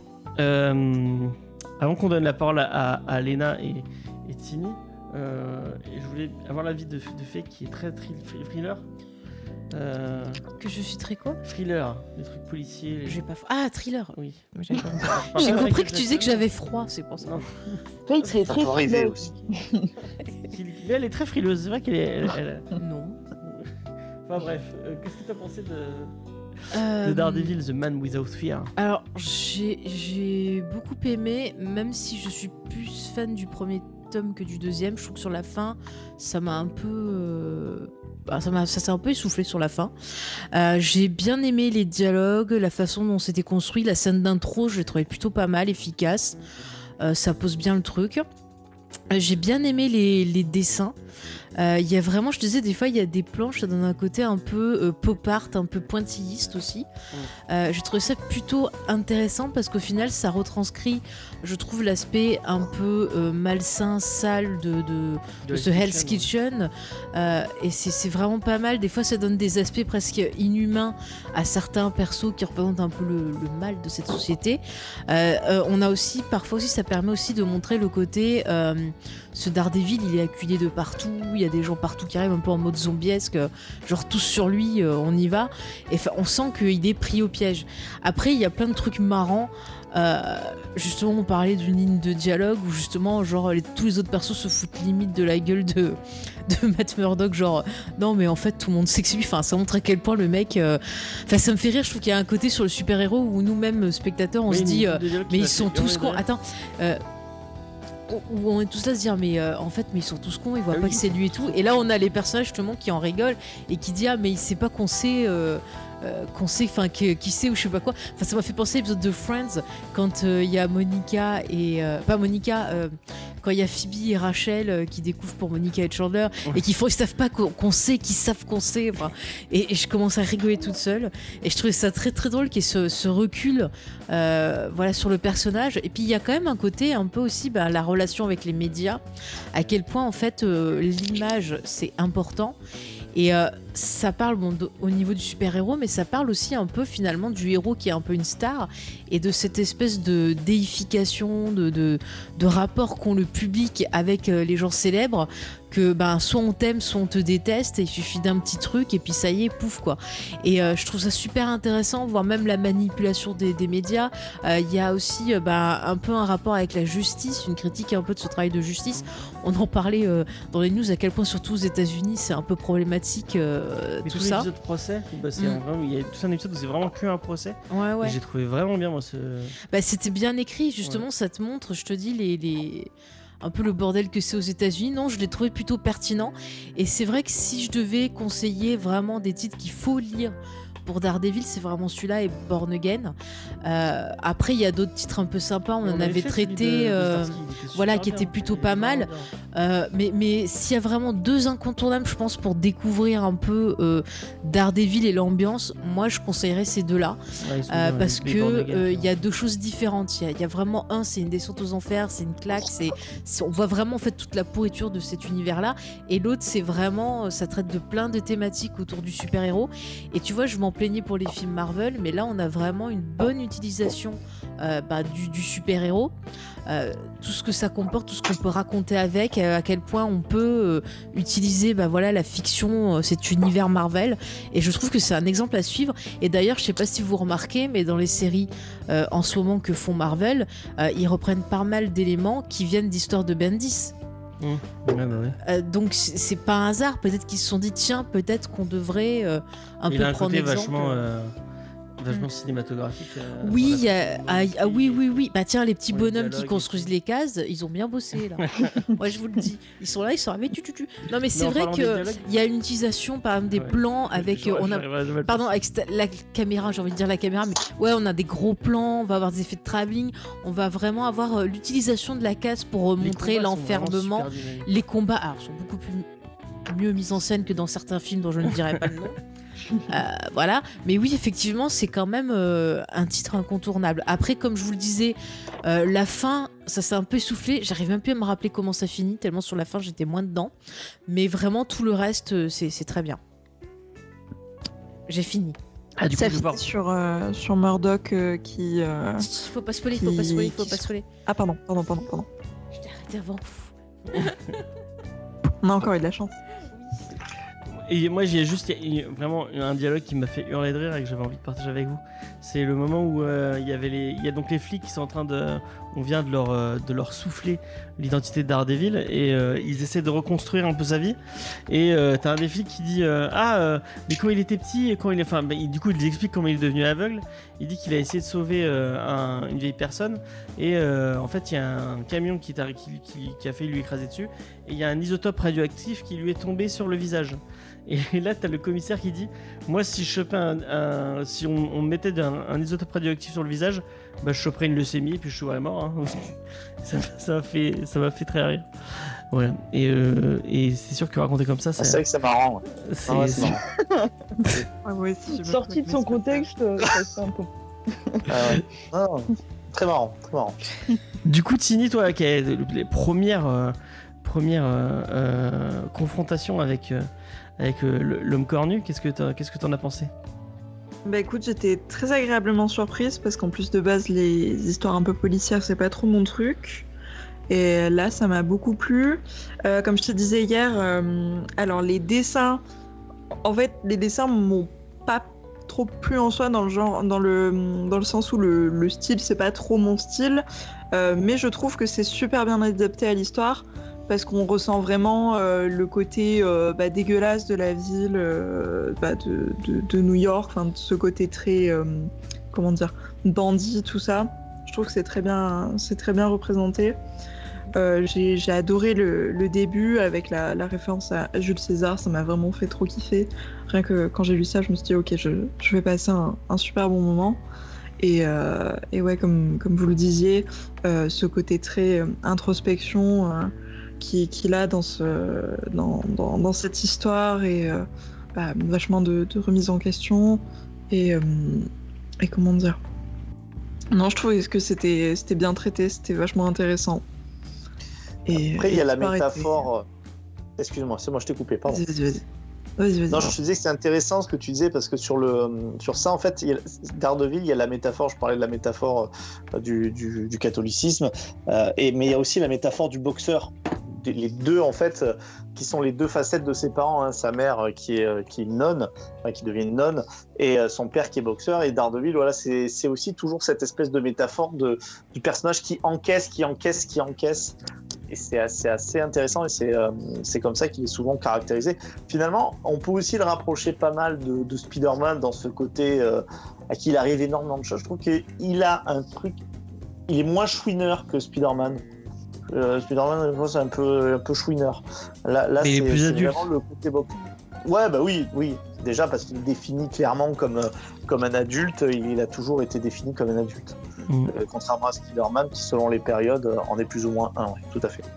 Euh, avant qu'on donne la parole à, à, à Léna et, et Timmy, euh, et je voulais avoir l'avis de, de Faye qui est très thrill- thriller. Euh, Que je suis très quoi thriller, les trucs policiers. les- J'ai pas. Ah, thriller. Oui. J'ai J'ai J'ai compris que tu disais que j'avais froid, c'est pour ça. Non. Faye, c'est Ça très peut arriver frileux. aussi. Mais elle est très frileuse, c'est vrai qu'elle est. elle- elle- Non. Enfin bref, euh, qu'est-ce que t'as pensé de, Euh, de Daredevil, The Man Without Fear? Alors, j'ai j'ai beaucoup aimé, même si je suis plus fan du premier tome que du deuxième. Je trouve que sur la fin, ça m'a un peu. euh, bah, ça m'a- ça s'est un peu essoufflé sur la fin. Euh, j'ai bien aimé les dialogues, la façon dont c'était construit. La scène d'intro, je l'ai trouvé plutôt pas mal, efficace. Euh, ça pose bien le truc. Euh, J'ai bien aimé les, les dessins. Euh, Il y a vraiment, je te disais, des fois, il y a des planches, ça donne un côté un peu euh, pop art, un peu pointilliste aussi. Euh, J'ai trouvé ça plutôt intéressant parce qu'au final, ça retranscrit, je trouve, l'aspect un peu euh, malsain, sale de, de, de ce Hell's Kitchen. Euh, et c'est c'est vraiment pas mal. Des fois, ça donne des aspects presque inhumains à certains persos qui représentent un peu le, le mal de cette société. Euh, euh, on a aussi, parfois aussi, ça permet aussi de montrer le côté. Euh, ce Daredevil, il est acculé de partout. Il y a des gens partout qui arrivent un peu en mode zombiesque, genre tous sur lui, euh, on y va. Et enfin, on sent qu'il est pris au piège. Après, il y a plein de trucs marrants. Euh, justement, on parlait d'une ligne de dialogue où justement, genre, les- tous les autres persos se foutent limite de la gueule de, de Matt Murdock, genre, non, mais en fait, tout le monde sait que c'est lui. Enfin, ça montre à quel point le mec. euh, Enfin, ça me fait rire. Je trouve qu'il y a un côté sur le super-héros où nous-mêmes, spectateurs, on se dit, euh, mais ils sont tous cons. Attends. Euh, où on est tous là à se dire mais euh, en fait mais ils sont tous cons, ils voient Ah pas oui. que c'est lui et tout, et là on a les personnages justement qui en rigolent et qui disent ah mais il sait pas qu'on sait euh, euh, qu'on sait enfin qui, qui sait ou je sais pas quoi. Enfin ça m'a fait penser à l'épisode de Friends quand euh, il y a Monica et euh, pas Monica euh, quand il y a Phoebe et Rachel euh, qui découvrent pour Monica et Chandler Ouais. et qui font ils savent pas qu'on, qu'on sait qu'ils savent qu'on sait, enfin, et, et je commence à rigoler toute seule et je trouvais ça très très drôle qu'il y ait ce, ce recul euh, voilà sur le personnage. Et puis il y a quand même un côté un peu aussi bah, la relation avec les médias, à quel point en fait euh, l'image c'est important. Et euh, ça parle bon, de- au niveau du super-héros, mais ça parle aussi un peu finalement du héros qui est un peu une star et de cette espèce de déification, de, de, de rapport qu'ont le public avec euh, les gens célèbres, que ben, soit on t'aime, soit on te déteste, et il suffit d'un petit truc et puis ça y est, pouf quoi. Et euh, je trouve ça super intéressant, voire même la manipulation des, des médias. Euh, Il y a aussi euh, ben, un peu un rapport avec la justice, une critique un peu de ce travail de justice. On en parlait euh, dans les news à quel point surtout aux États-Unis c'est un peu problématique euh, Mais tout tout ça. l'épisode procès, bah, c'est Mm. un- vraiment- il y a tout un épisode où c'est vraiment que un procès. Ouais ouais. Et j'ai trouvé vraiment bien moi ce. Bah, c'était bien écrit, justement, ça te montre, je te dis, les, les... un peu le bordel que c'est aux États-Unis. Non, je l'ai trouvé plutôt pertinent. Et c'est vrai que si je devais conseiller vraiment des titres qu'il faut lire pour Daredevil, c'est vraiment celui-là et Born Again. Euh, après, il y a d'autres titres un peu sympas. On, on en avait traité, de, euh, de voilà, qui étaient plutôt pas mal. Euh, mais mais s'il y a vraiment deux incontournables, je pense, pour découvrir un peu euh, Daredevil et l'ambiance, moi, je conseillerais ces deux-là. Ouais, euh, parce que euh, il y a deux choses différentes. Il y, y a vraiment un, c'est une descente aux enfers, c'est une claque, c'est, c'est on voit vraiment en fait toute la pourriture de cet univers-là. Et l'autre, c'est vraiment, ça traite de plein de thématiques autour du super-héros. Et tu vois, je m'en plaignais pour les films Marvel, mais là, on a vraiment une bonne utilisation euh, bah, du, du super-héros. Euh, tout ce que ça comporte, tout ce qu'on peut raconter avec, euh, à quel point on peut euh, utiliser bah, voilà, la fiction, euh, cet univers Marvel. Et je trouve que c'est un exemple à suivre. Et d'ailleurs, je sais pas si vous remarquez, mais dans les séries euh, en ce moment que font Marvel, euh, ils reprennent pas mal d'éléments qui viennent d'histoires de Bendis. Mmh. Ouais, bah ouais. Euh, donc c'est pas un hasard, peut-être qu'ils se sont dit tiens, peut-être qu'on devrait euh, un il peu a un prendre côté exemple. Vachement, euh, vachement mmh. cinématographique. Euh, oui, il y a, ah, ah, oui, oui, oui. Bah tiens, les petits bonhommes qui construisent les cases, ils ont bien bossé là. Moi, je vous le dis, ils sont là, ils sont arrivés, tu, tu, tu. Non, mais c'est vrai que il y a une utilisation, par exemple, des ouais. plans avec, je, on a, pardon, avec la caméra, j'ai envie de dire la caméra, mais ouais, on a des gros plans, on va avoir des effets de travelling, on va vraiment avoir euh, l'utilisation de la case pour euh, montrer l'enfermement. Les combats, alors, sont beaucoup plus mieux mis en scène que dans certains films dont je ne dirai pas le nom. Euh, voilà, mais oui, effectivement, c'est quand même euh, un titre incontournable. Après, comme je vous le disais, euh, la fin, ça s'est un peu essoufflé. J'arrive même plus à me rappeler comment ça finit, tellement sur la fin j'étais moins dedans. Mais vraiment, tout le reste, c'est, c'est très bien. J'ai fini. Ah, du coup, ça finit sur, euh, sur Murdoch euh, qui. Euh, faut pas spoiler, qui... faut pas spoiler, faut pas spoiler. Ah, pardon, pardon, pardon, pardon. Je t'ai arrêté avant. On a encore eu de la chance. Et moi, j'ai juste y a vraiment un dialogue qui m'a fait hurler de rire et que j'avais envie de partager avec vous. C'est le moment où il euh, y avait les, il y a donc les flics qui sont en train de, on vient de leur, euh, de leur souffler l'identité de Daredevil et euh, ils essaient de reconstruire un peu sa vie. Et euh, t'as un des flics qui dit euh, ah euh, mais quand il était petit et quand il est, enfin bah, il, du coup il explique comment il est devenu aveugle. Il dit qu'il a essayé de sauver euh, un, une vieille personne et euh, en fait il y a un camion qui, qui, qui, qui a fait lui écraser dessus et il y a un isotope radioactif qui lui est tombé sur le visage. Et là, t'as le commissaire qui dit moi, si je chopais un, un si on, on me mettait un, un isotope radioactif sur le visage, bah, je choperais une leucémie et puis je serais mort. Hein. ça, ça m'a fait, ça m'a fait très rire. Voilà. Et, euh, et c'est sûr que raconter comme ça, c'est, c'est vrai que c'est marrant. Ouais. C'est, ah ouais, c'est... c'est... ah ouais, si sorti de son contexte, c'est un peu. Ah ouais. Ah, très marrant, très marrant. Du coup, Tini, toi, qui est les premières, euh, premières euh, euh, confrontations avec. Euh, Avec euh, l'homme cornu, qu'est-ce que t'as, qu'est-ce que t'en as pensé ? Bah écoute, j'étais très agréablement surprise parce qu'en plus de base, les histoires un peu policières, c'est pas trop mon truc. Et là, ça m'a beaucoup plu. Euh, comme je te disais hier, euh, alors les dessins, en fait, les dessins m'ont pas trop plu en soi dans le genre, dans le, dans le sens où le, le style, c'est pas trop mon style. Euh, mais je trouve que c'est super bien adapté à l'histoire. Parce qu'on ressent vraiment euh, le côté euh, bah, dégueulasse de la ville, euh, bah, de, de, de New York, de ce côté très, euh, comment dire, bandit, tout ça. Je trouve que c'est très bien, c'est très bien représenté. Euh, j'ai, j'ai adoré le, le début avec la, la référence à Jules César, ça m'a vraiment fait trop kiffer. Rien que quand j'ai lu ça, je me suis dit ok, je, je vais passer un, un super bon moment. Et, euh, et ouais, comme, comme vous le disiez, euh, ce côté très euh, introspection. Euh, Qui, qu'il a dans, ce, dans, dans, dans cette histoire et euh, bah, vachement de, de remise en question et, euh, et comment dire. Non, je trouvais que c'était, c'était bien traité, c'était vachement intéressant. Et, Après, il y a la métaphore. Été... Excuse-moi, c'est moi, je t'ai coupé, pardon. Vas-y, vas-y, vas-y. Vas-y, vas-y. Non, je te disais que c'est intéressant ce que tu disais parce que sur, le, sur ça, en fait, il y a, Daredevil, il y a la métaphore, je parlais de la métaphore euh, du, du, du catholicisme, euh, et, mais il y a aussi la métaphore du boxeur. Les deux en fait euh, qui sont les deux facettes de ses parents, hein, sa mère euh, qui est euh, qui est une nonne, enfin, qui devient une nonne, et euh, son père qui est boxeur. Et Daredevil, voilà, c'est c'est aussi toujours cette espèce de métaphore de du personnage qui encaisse, qui encaisse, qui encaisse. Et c'est assez assez intéressant et c'est euh, c'est comme ça qu'il est souvent caractérisé. Finalement, on peut aussi le rapprocher pas mal de, de Spider-Man dans ce côté euh, à qui il arrive énormément de choses. Je trouve qu'il a un truc, il est moins chouineur que Spider-Man. Euh, Spider-Man, c'est un peu, un peu chouineur. Là, là mais c'est, il est plus c'est adulte. Vraiment le côté box. Ouais, bah oui, oui. Déjà parce qu'il est défini clairement comme, comme un adulte, il a toujours été défini comme un adulte. Mm. Euh, contrairement à Spider-Man qui, selon les périodes, en est plus ou moins un, ouais, tout à fait.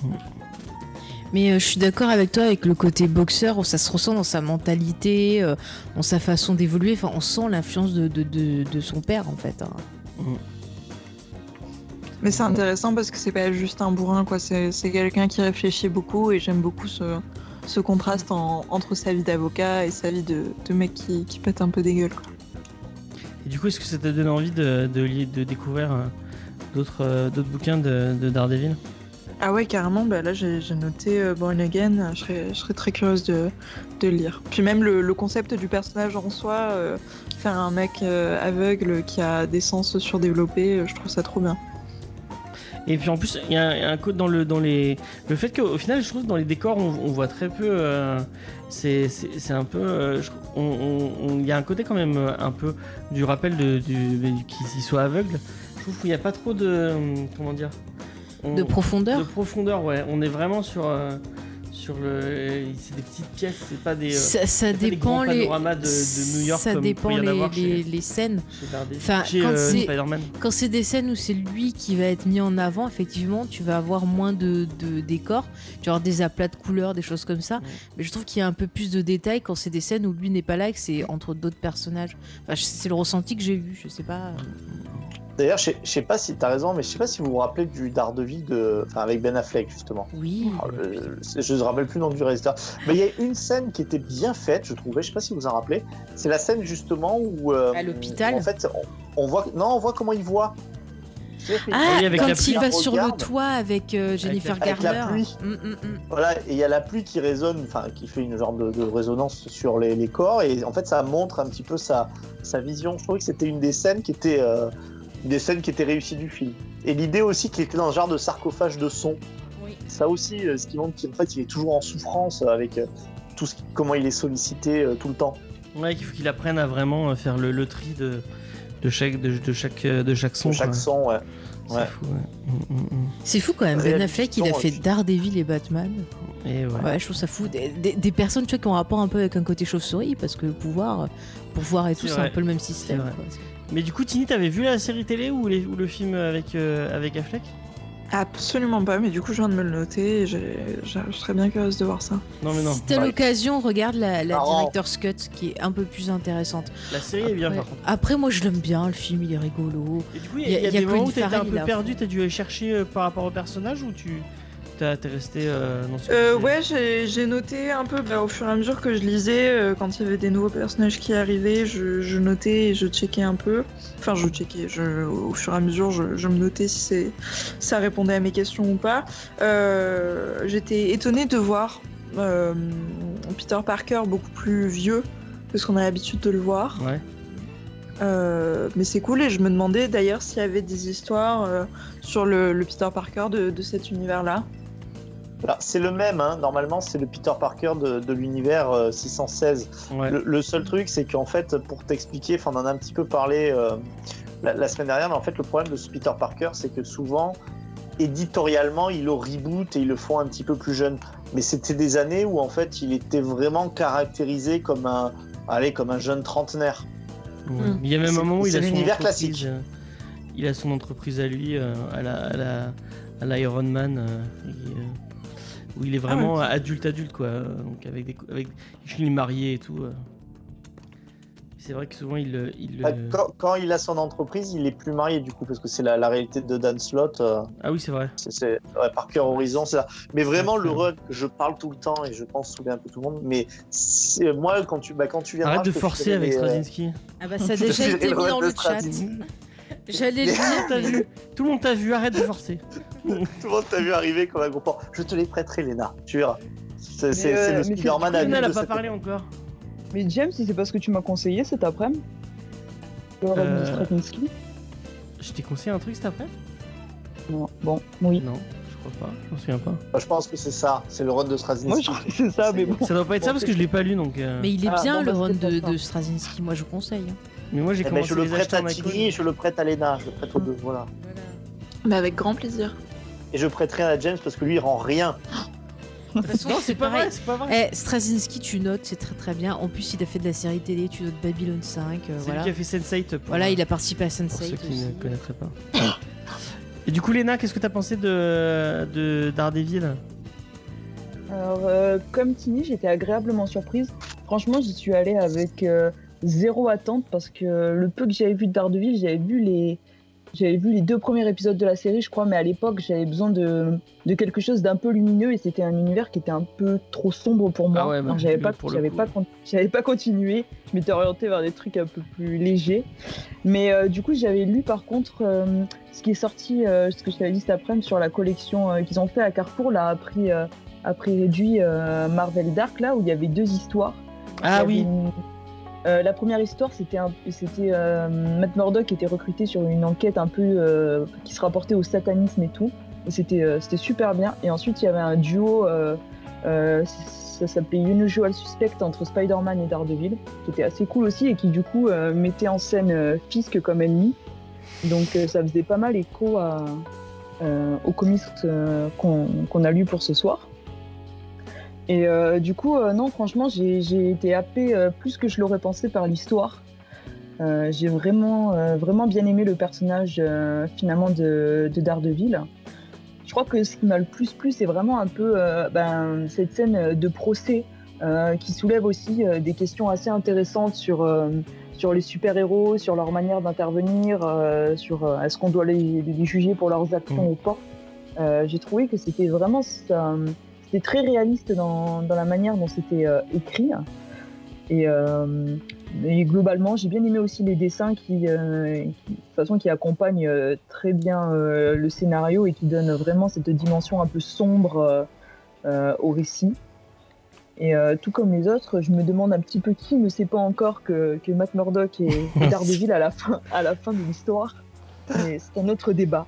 Mais euh, je suis d'accord avec toi avec le côté boxeur où ça se ressent dans sa mentalité, euh, dans sa façon d'évoluer. Enfin, on sent l'influence de, de, de, de son père en fait. Hein. Mm. Mais c'est intéressant parce que c'est pas juste un bourrin, quoi. C'est, c'est quelqu'un qui réfléchit beaucoup et j'aime beaucoup ce, ce contraste en- entre sa vie d'avocat et sa vie de, de mec qui, qui pète un peu des gueules, quoi. Et du coup, est-ce que ça t'a donné envie de, de, li- de découvrir euh, d'autres, euh, d'autres bouquins de, de Daredevil? Ah ouais, carrément, bah là j'ai, j'ai noté euh, Born Again, je serais, je serais très curieuse de, de le lire. Puis même le, le concept du personnage en soi, euh, faire un mec euh, aveugle qui a des sens surdéveloppés, euh, je trouve ça trop bien. Et puis en plus, il y a un, il y a un code dans le dans les le fait qu'au final, je trouve que dans les décors, on, on voit très peu. euh, c'est, c'est c'est un peu. euh, je- on- on- on- Il y a un côté quand même euh, un peu du rappel de du, du- qu'il soit aveugle. Je trouve qu'il n'y a pas trop de euh, comment dire. On- De profondeur. De profondeur, ouais. On est vraiment sur euh, sur le. C'est des petites pièces, c'est pas des. euh, Ça, ça c'est pas des dépend grands les. panoramas de, de New York ça comme dépend peut y en les, avoir les, chez, les scènes. chez Daredevil. Enfin, Chez, quand euh, c'est- Spider-Man. Quand c'est des scènes où c'est lui qui va être mis en avant, effectivement, tu vas avoir moins de, de décors, tu vas avoir des aplats de couleurs, des choses comme ça. Mm. Mais je trouve qu'il y a un peu plus de détails quand c'est des scènes où lui n'est pas là et que c'est entre d'autres personnages. Enfin, je- c'est le ressenti que j'ai eu, je sais pas. D'ailleurs, je sais- je sais pas si t'as raison, mais je sais pas si vous vous rappelez du Daredevil de, enfin avec Ben Affleck justement. Oui. Alors, euh, c'est- je ne me rappelle plus le nom du réalisateur, mais il y a une scène qui était bien faite, je trouvais. Je sais pas si vous en rappelez. C'est la scène justement où euh, À l'hôpital. En fait, on, on voit, non, on voit comment il voit. C'est-à-dire qu'il- Ah, oui, avec la quand pluie. il va sur le Regarde. toit avec euh, Jennifer avec la Garner. pluie. Mm, mm, mm. Voilà, et il y a la pluie qui résonne, enfin qui fait une genre de, de résonance sur les, les corps, et en fait ça montre un petit peu sa, sa vision. Je trouvais que c'était une des scènes qui était euh, une des scènes qui était réussie du film. Et l'idée aussi qu'il était dans un genre de sarcophage de son. Oui. Ça aussi, euh, ce qui montre qu'en fait il est toujours en souffrance euh, avec euh, tout ce qui- comment il est sollicité euh, tout le temps. Ouais, qu'il faut qu'il apprenne à vraiment euh, faire le, le tri de, de, chaque, de, de chaque, euh, de chaque son. Sur chaque quoi. son, ouais. C'est Ouais. fou, ouais. Mm, mm, mm. C'est fou quand même. Ben Réalisation, Affleck, il a fait aussi. Daredevil et Batman. Et ouais. Ouais, je trouve ça fou. Des, des- des personnes tu vois, qui ont un rapport un peu avec un côté chauve-souris parce que le pouvoir, pouvoir et tout, C'est c'est vrai. un peu le même système. C'est vrai. quoi. Mais du coup, Tini, t'avais vu la série télé ou, les, ou le film avec, euh, avec Affleck? Absolument pas, mais du coup je viens de me le noter et j'ai- j'ai- je serais bien curieuse de voir ça. Non, mais non. Si t'as Ouais. l'occasion, regarde la, la Marrant. Director's Cut qui est un peu plus intéressante. La série est bien, Après, par contre. après, moi je l'aime bien, le film il est rigolo. Et du coup, il y y, a- a, il y a y a des moments Colin où t'étais un Farrell, peu il a- perdu, t'as dû aller chercher euh, par rapport au personnage ou tu t'as- t'es resté euh, dans ce que Euh, tu disais ouais, j'ai, j'ai noté un peu bah, au fur et à mesure que je lisais, euh, quand il y avait des nouveaux personnages qui arrivaient, je, je notais et je checkais un peu. Enfin, je checkais, je, au fur et à mesure, je, je me notais si c'est, ça répondait à mes questions ou pas. Euh, j'étais étonnée de voir euh, Peter Parker beaucoup plus vieux que ce qu'on a l'habitude de le voir. Ouais. Euh, mais c'est cool et je me demandais d'ailleurs s'il y avait des histoires euh, sur le, le Peter Parker de, de cet univers-là. Alors, c'est le même, hein. Normalement, c'est le Peter Parker de, de l'univers euh, six cent seize. Ouais. Le, le seul truc, c'est qu'en fait, pour t'expliquer, enfin, on en a un petit peu parlé euh, la, la semaine dernière, mais en fait, le problème de ce Peter Parker, c'est que souvent, éditorialement, ils le rebootent et ils le font un petit peu plus jeune. Mais c'était des années où, en fait, il était vraiment caractérisé comme un, allez, comme un jeune trentenaire. Ouais. Mm. Il y a même C'est- un moment où il c'est a son l'univers entreprise. classique. euh, il a son entreprise à lui, euh, à la, à la, à l'Iron Man, euh, et, euh, où il est vraiment adulte adulte quoi. euh, Donc avec des, cou- avec, il est marié et tout. euh. C'est vrai que souvent il, euh, il. Ah, euh, Quand, quand il a son entreprise, il est plus marié, du coup, parce que c'est la, la réalité de Dan Slott. euh, Ah oui c'est vrai. C'est, c'est ouais, Parker Horizon, c'est ça. Mais vraiment, Ouais, le c'est run, je parle tout le temps et je pense soulever un peu tout le monde. Mais c'est- moi, quand tu, bah, quand tu viendras, Arrête de je te forcer filerai avec les, euh, Straczynski. Ah bah ça a Je déjà te été dirai mis le dans run le de chat. Straczynski. J'allais le Tout le monde t'a dire. vu. Tout le monde t'a vu. Arrête de forcer. Tout le monde t'a vu arriver comme un gros porc. Je te les prêterai, Léna. Tu verras. C'est, c'est, euh, c'est le mais c'est- Spider-Man Luna, adulte elle a de pas cette parlé époque. encore. Mais James, si c'est pas ce que tu m'as conseillé cet après-midi, le run de Euh, Straczynski. Je t'ai conseillé un truc cet après? Non. Bon, oui. Non, je crois pas. Je m'en souviens pas. Moi, je pense que c'est ça. C'est le run de Moi, Straczynski. je crois que c'est ça, mais bon. Ça doit pas être ça parce que je l'ai pas lu donc. euh, Mais il est Ah, bien bon, le bah, run c'était de, pas ça. de Straczynski, moi je conseille. hein. Mais moi j'ai Eh ben, commencé je le les prête acheter à en iCloud. Tiggy, je le prête à Léna. Je le prête aux deux, voilà. Mais avec grand plaisir. Et je prêterai à James parce que lui, il rend rien. De toute façon, Non, c'est pas pareil. vrai, c'est pas vrai. Eh, Straczynski, tu notes, c'est très très bien. En plus, il a fait de la série télé, tu notes Babylon cinq. euh, C'est voilà, lui qui a fait sense eight. Pour, voilà il a participé à pour sense ceux eight qui aussi. ne connaîtraient pas. Et du coup, Léna, qu'est-ce que t'as pensé de, de Daredevil? Alors, euh, comme Tini, j'étais agréablement surprise. Franchement, j'y suis allée avec euh, zéro attente parce que le peu que j'avais vu de Daredevil, j'avais vu les, j'avais vu les deux premiers épisodes de la série, je crois, mais à l'époque, j'avais besoin de, de quelque chose d'un peu lumineux et c'était un univers qui était un peu trop sombre pour moi. Ah ouais, bah, Alors, j'avais pas, pour le j'avais coup, pas, ouais. con- j'avais pas continué. Je m'étais orientée vers des trucs un peu plus légers. Mais euh, du coup, j'avais lu par contre euh, ce qui est sorti, euh, ce que je t'avais dit cet après-midi sur la collection euh, qu'ils ont fait à Carrefour, là, à prix, euh, à prix réduit euh, Marvel Dark, là, où il y avait deux histoires. Ah Il y avait oui. une- euh, la première histoire, c'était, un- c'était euh, Matt Murdock qui était recruté sur une enquête un peu euh, qui se rapportait au satanisme et tout. Et c'était, euh, c'était super bien. Et ensuite, il y avait un duo, euh, euh, ça s'appelait Unusual Suspect entre Spider-Man et Daredevil, qui était assez cool aussi et qui du coup euh, mettait en scène euh, Fisk comme ennemi. Donc euh, ça faisait pas mal écho à, euh, aux comics euh, qu'on, qu'on a lus pour ce soir. Et euh, du coup, euh, non, franchement, j'ai, j'ai été happée euh, plus que je l'aurais pensé par l'histoire. Euh, j'ai vraiment, euh, vraiment bien aimé le personnage euh, finalement de, de Daredevil. Je crois que ce qui m'a le plus plu, c'est vraiment un peu euh, ben, cette scène de procès euh, qui soulève aussi euh, des questions assez intéressantes sur, euh, sur les super-héros, sur leur manière d'intervenir, euh, sur euh, est-ce qu'on doit les, les juger pour leurs actions Mmh. ou pas. Euh, j'ai trouvé que c'était vraiment ça, c'était très réaliste dans, dans la manière dont c'était euh, écrit. Et, euh, et globalement, j'ai bien aimé aussi les dessins qui, euh, qui, de toute façon, qui accompagnent euh, très bien euh, le scénario et qui donnent vraiment cette dimension un peu sombre euh, euh, au récit. Et euh, tout comme les autres, je me demande un petit peu qui ne sait pas encore que, que Matt Murdock est est Daredevil à la fin, à la fin de l'histoire. Mais c'est un autre débat.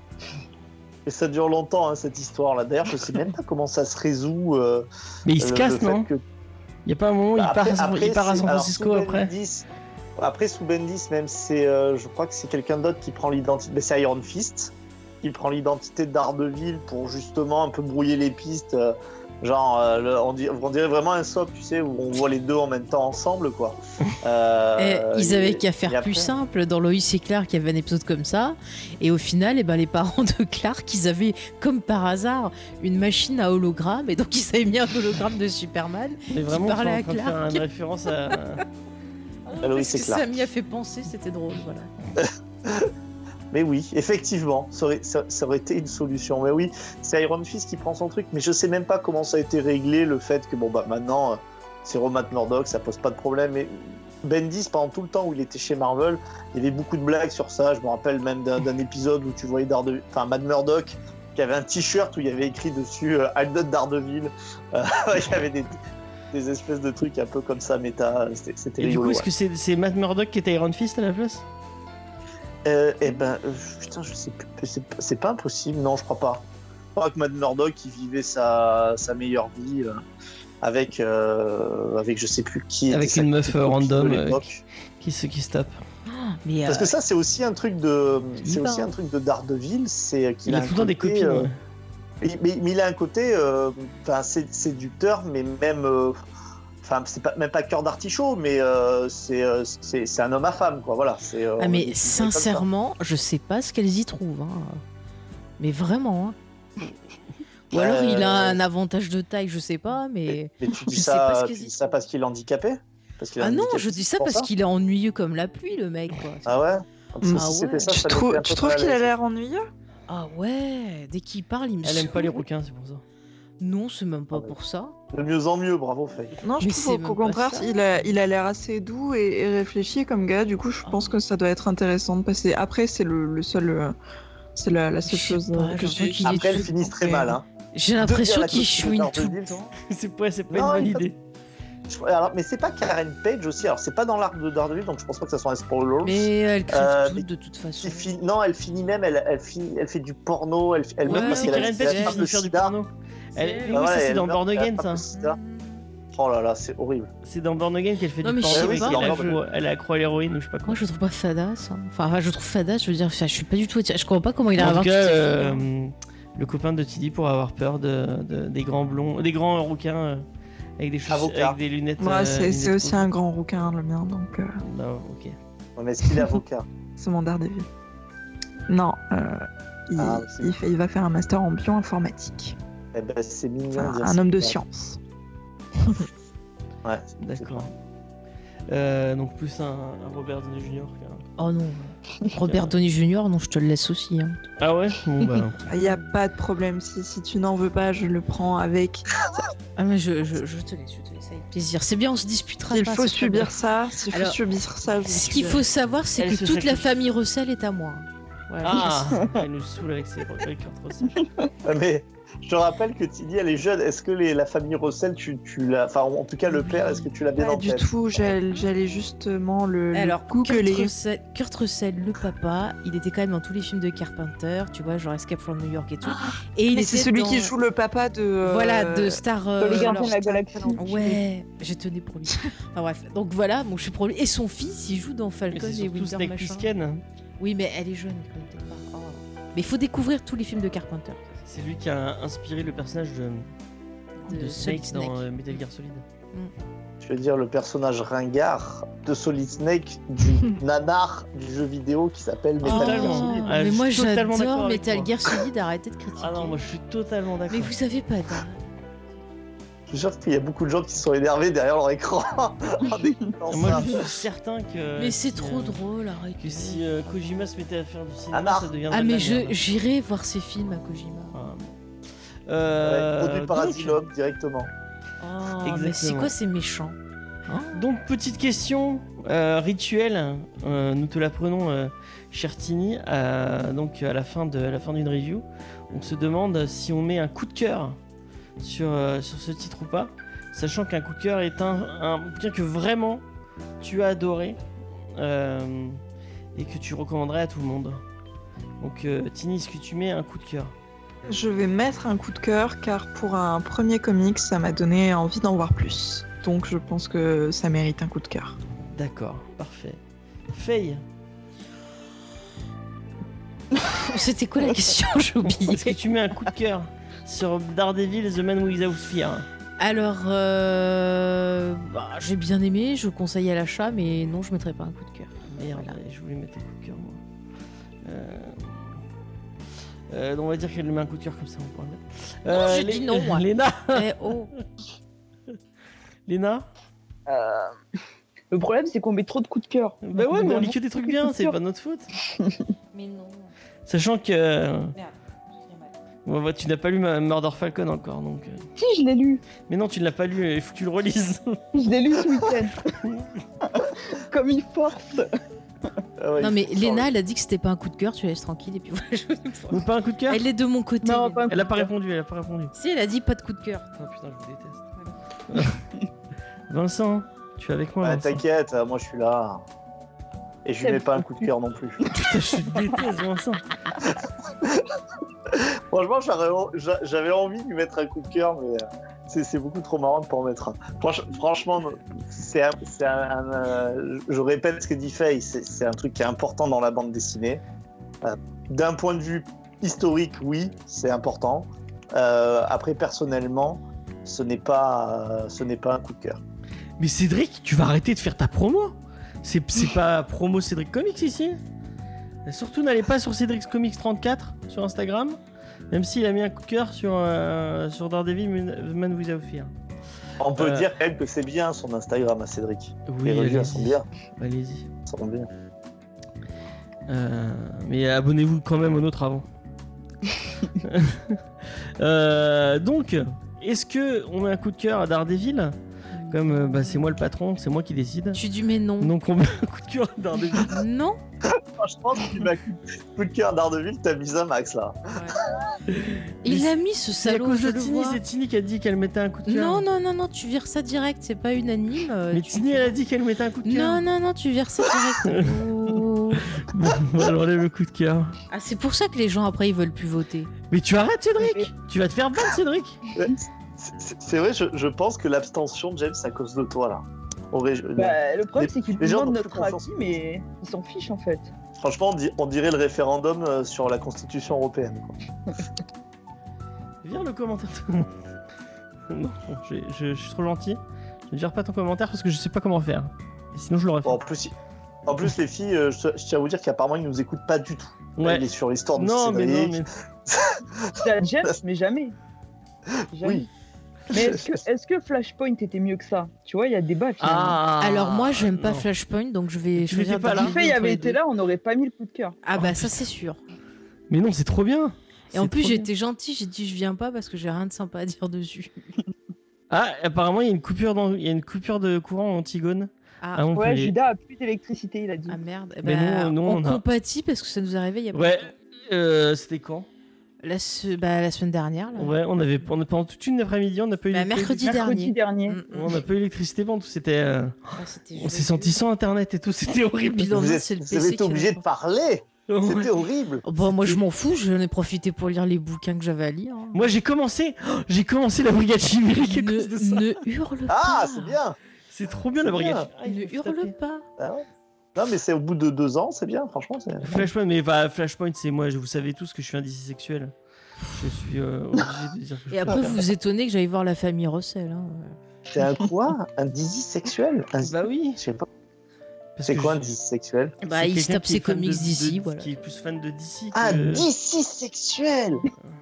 Et ça dure longtemps, hein, cette histoire-là. D'ailleurs, je sais même pas comment ça se résout. euh, Mais il se le- casse, le fait non? que- Il y a pas un moment où il, Bah, part, à après- San- après, il part à c'est- San alors, Francisco sous après. Bendis- Après, sous Bendis, même, c'est, euh, je crois que c'est quelqu'un d'autre qui prend l'identité. Mais c'est Iron Fist qui prend l'identité de Daredevil pour justement un peu brouiller les pistes. euh, genre, euh, le- on, dirait, on dirait vraiment un soap, tu sais, où on voit les deux en même temps ensemble, quoi. Euh, Eh, ils avaient et- qu'à et faire après- plus simple. Dans Lois et Clark, il y avait un épisode comme ça. Et au final, eh ben, les parents de Clark, ils avaient, comme par hasard, une machine à hologramme. Et donc, ils avaient mis un hologramme de Superman. Mais vraiment, on est en parlait à train de faire Clark. une référence à. Ah, Lois Parce et que Clark. ça m'y a fait penser, c'était drôle. Voilà. Mais oui, effectivement, ça aurait, ça, ça aurait été une solution. Mais oui, c'est Iron Fist qui prend son truc, mais je sais même pas comment ça a été réglé, le fait que, bon, bah maintenant, euh, c'est Matt Murdock, ça pose pas de problème. Mais Bendis, pendant tout le temps où il était chez Marvel, il y avait beaucoup de blagues sur ça. Je me rappelle même d'un, d'un épisode où tu voyais Daredevil, enfin, Matt Murdock, qui avait un t-shirt où il y avait écrit dessus euh, I'm not Daredevil. Euh, il y avait des, des espèces de trucs un peu comme ça, méta. C'était, c'était Et du rigolo. coup, est-ce ouais. que c'est, c'est Matt Murdock qui était Iron Fist à la place? Euh, eh ben, euh, putain, je sais plus. C'est, c'est pas impossible, non, je crois pas. Je crois que Matt Murdock, il vivait sa, sa meilleure vie euh, avec, euh, avec je sais plus qui. Avec était une sa- meuf, sa euh, copine random, de euh, l'époque. Qui se, qui se tape. Mais Parce euh, que ça, c'est aussi un truc de, c'est y va, aussi hein. un truc de Daredevil, c'est qu'il Il a un tout le temps des côté, copines. euh, ouais. mais, mais- mais il a un côté, euh, enfin, c'est séducteur, mais même. euh, Enfin, c'est pas, même pas cœur d'artichaut, mais euh, c'est, euh, c'est, c'est un homme à femme, quoi. Voilà. C'est, euh, on ah, va mais définir comme ça. sincèrement, je sais pas ce qu'elles y trouvent. Hein. Mais vraiment. Hein. Ou Ouais, alors il a ouais. un avantage de taille, je sais pas, mais. Mais tu dis Je sais pas ça, ce tu qu'ils dis y ça trouvent. parce qu'il est handicapé parce qu'il est Ah non, handicapé, je dis c'est ça pour parce qu'il est ennuyeux comme la pluie, le mec. Quoi. Ah ouais Parce que Ah si c'était ouais. ça, Tu, ça trou- mettait un tu peu trouves mal à qu'il a l'aise. l'air ennuyeux? Ah ouais, dès qu'il parle, il me Elle aime pas les saoule. requins, c'est pour ça. Non, c'est même pas Ah ouais. pour ça. De mieux en mieux, bravo Faye. Non, je Mais trouve c'est au- même qu'au pas contraire, ça. il a, il a l'air assez doux et, et réfléchi comme gars. Du coup, je Ah. pense que ça doit être intéressant de passer. Après, c'est le, le seul, euh, c'est la, la seule Je sais chose pas, euh, que j'ai j'ai. l'impression qu'il est Après, elles tout- finissent très ok. mal. Hein. J'ai l'impression Devenir la qu'il copine de chouine tout Daredevil. le temps. c'est pas, c'est pas Non, une bonne il faut- idée. Je- Alors, mais c'est pas Karen Page aussi. Alors, c'est pas dans l'arc de Daredevil, donc je pense pas que ça soit un spoiler. Mais elle crève Euh, toutes mais de toute façon. Qui fin- Non, elle finit même, elle, elle, finit- elle fait du porno, elle, elle Ouais, meurt Oui, parce c'est qu'elle a- Karen elle Page qui attrape finit le de faire du sida. porno. Elle- C'est- Oui, Ah oui, ouais, ça c'est elle dans meurt, Born elle Again, attrape ça. le sida. Oh là là, c'est horrible. C'est dans Born Again qu'elle fait Non, du mais je porno. sais oui, pas. elle, Dans accro, elle est accro à l'héroïne ou je sais pas quoi. Moi, je le trouve pas fadasse. hein. Enfin, enfin, je le trouve fadasse. Je veux dire, enfin, je suis pas du tout. attirée- Je comprends pas comment il a en tout inventé cas, cette euh, fille, hein. le copain de Tilly pour avoir peur de, de- des grands blonds, des grands rouquins euh, avec des chaussures, Avocat. avec des lunettes. Moi, euh, c'est lunettes c'est aussi rouges. un grand rouquin, le mien, donc euh, Non, ok. Ouais, mais est-ce qu'il est avocat? c'est mon Daredevil. Non, euh, il, Ah, c'est il, fait- il va faire un master en bioinformatique. Eh ben, c'est mignon. Enfin, de dire un ça. homme de science. Ouais, D'accord. Euh, donc plus un, un Robert Downey junior qu'un- Oh non. Robert Downey junior, non, je te le laisse aussi. Hein. Ah ouais. Bon bah. non. Il n'y a pas de problème. Si, si tu n'en veux pas, je le prends avec. Ah, mais je, je, je te laisse, je te laisse avec plaisir. C'est bien, on se disputera S'il pas. faut c'est très bien. subir ça, s'il faut Alors, subir ça, je Ce le qu'il subirai. faut savoir, c'est Elle que se toute la sacrifie. famille Russell est à moi. Voilà. Ah, elle nous saoule avec ses avec Kurt Russell. Ouais, mais je te rappelle que Tilly, elle est jeune. Est-ce que les, la famille Russell, tu, tu l'as. Enfin, en tout cas, le père, est-ce que tu l'as bien Pas en du tête? tout, j'allais j'allais justement le, le Alors, Kurt googler. Russell, Kurt Russell, le papa, il était quand même dans tous les films de Carpenter, tu vois, genre Escape from New York et tout. Et il Mais était c'est celui dans- qui joue le papa de. euh, Voilà, de Star. Dans euh, les Gardiens de la alors, Galaxie. Ouais, j'ai tenu pour lui. Enfin bref, donc voilà, bon, je suis pour lui. Et son fils, il joue dans Mais Falcon c'est et surtout Winter Snake machin. Plissken. Oui, mais elle est jeune, quand même, peut-être pas. Oh. Mais il faut découvrir tous les films de Carpenter. C'est lui qui a inspiré le personnage de, de, De Snake, Solid dans Snake. euh, Metal Gear Solid. Je veux dire, le personnage ringard de Solid Snake du nanar du jeu vidéo qui s'appelle Metal Gear Totalement. Solid. Ah, je mais suis moi totalement d'accord j'adore avec Metal toi. Gear Solid, arrêtez de critiquer. Ah non, moi je suis totalement d'accord. Mais vous savez pas, t'as- Je suis sûr qu'il y a beaucoup de gens qui se sont énervés derrière leur écran en écoutant Moi ça. je suis certain que. Mais c'est si, trop euh, drôle, arrêtez. Que si euh, Kojima se mettait à faire du cinéma, Anard. ça deviendrait. Ah de la mais je merde. j'irai voir ces films à Kojima. Ah, bon. Ouais, Euh, produit par donc- Asylum directement. Oh, mais c'est Exactement. quoi ces méchants Hein Donc, petite question euh, rituelle, euh, nous te la prenons, euh, cher Tini, euh, donc à la fin de à la fin d'une review. On se demande si on met un coup de cœur sur, euh, sur ce titre ou pas, sachant qu'un coup de cœur est un, un bouquin que vraiment tu as adoré euh, et que tu recommanderais à tout le monde. Donc, euh, Tini, est-ce que tu mets un coup de cœur? Je vais mettre un coup de cœur car pour un premier comics, ça m'a donné envie d'en voir plus. Donc je pense que ça mérite un coup de cœur. D'accord, parfait. Faye, C'était quoi la question? J'ai oublié. est-ce que tu mets un coup de cœur sur Daredevil The Man Without Fear? Alors, euh, bah, j'ai bien aimé, je conseille à l'achat, mais non, je mettrai pas un coup de cœur. Merde, Voilà. je voulais mettre un coup de cœur moi. Euh... Euh, donc on va dire qu'elle lui met un coup de cœur comme ça on pourra le mettre. Non, j'ai Lé- dit non, moi. Léna, Eh oh. Léna Euh, Le problème, c'est qu'on met trop de coups de cœur. Bah ouais, mais on lit que des trucs bien, c'est pas notre faute. Mais non. Sachant que euh, Merde. bon, bah, tu n'as pas lu ma- Murder Falcon encore donc. euh. Si, je l'ai lu. Mais non, tu ne l'as pas lu, il faut que tu le relises. Je l'ai lu ce week-end. Comme il force. Ah ouais, Non il mais faut Léna, changer. elle a dit que c'était pas un coup de cœur, tu la laisses tranquille et puis voilà. je- Donc pas un coup de cœur. Elle est de mon côté. Non, Léna. pas un coup Elle a de pas cœur. répondu, elle a pas répondu. Si, elle a dit pas de coup de cœur. Oh putain, je vous déteste. Vincent, tu es avec moi Ouais, Vincent. t'inquiète, euh, moi je suis là. Et je lui mets pas un coup de cœur non plus. Putain, je déteste Vincent. Franchement, j'aurais- j'a- j'avais envie de lui mettre un coup de cœur, mais euh, c'est c'est beaucoup trop marrant de pas en mettre un. Franch- franchement, c'est un, c'est un- un, euh, je répète ce que dit Faye, c'est c'est un truc qui est important dans la bande dessinée. Euh, D'un point de vue historique, oui, c'est important. Euh, après, personnellement, ce n'est pas, euh, ce n'est pas un coup de cœur. Mais Cédric, tu vas arrêter de faire ta promo. C'est c'est pas promo Cédric Comics ici. Et surtout, n'allez pas sur Cédric Comics trente-quatre sur Instagram, même s'il a mis un coup de cœur sur, euh, sur Daredevil Man Man Without Fear. On peut Euh, dire quand même que c'est bien son Instagram à Cédric. Oui, Les revues, elles sont allez-y. bien. Allez-y. Elles sont bien. Euh, mais abonnez-vous quand même au nôtre avant. Euh, donc, est-ce que on met un coup de cœur à Daredevil? Comme euh, bah, c'est moi le patron, c'est moi qui décide. Tu dis mais non. Donc on met un coup de cœur à Daredevil. Non. Franchement, si tu mets un coup coup de cœur d'Ardeville, t'as mis un max là. Il a mis ce C'est à salaud, cause je de le Tini, vois. c'est Tini qui a dit qu'elle mettait un coup de cœur. Non, non, non, non, tu vires ça direct, c'est pas unanime. euh, Mais tu- Tini, elle a dit qu'elle mettait un coup de cœur. Non, non, non, tu vires ça direct. Oh. Bon, on va leur enlève le coup de cœur. Ah, c'est pour ça que les gens après ils veulent plus voter. Mais tu arrêtes, Cédric. Tu vas te faire ban, Cédric. C'est- C'est c'est vrai, je, je pense que l'abstention, James, c'est à cause de toi là. Aurait- Bah, le problème, Les- c'est qu'ils les gens demandent n'ont notre plus confiance. avis, mais ils s'en fichent en fait. Franchement, on, di- on dirait le référendum euh, sur la Constitution européenne. quoi. Vire le commentaire. Non, je, je, je suis trop gentil. Je ne vire pas ton commentaire parce que je sais pas comment faire. Et sinon, je l'aurais fait. Bon, en plus, en plus, les filles, euh, je, je tiens à vous dire qu'apparemment, ils nous écoutent pas du tout. Ouais. Elle est sur l'histoire de Non, mais non, Cédric. mais. C'est à James, mais jamais. Jamais. Oui. Mais est-ce que, est-ce que Flashpoint était mieux que ça? Tu vois, il y a débat finalement. Ah. Alors moi, j'aime pas non. Flashpoint, donc je vais Tu choisir. n'étais pas de là. En diviser fait, il entre avait les été deux. là, on n'aurait pas mis le coup de cœur. Ah bah Oh, ça c'est sûr. Mais non, c'est trop bien. Et en C'est plus, trop j'ai bien. été gentille, j'ai dit je viens pas parce que j'ai rien de sympa à dire dessus. Ah, apparemment, il y a une coupure, dans... il y a une coupure de courant en Antigone. Ah, Ah, on Ouais, peut- Judas a plus d'électricité, il a dit. ah merde. Eh Mais ben, nous, nous, on on a- compatit parce que ça nous est arrivé il y a pas Ouais. longtemps. Euh, C'était quand? La, se- bah, la semaine dernière. Là. Ouais, on avait on a- pendant toute une après-midi, on n'a pas eu Bah, l'électricité. mercredi Mercredi dernier. Mm, mm. On n'a pas eu l'électricité pendant tout. C'était. euh, Ah, c'était On s'est joyeux. senti sans internet et tout. C'était horrible. Puis dans- Vous, non, êtes, c'est le vous P C avez été qui obligé va de pas. parler. Ouais. C'était horrible. Oh, bah, moi je m'en fous, j'en ai profité pour lire les bouquins que j'avais à lire. hein. Moi, j'ai commencé. oh, J'ai commencé la brigade chimérique à cause de ça. Ne, ne hurle pas. Ah, c'est bien. C'est trop bien la C'est brigade. bien. Ah, il Ne faut hurle taper. pas. Ah ouais. Non, mais c'est au bout de deux ans, c'est bien, franchement. C'est... Flashpoint, mais bah, Flashpoint, c'est moi. je- Vous savez tous que je suis un D C sexuel. Je suis euh, obligé de dire que je Et après, vous vous étonnez que j'aille voir la famille Russell. hein. C'est un quoi? Un dizzy sexuel? Un... Bah oui. Je sais pas. Parce C'est que quoi un je- dizzy sexuel? Bah, c'est il se quelqu'un tape qui est ses fan comics de- d'ici, de- voilà. Qui est plus fan de D C que. Ah, dizzy sexuel.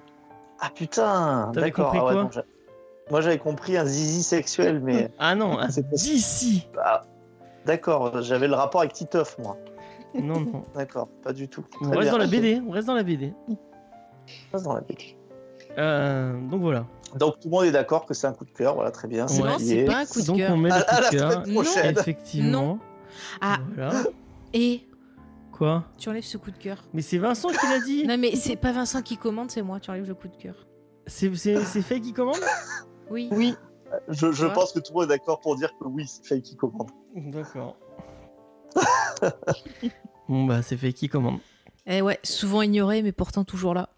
Ah putain, T'avais d'accord. compris Ah ouais, quoi non, j'a- Moi j'avais compris un zizi sexuel, mais Ah non, un C'est pas- D C. ah, d'accord, j'avais le rapport avec Titeuf, moi. Non, non. D'accord, pas du tout. On Très reste bien. dans la B D. On reste dans la B D. On reste dans la B D. Euh, donc voilà. Donc tout le monde est d'accord que c'est un coup de cœur, voilà, très bien. Ouais. Non, qui c'est est. pas un coup de Donc cœur. on met À, le à coup la de cœur. semaine prochaine. Effectivement. Ah, Voilà. et Quoi? tu enlèves ce coup de cœur. Mais c'est Vincent qui l'a dit. Non, mais c'est pas Vincent qui commande, c'est moi, tu enlèves le coup de cœur. C'est c'est c'est Faye qui commande. Oui. Oui, Je, je Quoi pense que tout le monde est d'accord pour dire que oui, c'est Faye qui commande. D'accord. Bon bah c'est Faye qui commande. Eh ouais, souvent ignoré, mais pourtant toujours là.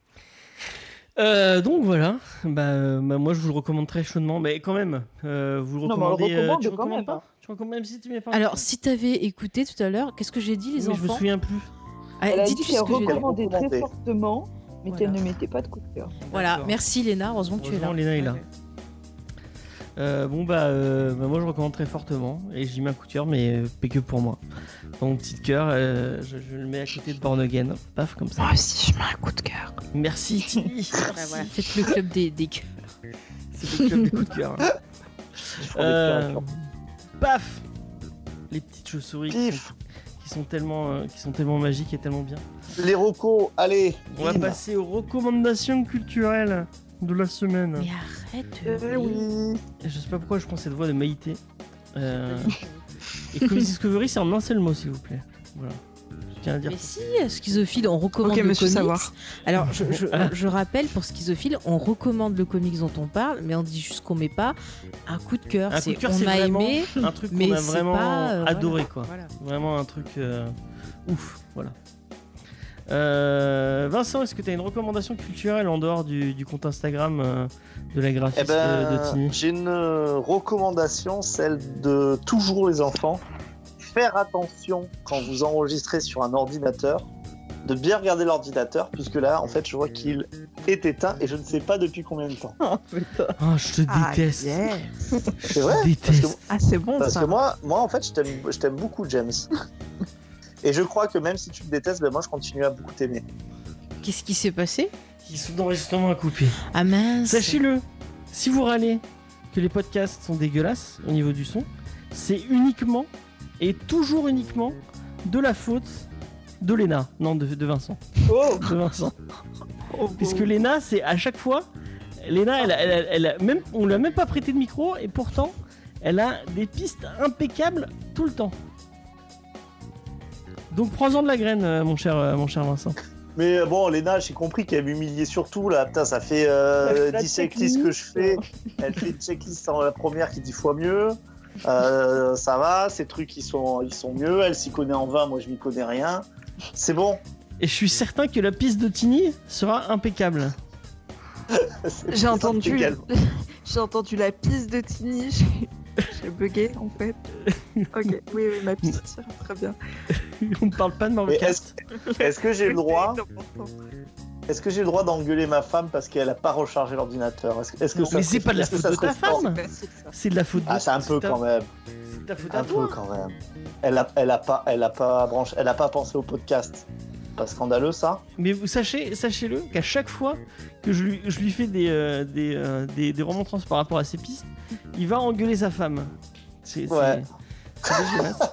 Euh, donc voilà, bah, euh, bah, moi je vous le recommande très chaudement, mais quand même, euh, vous le Non, mais on le recommandez. euh, recommande tu quand recommandes même, pas hein. Tu recommandes même si tu mets pas. Alors, si t'avais écouté tout à l'heure, qu'est-ce que j'ai dit, les Oui, je me enfants souviens plus. Ah, elle a dites dit tout qu'elle ce que j'ai dit. recommandait très Recommandé. fortement, mais Voilà. qu'elle ne mettait pas de coup de cœur. Voilà, D'accord. merci Léna, heureusement que tu es là. Heureusement, Léna est là. Ouais, ouais. Euh, bon bah, euh, bah, moi je recommande très fortement et j'y mets un coup de cœur, mais euh, pas que pour moi. Dans mon petit cœur, euh, je, je le mets à côté de Born Again, paf comme ça. Moi aussi, je mets un coup de cœur. Merci Tilly. Bah, voilà, faites le club des, des cœurs. C'est le club des coups de cœur. hein. Je prends des Euh, cœurs. paf, les petites chauves-souris qui Pif. sont, qui sont tellement, euh, qui sont tellement magiques et tellement bien. Les recos, allez. On va bim. passer aux recommandations culturelles de la semaine. Mais arrête de Eh rire. oui. Et je sais pas pourquoi je prends cette voix de Maïté. Euh, et Comics Discovery, c'est en un seul mot, s'il vous plaît. Voilà. Je tiens à dire. Mais si, Schizophile, on recommande Ok, le monsieur comics. savoir. Alors, je, je, Ah. je rappelle, pour Schizophile, on recommande le comics dont on parle, mais on dit juste qu'on met pas un coup de cœur. Un coup C'est de cœur, on c'est a vraiment aimé, un truc mais qu'on a c'est vraiment pas, euh, adoré, voilà. quoi. Voilà. Vraiment un truc euh, ouf, voilà. Euh, Vincent, est-ce que tu as une recommandation culturelle en dehors du, du compte Instagram euh, de la Eh graphiste ben, euh, de Tini? j'ai une euh, recommandation, celle de toujours les enfants. Faire attention quand vous enregistrez sur un ordinateur, de bien regarder l'ordinateur, puisque là, en fait, je vois qu'il est éteint et je ne sais pas depuis combien de temps. Oh putain. Oh, je te Ah, déteste. yes. C'est vrai? Je Parce que, déteste. Ah, c'est bon parce ça. que moi, moi, en fait, je t'aime, je t'aime beaucoup, James. Et je crois que même si tu me détestes, ben moi, je continue à beaucoup t'aimer. Qu'est-ce qui s'est passé Ils sont d'enregistrement à couper. Ah mince. Sachez-le, si vous râlez que les podcasts sont dégueulasses au niveau du son, c'est uniquement et toujours uniquement de la faute de Léna. Non, de, de Vincent. Oh, De Vincent. oh, Puisque Léna, c'est à chaque fois. Léna, elle, a- elle, a- elle a même, on lui a même pas prêté de micro et pourtant, elle a des pistes impeccables tout le temps. Donc prends-en de la graine, euh, mon cher, euh, mon cher Vincent. Mais euh, bon, Léna, j'ai compris qu'elle m'humiliait surtout là. Putain, ça fait euh, La dix checklists que je fais. Elle fait une checklist en la première qui dit fois mieux. Euh, ça va, ces trucs ils sont, ils sont mieux. Elle s'y connaît en vin, moi je m'y connais rien. C'est bon. Et je suis certain que la piste de Tini sera impeccable. C'est- J'ai c'est entendu, impeccable. j'ai entendu la piste de Tini. J'ai- J'ai bugué en fait. Ok, oui, oui, ma piste tire très bien. On ne parle pas de Mario Mais Kart. est-ce est-ce que j'ai le droit Ok, c'est important. est-ce que j'ai le droit d'engueuler ma femme parce qu'elle a pas rechargé l'ordinateur? Est-ce, que- est-ce que ça Mais serait- c'est pas de la est-ce que faute ça de serait ta sport femme. C'est de la faute de. Ah, c'est un peu ta- quand même. C'est de ta faute Un à peu toi. quand même. Elle a, elle a pas, elle a pas branché, elle a pas pensé au podcast. Pas scandaleux ça? Mais vous sachez, sachez-le qu'à chaque fois que je lui, je lui fais des, euh, des, euh, des, des remontrances par rapport à ses pistes, il va engueuler sa femme. C'est, c'est- Ouais. c'est dégueulasse.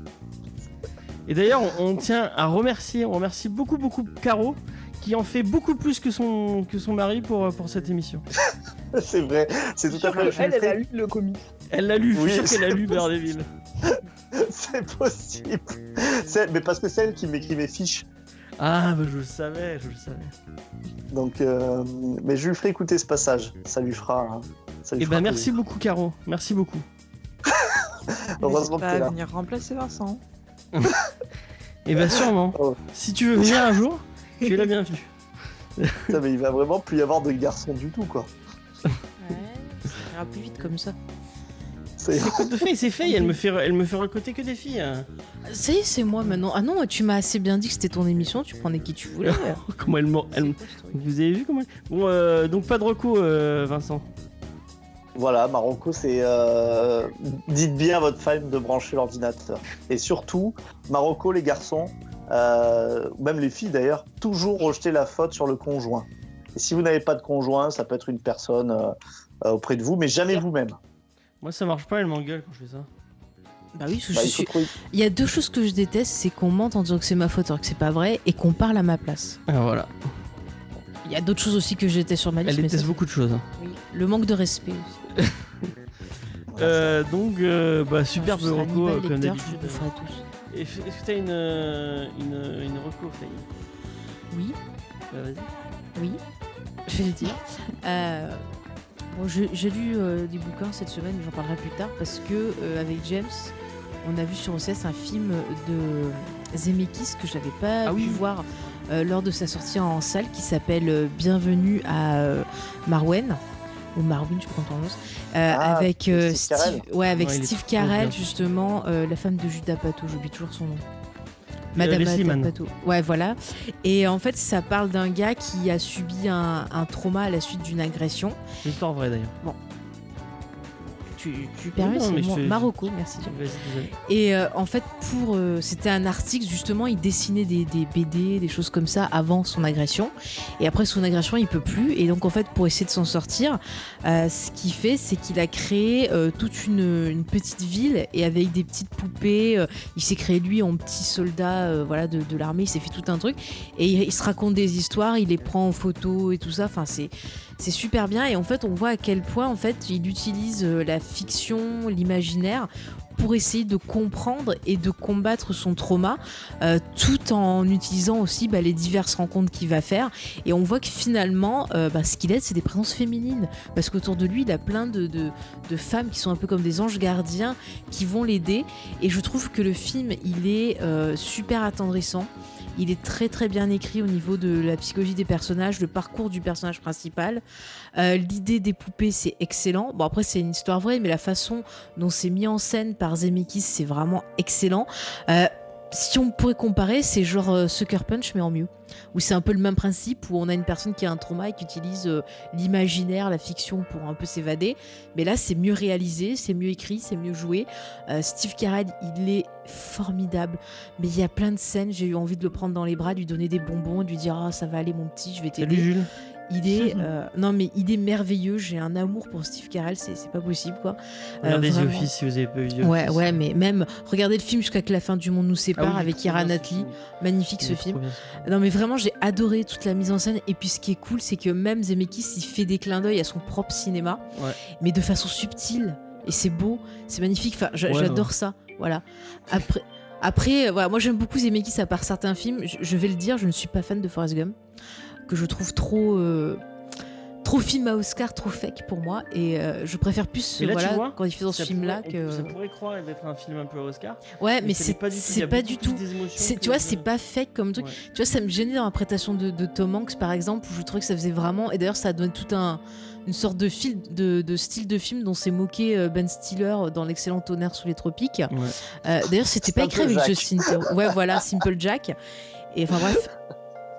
Et d'ailleurs, on, on tient à remercier, on remercie beaucoup, beaucoup Caro, qui en fait beaucoup plus que son, que son mari pour, pour cette émission. C'est vrai, c'est tout à fait. je Elle, le elle a fais- lu le comics. Elle l'a lu, je Oui, suis sûr qu'elle a c'est lu possible. Daredevil. C'est possible. C'est- mais parce que c'est elle qui m'écrit mes fiches. Ah, bah je le savais, je le savais. Donc, euh, mais je lui ferai écouter ce passage. Ça lui fera. hein, Ça lui Et fera bah merci plaisir. beaucoup Caro, merci beaucoup. Heureusement N'hésite que pas t'es à là. venir remplacer Vincent. Et bah sûrement. Oh. Si tu veux venir un jour, tu es la bienvenue. Putain, mais il va vraiment plus y avoir de garçons du tout, quoi. Ouais, ça ira plus vite comme ça. C'est- Côte de fées, c'est fait, elle me fait, elle me fait recruter que des filles. hein. Ça y est, c'est moi maintenant. Ah non, tu m'as assez bien dit que c'était ton émission, tu prenais qui tu voulais. Comment elle m'en- elle- Vous avez vu comment elle... Bon, euh, donc pas de recours, euh, Vincent. Voilà, Marocco, c'est. euh, Dites bien à votre femme de brancher l'ordinateur. Et surtout, Marocco, les garçons, euh, même les filles d'ailleurs, toujours rejeter la faute sur le conjoint. Et si vous n'avez pas de conjoint, ça peut être une personne euh, euh, auprès de vous, mais jamais vous-même. Moi ça marche pas, elle m'engueule quand je fais ça. Bah oui, parce que Bah, je il faut suis- trouver- il y a deux choses que je déteste, c'est qu'on mente en disant que c'est ma faute alors que c'est pas vrai et qu'on parle à ma place. Ah, voilà. Il y a d'autres choses aussi que je déteste sur ma liste. Elle mais déteste ça, beaucoup de choses. hein. oui. Le manque de respect aussi. Euh, donc, euh, bah, superbe Je serai reco, Hannibal euh, comme Lecter, d'habitude. je vous ferai tous. Et f- Est-ce que t'as une, euh, une, une reco, Faye? Oui, Bah, vas-y. oui, je vais le dire. Euh, bon, je- j'ai lu euh, des bouquins cette semaine, mais j'en parlerai plus tard parce que euh, avec James, on a vu sur O C S un film de Zemeckis que j'avais pas Ah pu oui. voir euh, lors de sa sortie en salle, qui s'appelle euh, Bienvenue à euh, Marwen. Ou Marvin, je crois qu'on prononce, euh, Ah, avec euh, Steve Carell. Steve, ouais, avec Ouais, il est Steve trop Carell bien. justement, euh, la femme de Judas Pato, j'oublie toujours son nom. Madame Leslie Judas Mann. Pato. Ouais, voilà. Et en fait, ça parle d'un gars qui a subi un, un trauma à la suite d'une agression. C'est une histoire vraie d'ailleurs. Tu, tu permets, non, c'est mais je moi- fais- Marocco, merci. Jean. Vas-y, désolé. Et euh, en fait, pour euh, c'était un article justement, il dessinait des, des B D, des choses comme ça avant son agression. Et après son agression, il peut plus. Et donc en fait, pour essayer de s'en sortir, euh, ce qu'il fait, c'est qu'il a créé euh, toute une, une petite ville et avec des petites poupées. euh, il s'est créé lui en petit soldat, euh, voilà, de, de l'armée. Il s'est fait tout un truc. Et il, il se raconte des histoires, il les prend en photo et tout ça. Enfin, c'est c'est super bien. Et en fait, on voit à quel point en fait il utilise euh, la fiction, l'imaginaire pour essayer de comprendre et de combattre son trauma, euh, tout en utilisant aussi bah, les diverses rencontres qu'il va faire. Et on voit que finalement, euh, bah, ce qu'il aide, c'est des présences féminines. Parce qu'autour de lui, il a plein de, de, de femmes qui sont un peu comme des anges gardiens qui vont l'aider. Et je trouve que le film, il est euh, super attendrissant. Il est très très bien écrit au niveau de la psychologie des personnages, le parcours du personnage principal. Euh, l'idée des poupées, c'est excellent. Bon, après, c'est une histoire vraie, mais la façon dont c'est mis en scène par Zemeckis, c'est vraiment excellent. Euh, si on pourrait comparer, c'est genre euh, Sucker Punch, mais en mieux. Où c'est un peu le même principe, où on a une personne qui a un trauma et qui utilise euh, l'imaginaire, la fiction pour un peu s'évader. Mais là, c'est mieux réalisé, c'est mieux écrit, c'est mieux joué. Euh, Steve Carell, il est formidable. Mais il y a plein de scènes, j'ai eu envie de le prendre dans les bras, de lui donner des bonbons, de lui dire ah, ça va aller mon petit, je vais Salut t'aider. Jules. Il est, euh, non mais il est merveilleux. J'ai un amour pour Steve Carell, c'est c'est pas possible quoi. Regardez Euh, The vraiment. Office si vous avez pas vu The Ouais, Office. ouais, mais même regardez le film jusqu'à que la fin du monde nous Ah sépare oui, il est avec trop Keira bien, ce Knightley. film. Magnifique Il ce est trop film. bien, ce Non mais vraiment j'ai adoré toute la mise en scène et puis ce qui est cool c'est que même Zemeckis il fait des clins d'œil à son propre cinéma, Ouais. mais de façon subtile et c'est beau, c'est magnifique. Enfin, j'a- Ouais, j'adore ouais. ça. Voilà. Après, après, euh, voilà, moi j'aime beaucoup Zemeckis à part certains films. Je, je vais le dire, je ne suis pas fan de Forrest Gump, que je trouve trop. euh, Trop film à Oscar, trop fake pour moi, et euh, je préfère plus Et là, tu voilà, vois, quand il fait dans ce Ça film-là pourrait- que. Ça pourrait croire d'être un film un peu à Oscar. Ouais, mais ça c'est l'est pas du tout. Il y c'est a pas beaucoup du plus tout. d'émotions C'est- que Tu vois, de- c'est pas fake comme truc. Ouais. Tu vois, ça me gênait dans l'interprétation de, de Tom Hanks, par exemple, où je trouvais que ça faisait vraiment. Et d'ailleurs, ça a donné tout un. Une sorte de, fil, de, de style de film dont s'est moqué euh, Ben Stiller dans l'excellent Tonnerre sous les tropiques. Ouais. Euh, D'ailleurs, c'était pas écrit Simple avec Jack. Justin Theroux. Ouais, voilà, Simple Jack. Et enfin bref.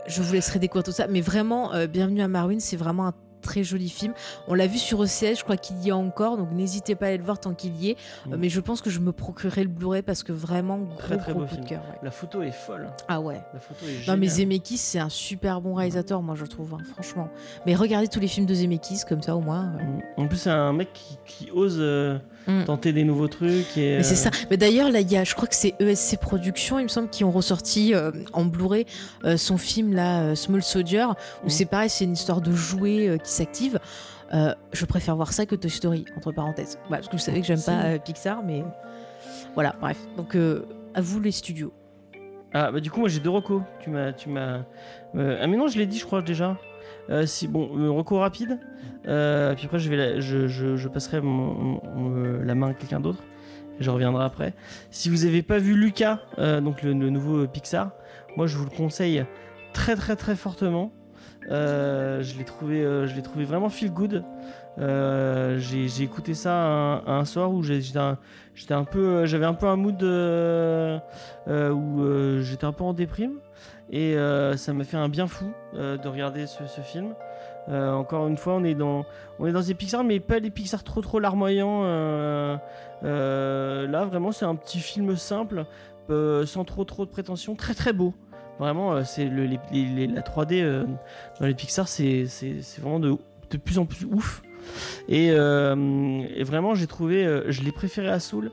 je vous laisserai découvrir tout ça. Mais vraiment, euh, Bienvenue à Marwyn, c'est vraiment un très joli film. On l'a vu sur O C S, je crois qu'il y a encore, donc n'hésitez pas à aller le voir tant qu'il y est. Mmh. Euh, mais je pense que je me procurerai le Blu-ray parce que vraiment, gros, Très, très gros beau coup film. de cœur. Ouais. La photo est folle. Ah ouais. La photo est Non géniale. mais Zemeckis c'est un super bon réalisateur moi je trouve hein, franchement. Mais regardez tous les films de Zemeckis comme ça au moins. euh. En plus, c'est un mec qui, qui ose euh, Mm. tenter des nouveaux trucs. Et, Mais c'est euh, ça. Mais d'ailleurs là il y a, je crois que c'est E S C Productions il me semble qui ont ressorti euh, en Blu-ray euh, son film là euh, Small Soldier où Mm. c'est pareil c'est une histoire de jouet euh, qui s'active. Euh, je préfère voir ça que Toy Story entre parenthèses. Voilà, parce que vous savez que j'aime Si. pas euh, Pixar mais voilà bref donc euh, à vous les studios. Ah bah du coup moi j'ai deux recos. Tu m'as, tu m'as. euh, Ah mais non je l'ai dit je crois déjà. Euh, si bon euh, reco rapide. Euh, puis après je vais la- je, je, je passerai mon, mon- mon- la main à quelqu'un d'autre. Et je reviendrai après. Si vous avez pas vu Lucas, euh, donc le, le nouveau Pixar, moi je vous le conseille très très très fortement. Euh, je l'ai trouvé, euh, je l'ai trouvé vraiment feel good. Euh, j'ai, j'ai écouté ça un, un soir où j'ai- j'étais un, j'étais un peu, j'avais un peu un mood euh, euh, où euh, j'étais un peu en déprime et euh, ça m'a fait un bien fou euh, de regarder ce, ce film. Euh, encore une fois, on est dans, on est dans des Pixar, mais pas des Pixar trop trop larmoyants. Euh, euh, là, vraiment, c'est un petit film simple, euh, sans trop trop de prétention, très très beau. Vraiment, euh, c'est le, les, les- les- la trois D euh, dans les Pixar, c'est, c'est, c'est vraiment de, de plus en plus ouf. Et, euh, et vraiment, j'ai trouvé, euh, je l'ai préféré à Soul.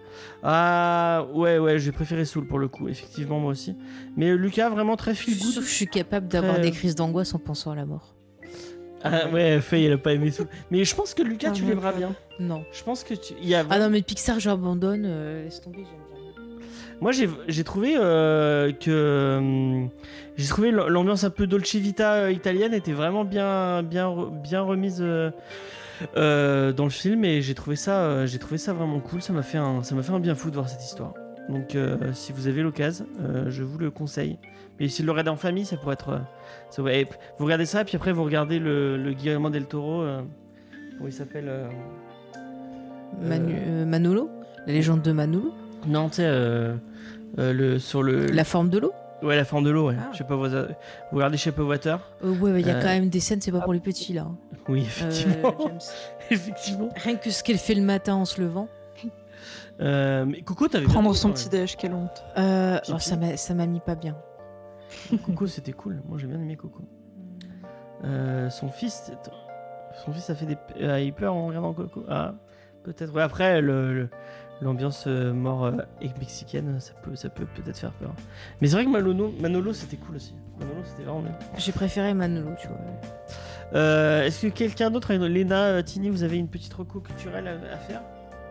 Ah ouais, ouais, j'ai préféré Soul pour le coup, effectivement, moi aussi. Mais Lucas, vraiment très Je feel suis good. sûre que je suis capable d'avoir Très- des crises d'angoisse en pensant à la mort. Ah ouais, Faye, elle a pas aimé Soul. Mais je pense que Lucas, Ah, tu non. l'aimeras bien. Non. Je pense que tu. Il y a... Ah non mais Pixar j'abandonne, euh, laisse tomber j'aime bien. Moi, j'ai, j'ai trouvé euh, que. hum, j'ai trouvé l'ambiance un peu Dolce Vita euh, italienne était vraiment bien, bien, re- bien remise euh, euh, dans le film et j'ai trouvé ça, euh, j'ai trouvé ça vraiment cool. Ça m'a fait un, ça m'a fait un bien fou de voir cette histoire. Donc, euh, si vous avez l'occasion, euh, je vous le conseille. Mais si vous le regardez en famille, ça pourrait être. euh, ça pourrait- et vous regardez ça, puis après vous regardez le, le Guillermo del Toro. Euh, comment il s'appelle euh, Manu- euh, Manolo, la légende de Manolo, Non, tu sais, euh, euh, le sur le. la forme de l'eau. Ouais, la forme de l'eau. Ouais. Ah. Je sais pas, vous, vous regardez Shape of Water. Euh, ouais, il y a Euh, quand même des scènes, c'est pas pour les petits là. hein. Oui, Euh, effectivement. James. effectivement. Rien que ce qu'elle fait le matin en se levant. Euh, mais Coco, t'avais bien Prendre aimé, son quand petit déj, quelle honte. Euh, Pipi. oh, ça m'a ça m'a mis pas bien. même. Coco, c'était cool. Moi, j'ai bien aimé Coco. Euh, son fils, son fils a fait des, a eu peur en regardant Coco. Ah, peut-être. Ouais, après, le, le- l'ambiance euh, mort euh, mexicaine, ça peut, ça peut peut-être faire peur. Mais c'est vrai que Manolo, Manolo, c'était cool aussi. Manolo, c'était vraiment bien. J'ai préféré Manolo, tu vois. Euh, est-ce que quelqu'un d'autre, Léna, euh, Tini, vous avez une petite reco culturelle à, à faire?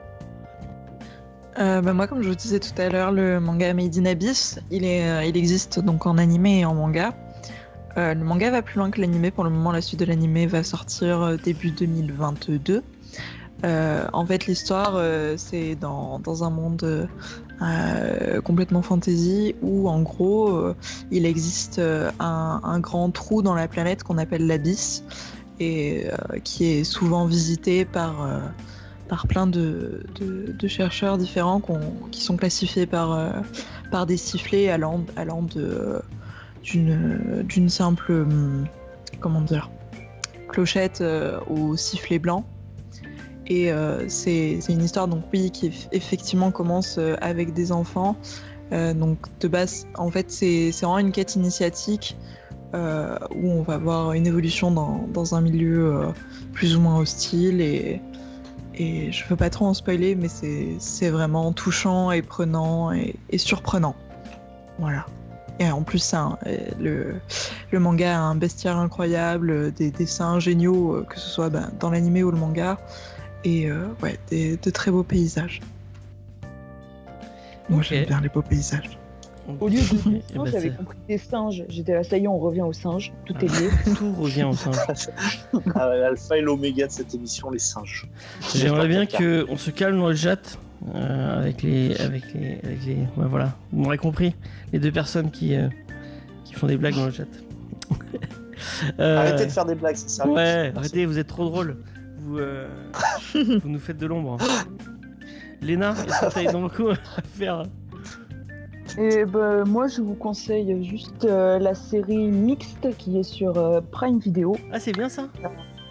Euh, bah moi, comme je vous disais tout à l'heure, le manga Made in Abyss, il, est, euh, il existe donc en animé et en manga. Euh, le manga va plus loin que l'animé. Pour le moment, la suite de l'animé va sortir euh, début deux mille vingt-deux. Euh, en fait, l'histoire, euh, c'est dans, dans un monde euh, euh, complètement fantasy où, en gros, euh, il existe euh, un, un grand trou dans la planète qu'on appelle l'Abysse et euh, qui est souvent visité par... euh, par plein de, de, de chercheurs différents qu'on- qui sont classifiés par, euh, par des sifflets allant, allant de, d'une, d'une simple hum, comment dire, clochette euh, au sifflet blanc. Et euh, c'est, c'est une histoire donc oui qui eff- effectivement commence euh, avec des enfants. Euh, donc de base, en fait, c'est, c'est vraiment une quête initiatique euh, où on va voir une évolution dans, dans un milieu euh, plus ou moins hostile et Et je veux pas trop en spoiler, mais c'est, c'est vraiment touchant et prenant et, et surprenant. Voilà. Et en plus, c'est un- euh, le, le manga a un bestiaire incroyable, des dessins géniaux, euh, que ce soit ben, dans l'animé ou le manga, et euh, ouais, des, de très beaux paysages. Moi, Ok. j'aime bien les beaux paysages. Au lieu de Eh ben, singes, j'avais c'est- compris des singes. J'étais là, ça y est, on revient aux singes. Tout est lié. Tout revient au singe. Ah ouais, l'alpha et l'oméga de cette émission, les singes. J'aimerais bien qu'on se calme dans le chat euh, avec les, avec les, avec les, ouais, voilà. Vous m'aurez compris, les deux personnes qui, euh, qui font des blagues dans le chat. Euh, Arrêtez de faire des blagues, c'est ça. Ouais, arrêtez, vous êtes trop drôle. Vous, euh, vous nous faites de l'ombre. Léna, est-ce que t'as une reco à faire? Et bah, moi, je vous conseille juste euh, la série Mixte qui est sur euh, Prime Video. Ah, c'est bien ça.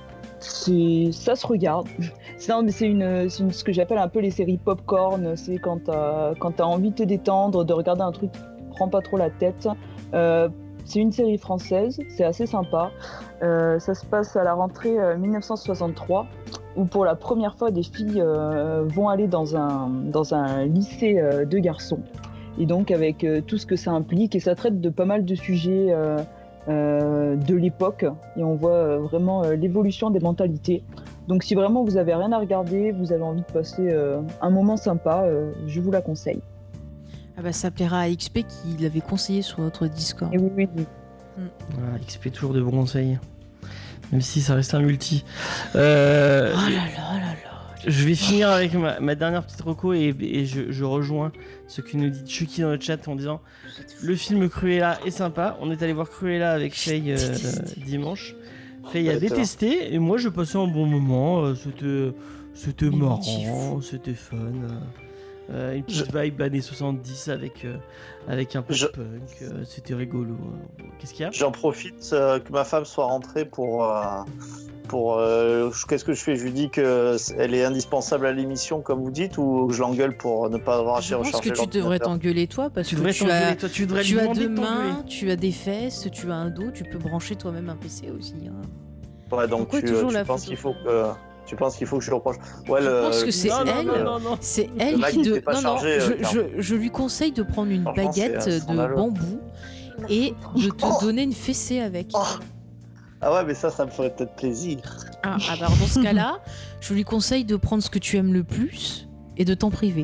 C'est, ça se regarde. C'est, non, mais c'est une, c'est une- ce que j'appelle un peu les séries popcorn. C'est quand t'as, quand t'as envie de te détendre, de regarder un truc qui prend pas trop la tête. Euh, c'est une série française, c'est assez sympa. Euh, ça se passe à la rentrée euh, mille neuf cent soixante-trois, où pour la première fois, des filles euh, vont aller dans un, dans un lycée euh, de garçons. Et donc avec euh, tout ce que ça implique, et ça traite de pas mal de sujets euh, euh, de l'époque, et on voit euh, vraiment euh, l'évolution des mentalités. Donc si vraiment vous avez rien à regarder, vous avez envie de passer euh, un moment sympa, euh, je vous la conseille. Ah bah ça plaira à X P qui l'avait conseillé sur notre Discord. Et oui, oui, oui. Voilà, X P toujours de bons conseils. Même si ça reste un multi. Euh, Oh là là là là. Je vais finir avec ma, ma dernière petite reco et, et je, je rejoins ce que nous dit Chucky dans le chat en disant le film Cruella est sympa. On est allé voir Cruella avec Faye euh, dimanche. Faye a Ouais, détesté et moi je passais un bon moment. euh, C'était, c'était Mais marrant, tu es fou. c'était fun. euh, euh, une petite vibe années soixante-dix avec, euh, avec un peu de Je- punk. euh, C'était rigolo. Qu'est-ce qu'il y a? J'en profite euh, que ma femme soit rentrée pour. euh, pour euh, je- Qu'est-ce que je fais? Je lui dis qu'elle est indispensable à l'émission, comme vous dites, ou je l'engueule pour ne pas avoir à Je pense recharger que tu devrais l'ordinateur. t'engueuler toi parce Tu que devrais tu t'engueuler, as, toi, tu devrais tu lui as demander deux de t'engueuler. mains, tu as des fesses, tu as un dos, tu peux brancher toi-même un P C aussi. hein. Ouais, donc Pourquoi tu, toujours tu la penses photo qu'il faut que tu penses qu'il faut que je le reproche. Ouais, Je le- pense que c'est non, non, elle. non, non, non. C'est elle Mac qui n'était de. pas Non, non, chargé, je, euh, je, je lui conseille de prendre une Franchement, baguette c'est un de scandaleux. bambou et de te Oh. donner une fessée avec. Oh. Ah ouais, mais ça, ça me ferait peut-être plaisir. Ah, ah bah alors dans ce cas-là, je lui conseille de prendre ce que tu aimes le plus et de t'en priver.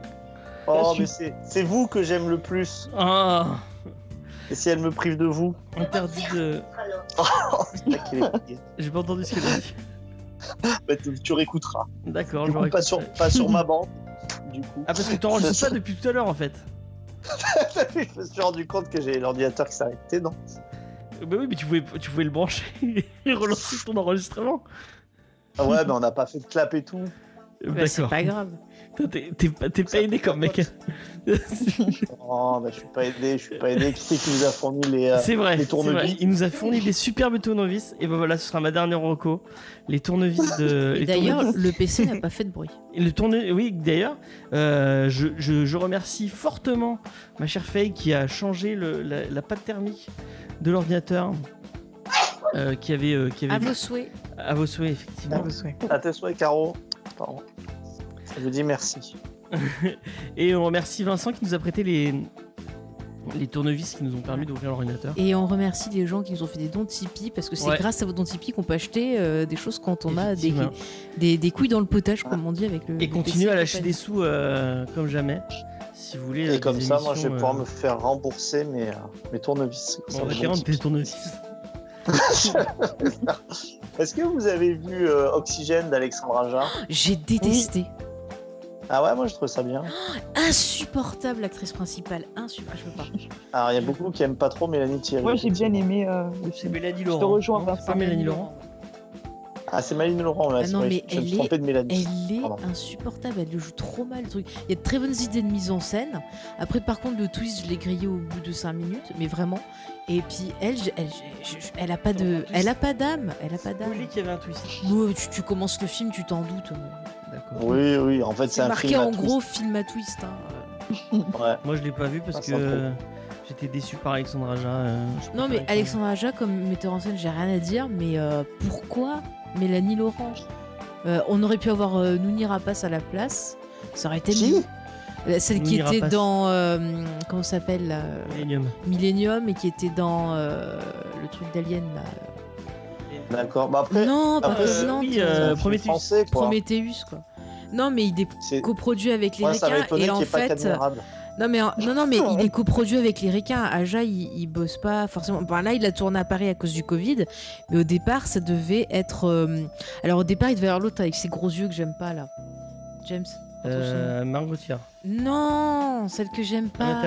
Oh, su- mais c'est c'est vous que j'aime le plus. Ah, Et si elle me prive de vous? interdit de. Oh, putain, quel est- J'ai pas entendu ce qu'elle a dit. Bah, tu, tu réécouteras. D'accord, Du je coup, pas sur, pas sur ma bande. Du coup. Ah, parce que t'enregistres pas depuis tout à l'heure en fait. Je me suis rendu compte que j'ai l'ordinateur qui s'arrêtait, non? Bah oui, mais tu pouvais, tu pouvais le brancher et relancer ton enregistrement. Ah ouais, mais on n'a pas fait de clap et tout. Bah, c'est D'accord. pas grave. Toi, T'es t'es pas, t'es pas aidé comme mec. Oh, bah je suis pas aidé, je suis pas aidé. Qui c'est qui nous a fourni les, euh, C'est vrai, les c'est vrai. tournevis? Il nous a fourni des superbes tournevis. Et ben voilà, ce sera ma dernière reco. Les tournevis de. Et les d'ailleurs, tournevis- le P C n'a pas fait de bruit. Et le tourne... Oui, d'ailleurs, euh, je, je, je remercie fortement ma chère Faye qui a changé le, la, la pâte thermique de l'ordinateur. Euh, qui avait, euh, qui avait À vos souhaits. à vos souhaits, effectivement. À tes souhaits, Caro. Pardon. Je vous dis merci. Et on remercie Vincent qui nous a prêté les, les tournevis qui nous ont permis d'ouvrir l'ordinateur. Et on remercie les gens qui nous ont fait des dons Tipeee parce que c'est Ouais. grâce à vos dons Tipeee qu'on peut acheter euh, des choses quand on a des, Effectivement. des, des couilles dans le potage, comme on dit avec le. Et le continuer P C à lâcher compagnie. des sous euh, comme jamais. Si vous voulez. euh, Et comme des ça, moi, je vais émissions, pouvoir euh, me faire rembourser mes, euh, mes tournevis. On va te les rendre tes tournevis. Est-ce que vous avez vu euh, Oxygène d'Alexandre Aja? J'ai détesté. Ah ouais, moi je trouve ça bien. Insupportable l'actrice principale. Insupportable. Je peux pas. Alors il y a beaucoup qui aiment pas trop Mélanie Thierry. Moi, j'ai bien aimé. euh, le C'est film. Mélanie Je Laurent. te rejoins, non, Vincent. c'est pas Mélanie Laurent. Ah, c'est Mélanie Laurent, là. Ah c'est non, vrai, mais je me elle suis est- trompé de Mélanie. Elle est Pardon. insupportable, elle le joue trop mal le truc. Il y a de très bonnes idées de mise en scène. Après, par contre, le twist, je l'ai grillé au bout de cinq minutes, mais vraiment. Et puis, elle, je- elle, je- je- elle a pas de, elle a pas d'âme, elle a pas d'âme. Vous qu'il y avait un twist. Moi, tu, tu commences le film, tu t'en doutes. D'accord. Oui, oui, en fait c'est C'est un marqué film à en twist. gros film à twist. hein. Ouais. Moi je l'ai pas vu parce Ah, que c'est un pro. euh, j'étais déçu par Alexandre Aja. euh, je Non, préfère mais Alexandre Aja, comme metteur en scène, j'ai rien à dire, mais euh, pourquoi Mélanie Laurent Euh, On aurait pu avoir euh, Nouni Rapace à la place, ça aurait été Qui mieux. Euh, Celle qui Nouni était Rapace. dans. euh, comment ça s'appelle là Millennium. Millennium et qui était dans euh, le truc d'Alien là. D'accord. Bah après, Non, pas après, c'est- Covenant. oui, c'est euh, un film Prometheus. français, quoi. Prometheus quoi. Non, mais il est C'est- coproduit avec les Moi, ça m'a requins étonné et qu'il en n'y ait pas fait. Cadmerade. Non mais, non, non, mais il est coproduit avec les requins. Aja, il, il bosse pas forcément. Bon, là, il a tourné à Paris à cause du Covid. Mais au départ, ça devait être. euh, Alors, au départ, il devait y avoir l'autre avec ses gros yeux que j'aime pas, là. James. Euh, Margot Thier. Non, celle que j'aime pas. Anna Thaoué.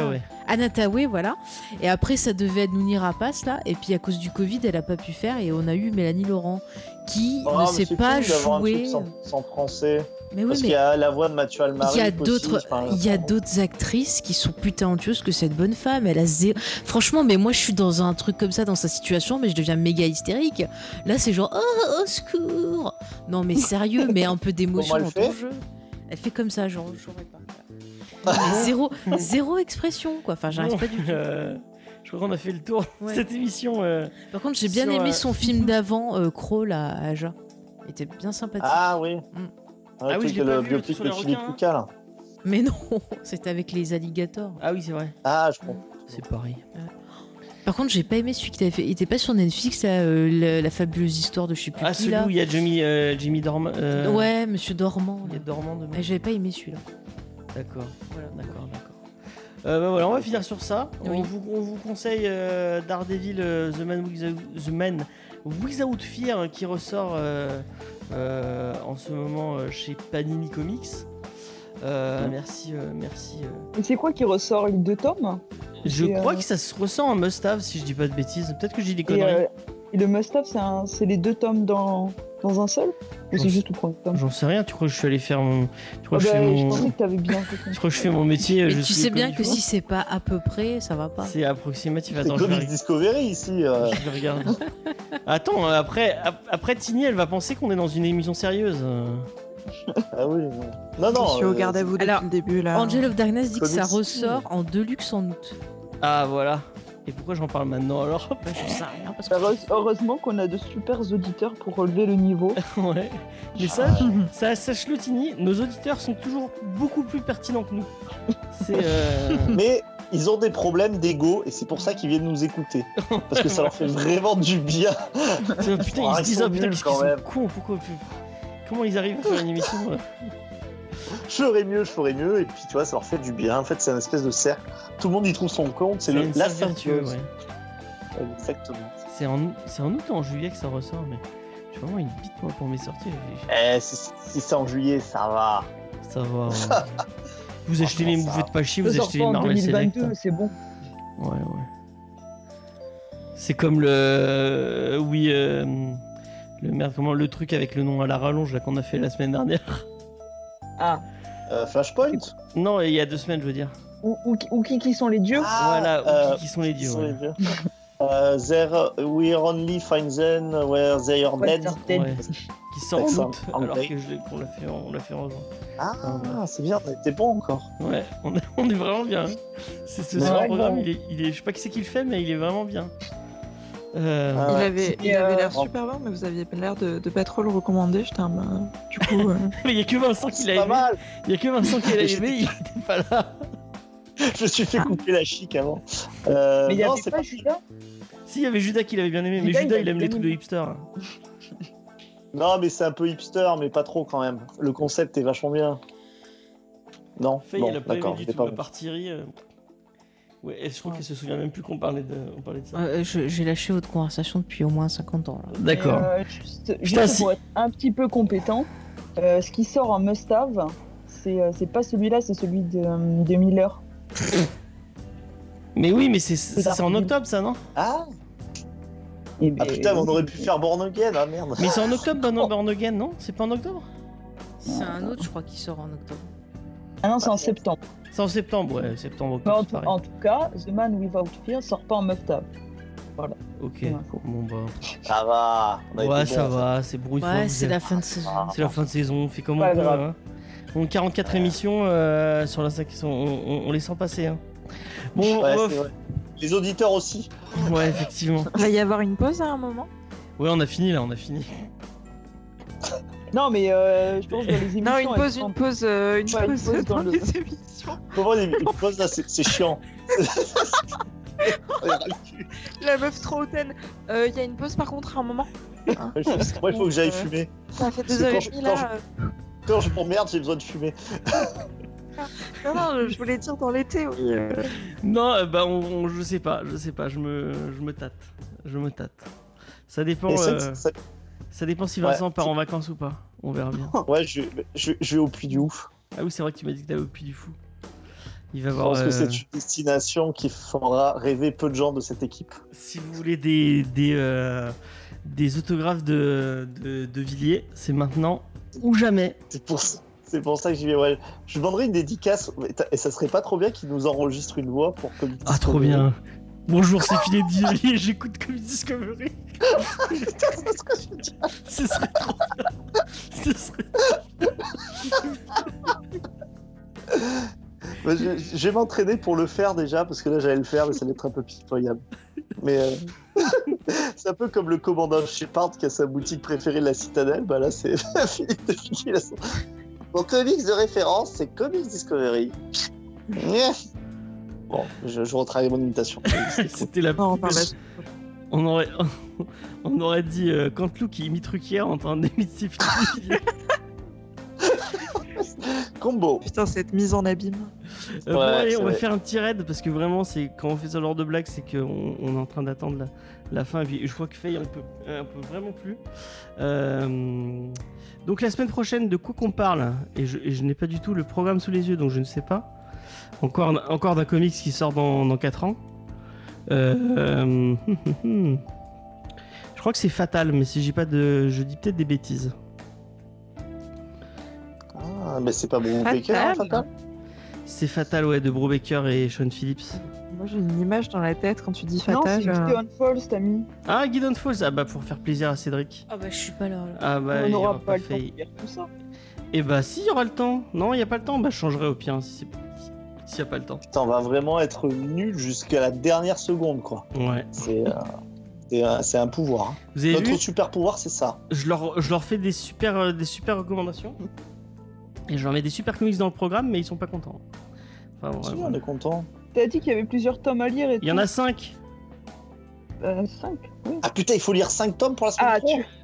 Anna Tawai, voilà. Et après, ça devait être Nouni Rapace, là. Et puis, à cause du Covid, elle a pas pu faire. Et on a eu Mélanie Laurent, qui Oh, ne mais sait c'est pas cool d'avoir un truc jouer. sans, sans français. Mais oui, Parce mais qu'il y a la voix de Mathieu Almaric. il y a aussi, d'autres, enfin, il y a d'autres actrices qui sont plus talentueuses que cette bonne femme. Elle a zéro... Franchement, mais moi, je suis dans un truc comme ça, dans sa situation, mais je deviens méga hystérique. Là, c'est genre, oh, au secours. Non, mais sérieux, mais un peu d'émotion Comment dans elle ton fait jeu. Elle fait comme ça, genre, j'aurais pas. Non, mais zéro, zéro expression, quoi. Enfin, j'arrive Bon, pas du tout. euh, je crois qu'on a fait le tour de Ouais. cette émission. euh. Par contre, j'ai bien sur, aimé euh, son film d'avant, euh, Crawl à Aja. Il était bien sympathique. Ah oui. Ah oui, truc je l'ai de pas le vu, le truc biopic sur de les Philippe requins, Lucas, là. Mais non, c'était avec les alligators. Ah oui, c'est vrai. Ah, je comprends. C'est pareil. Par contre, j'ai pas aimé celui qui t'avait fait. Il était pas sur Netflix, là, euh, la, la fabuleuse histoire de je sais plus Ah, qui, celui là. où il y a Jimmy, euh, Jimmy Dormant. euh, Ouais, Monsieur Dormant. Il y a là. Dormant de Ah, j'avais pas aimé celui-là. D'accord, voilà, d'accord, d'accord. Euh, bah voilà, on va finir sur ça. Oui. On, vous, on vous conseille euh, Daredevil, euh, The, Man Without, The Man Without Fear, hein, qui ressort euh, euh, en ce moment euh, chez Panini Comics. Euh, merci, euh, merci. euh. Et c'est quoi qui ressort, les deux tomes? Je Et, crois euh, que ça se ressent en must-have, si je dis pas de bêtises. Peut-être que je dis des Et, conneries. euh, et le must-have, c'est un- c'est les deux tomes dans, dans un seul? Ou J'en c'est sais- juste le premier tome? J'en sais rien. Tu crois que je suis allé faire mon. Tu crois Ah que je bah, fais je mon. pensais que t'avais bien fait Tu crois que je fais mon métier. Et je tu suis sais comme bien il que faut si c'est pas à peu près, ça va pas. C'est approximatif. C'est Attends, je vais, Comics Discovery ici. euh. je vais regarder. Attends, euh, après, ap- après Tini, elle va penser qu'on est dans une émission sérieuse. euh. Ah oui. Non, non. non Je suis au euh, garde à vous depuis Alors, le début là. Angel of Darkness dit que ça Comics. ressort en Deluxe en août. Ah, voilà. Et pourquoi j'en parle maintenant alors? Bah, j'en sais rien parce que. Heureuse- Heureusement qu'on a de super auditeurs pour relever le niveau. Ouais. Mais ça, ça sache-le, Tini, nos auditeurs sont toujours beaucoup plus pertinents que nous. C'est. euh, Mais ils ont des problèmes d'ego et c'est pour ça qu'ils viennent nous écouter. Parce que ça leur fait vraiment du bien. c'est- Putain, Ah, ils se ils disent, sont ah putain, nuls, qu'est-ce quand qu'ils sont même. cons, pourquoi. Comment ils arrivent à faire une émission euh Je ferais mieux, je ferais mieux. Et puis tu vois, ça leur fait du bien. En fait, c'est un espèce de cercle. Tout le monde y trouve son compte. C'est le une la cercle vertueux, vertueuse. ouais. Exactement. C'est en, c'est en août ou en juillet que ça ressort, mais j'ai vraiment une bite moi pour mes sorties. Eh, si, si c'est en juillet, ça va. Ça va. ouais. Vous achetez les, ça vous va. faites pas chier, vous Ça achetez sort les pas en Marvel deux mille Select. vingt-deux, c'est bon. Ouais, ouais. C'est comme le. Oui, euh, le merde, comment le truc avec le nom à la rallonge là qu'on a fait la semaine dernière. Ah, Euh, Flashpoint. Non, il y a deux semaines, je veux dire. ou, ou, ou qui, qui sont les dieux? Ah, voilà, euh, qui, qui sont les dieux. Qui sont ouais. les dieux. Euh, there, we only find them where they are Ouais, dead. Dead. Ouais. Qui sort en Accent août, anglais. alors que je l'ai- qu'on l'a fait, en- on l'a fait en juin. Ah, c'est bien, t'es bon encore. Ouais, on est, on est vraiment bien. C'est ce Ouais, soir ouais, programme, ouais. il est, il est, je sais pas qui c'est qui le fait, mais il est vraiment bien. Euh, Ah, Il ouais. avait, il Et, avait euh, l'air super bon, mais vous aviez l'air de, de pas trop le recommander. J'étais un peu- Du coup, euh, mais il y a que Vincent qui C'est l'a pas aimé. mal. Il y a que Vincent qui l'a aimé, il était pas là. Je me suis fait couper la chic avant. Euh, Mais il y non, avait c'est pas pas Judas? Si, il y avait Judas qui l'avait bien aimé, mais Judas, Judas il il a aime bien les trucs de aimé. hipster. Non, mais c'est un peu hipster, mais pas trop quand même. Le concept est vachement bien. Non, Faye, bon, elle a pas aimé d'accord, du c'est tout, pas à bon. part Thierry. euh, Ouais, et je crois qu'elle se souvient même plus qu'on parlait de, on parlait de ça. Euh, je- J'ai lâché votre conversation depuis au moins cinquante ans. Là. D'accord. Euh, juste, Putain, juste si- pour être un petit peu compétent, euh, ce qui sort en must-have, c'est euh, c'est pas celui-là, c'est celui de, euh, de Miller. Mais oui, mais c'est c'est c'est en Daredevil. octobre ça, non? Ah, Et ah ben, putain, mais on aurait pu faire Born Again, ah merde. Mais c'est en octobre, Born Born Again, non? C'est pas en octobre? C'est un autre, je crois, qui sort en octobre. Ah non, c'est en septembre. C'est en septembre, ouais, septembre, Mais octobre, en, c'est tout, pareil. en tout cas, The Man Without Fear sort pas en must-have. Ok, Ouais, faut- bon bah. Ça va. on a Ouais, été ça bon. va, c'est bruit. Ouais, c'est la fin de saison. C'est la fin de saison, on fait comme Pas on peut. grave. Hein. Donc quarante-quatre émissions euh, sur la cinq, on, on, on les sent passer. Hein. Bon, Ouais, on va c'est f- vrai. Les auditeurs aussi. ouais, effectivement. il va y avoir une pause à un moment. Ouais, on a fini là, on a fini. Non, mais euh, je pense que dans les émissions. Non, une elles pause, sont- une pause, euh, une Ouais, une pause, pause dans dans le- les émissions. Comment les les pauses là, c'est c'est chiant. On est ras le cul. La meuf trop hautaine. Euh, Il y a une pause par contre à un moment. Hein. Moi, il faut que j'aille Euh, fumer. Ça fait deux C'est heures quand et je- demie quand là. euh. Quand je m'emmerde, j'ai besoin de fumer. Non, non, je voulais dire dans l'été, oui. euh. Non, euh, bah, on, on- je sais pas, je sais pas, je me, je me tâte. Je me tâte. Ça dépend, Et ça- euh, ça- ça dépend si Ouais, Vincent part c'est- en vacances ou pas. On verra bien. Ouais, je, je, je vais au puits du ouf. Ah oui, c'est vrai que tu m'as dit que t'allais au Puy du Fou. Il va Je avoir. pense que euh, c'est une destination qui fera rêver peu de gens de cette équipe. Si vous voulez des, des, euh, des autographes de, de, de Villiers, c'est maintenant ou jamais. C'est pour, c'est pour ça que j'y vais. Ouais. Je demanderais une dédicace, et ça serait pas trop bien qu'il nous enregistre une voix pour Comic Ah, trop bien. Bonjour, c'est Philippe Villiers, j'écoute Comic Discovery. Putain, c'est ce que je veux dire. Ce serait trop bien. Ce serait... Bah, je, je vais m'entraîner pour le faire déjà, parce que là j'allais le faire, mais ça va être un peu pitoyable. Mais euh, c'est un peu comme le commandant Shepard qui a sa boutique préférée de la Citadelle. Bah là, c'est Philippe de Villiers. Son... Mon comics de référence, c'est Comics Discovery. Bon, je, je retravaille mon imitation. C'était la Non, plus... enfin, bah, On aurait, on aurait dit euh, Canteloup qui imite Ruquier en train d'imiter Philippe Villiers. Combo. putain, cette mise en abîme. Euh, bon, Ouais, allez, c'est on va vrai. faire un petit raid parce que vraiment, c'est quand on fait ce genre de blague, c'est qu'on on est en train d'attendre la, la fin. Et puis, je crois que Faye, on peut, on peut vraiment plus. Euh, donc, la semaine prochaine, de quoi qu'on parle, et je, et je n'ai pas du tout le programme sous les yeux, donc je ne sais pas. Encore, encore d'un comics qui sort dans, dans quatre ans. Euh, euh, je crois que c'est Fatal, mais si j'ai pas de. Je dis peut-être des bêtises. Ah, mais c'est pas Bruce Baker, hein, Fatal. C'est Fatal, ouais, de Brubaker et Sean Phillips. Moi, j'ai une image dans la tête quand tu dis Non, fatal. c'est euh, Gideon Falls, t'as mis. Ah, Gideon Falls, ah bah pour faire plaisir à Cédric. Ah bah je suis pas là. là. Ah bah On il y n'aura aura pas pas le temps de fait. lire tout ça. Et bah si, il y aura le temps. Non, il y a pas le temps, bah je changerai au pire hein, si c'est s'il y a pas le temps. Putain, on va vraiment être nul jusqu'à la dernière seconde, quoi. Ouais. C'est, euh, c'est, un, c'est un pouvoir. hein. Vous avez Notre vu super pouvoir, c'est ça. je leur, je leur fais des super, euh, des super recommandations. Et je leur mets des super comics dans le programme, mais ils sont pas contents. Enfin, Si, ouais, on ouais. est content. T'as dit qu'il y avait plusieurs tomes à lire et Il y en a cinq. Euh, cinq. Oui. Ah putain, il faut lire cinq tomes pour la semaine Ah, pro. tu.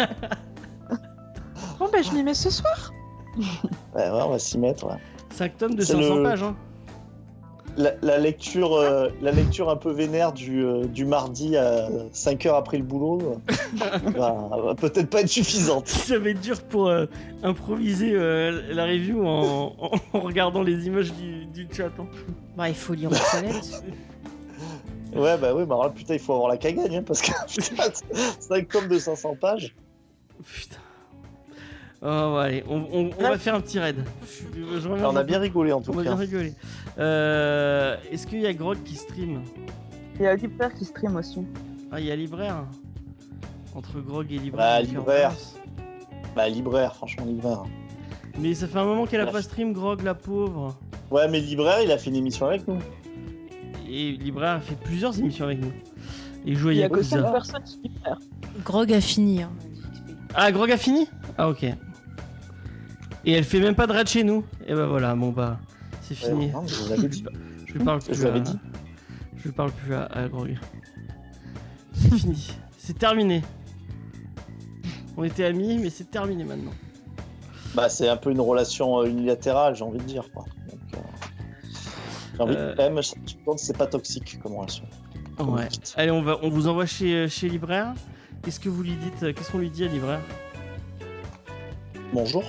Bon, bah, je m'y mets ce soir. Ouais, ouais, on va s'y mettre. Ouais. cinq tomes de C'est cinq cents le- pages. Hein. La, la lecture, euh, la lecture un peu vénère du, euh, du mardi à cinq heures après le boulot euh, va, va peut-être pas être suffisante. Ça va être dur pour euh, improviser euh, la review en, en- en regardant les images du, du chat. Hein. Bah il faut lire aux toilettes. Ouais, bah oui, bah alors là, putain, il faut avoir la cagagne, hein, parce que putain, cinq tomes de cinq cents pages. Putain. Oh, ouais, allez, on, on- on va faire un petit raid. Je, je reviens On a bien rigolé en tout On va cas. bien rigoler. Euh, Est-ce qu'il y a Grog qui stream? Il y a Libraire qui stream aussi. Ah, il y a Libraire. Entre Grog et Libraire. Bah, il y a Libraire. Curse. Bah, libraire, franchement, libraire. Mais ça fait un moment qu'elle a La pas f- stream, Grog, la pauvre. Ouais, mais libraire, il a fait une émission avec nous. Et Libraire a fait plusieurs émissions avec nous. Et il joue à Il y a que cinq Yakuza. personnes qui Libraire. Grog a fini. Hein. Ah, Grog a fini? Ah, ok. Et elle fait même pas de raid chez nous. Et bah voilà, bon bah, c'est fini. Ouais, non, mais je l'avais dit. Je lui parle Je plus. l'avais à... dit. Je lui parle plus à, à Grog. C'est fini. C'est terminé. On était amis, mais c'est terminé maintenant. Bah, c'est un peu une relation euh, unilatérale, j'ai envie de dire. Quoi. Donc, euh, j'ai envie Euh. de... Quand même, je je pense que c'est pas toxique comme relation. Comme Ouais. petite. Allez, on, va, on vous envoie chez, chez Libraire. Qu'est-ce que vous lui dites? Qu'est-ce qu'on lui dit à Libraire? Bonjour.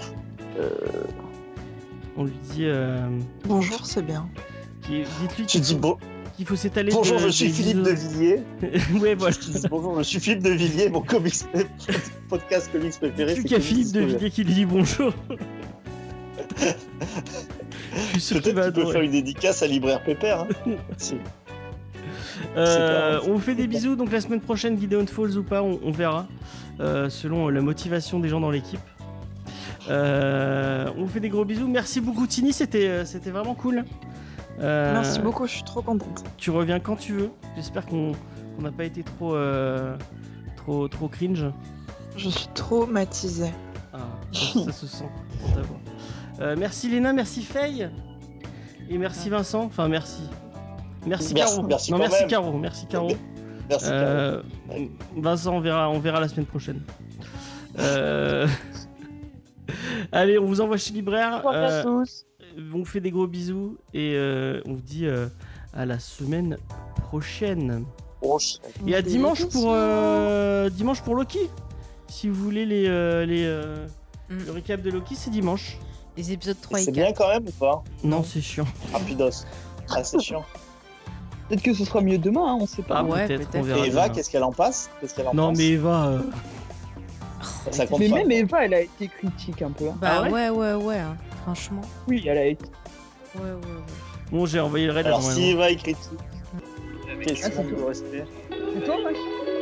On lui dit. Euh, Bonjour, c'est bien. qu'il- Dites-lui Tu qu'il dis faut, bon... qu'il faut s'étaler. bonjour, de- je suis des Philippe de isos. Villiers. Ouais, voilà. Tu dis bonjour, je suis Philippe de Villiers, mon comics... podcast comics préféré. Dites-lui c'est qu'il y a Comics Philippe de Discovery. Villiers qui lui dit bonjour. Je suis sûr qu'il va Peut-être qu'il peut faire adorer. une dédicace à Libraire Pépère. Hein. Si. Euh, C'est pas- on vous fait des bisous. Donc la semaine prochaine, Gideon Falls ou pas, on, on verra. Euh, selon la motivation des gens dans l'équipe. Euh, on vous fait des gros bisous. Merci beaucoup, Tini. C'était, euh, c'était vraiment cool. Euh, Merci beaucoup, je suis trop contente. Tu reviens quand tu veux. J'espère qu'on qu'on n'a pas été trop, euh, trop, trop cringe. Je suis traumatisée. Ah, ça, ça se sent dans ta voix. Euh, merci Léna, merci Faye. Et merci Vincent. Enfin, merci. Merci, Merci- Caro. merci non, quand merci même. Caro. Merci Caro. Merci. Caro. Euh, Vincent, on verra, on verra la semaine prochaine. Euh, Allez, on vous envoie chez Libraire. Au revoir Euh, à tous. on vous fait des gros bisous et euh, on vous dit euh, à la semaine prochaine. Proche. Et à Des dimanche bisous. pour euh, dimanche pour Loki. Si vous voulez les, euh, les euh, Mm. le récap de Loki, c'est dimanche. Les épisodes trois et C'est quatre. bien quand même ou pas? Non, c'est chiant. Rapidos. Ah, c'est chiant. Peut-être que ce sera mieux demain, hein, on sait pas. Ah, ouais, peut-être, peut-être. on verra. Et Eva, bien. qu'est-ce qu'elle en passe? Qu'est-ce qu'elle en Non, pense mais Eva. euh, Ça compte Mais pas. même Eva, elle a été critique un peu. hein. Bah Ah ouais ouais, ouais, ouais, hein. Franchement. Oui, elle a été. Ouais, ouais, ouais. Bon, j'ai envoyé le raid Alors avant, si maintenant. Eva est critique, quel Ah, manque c'est de respect. C'est toi, Max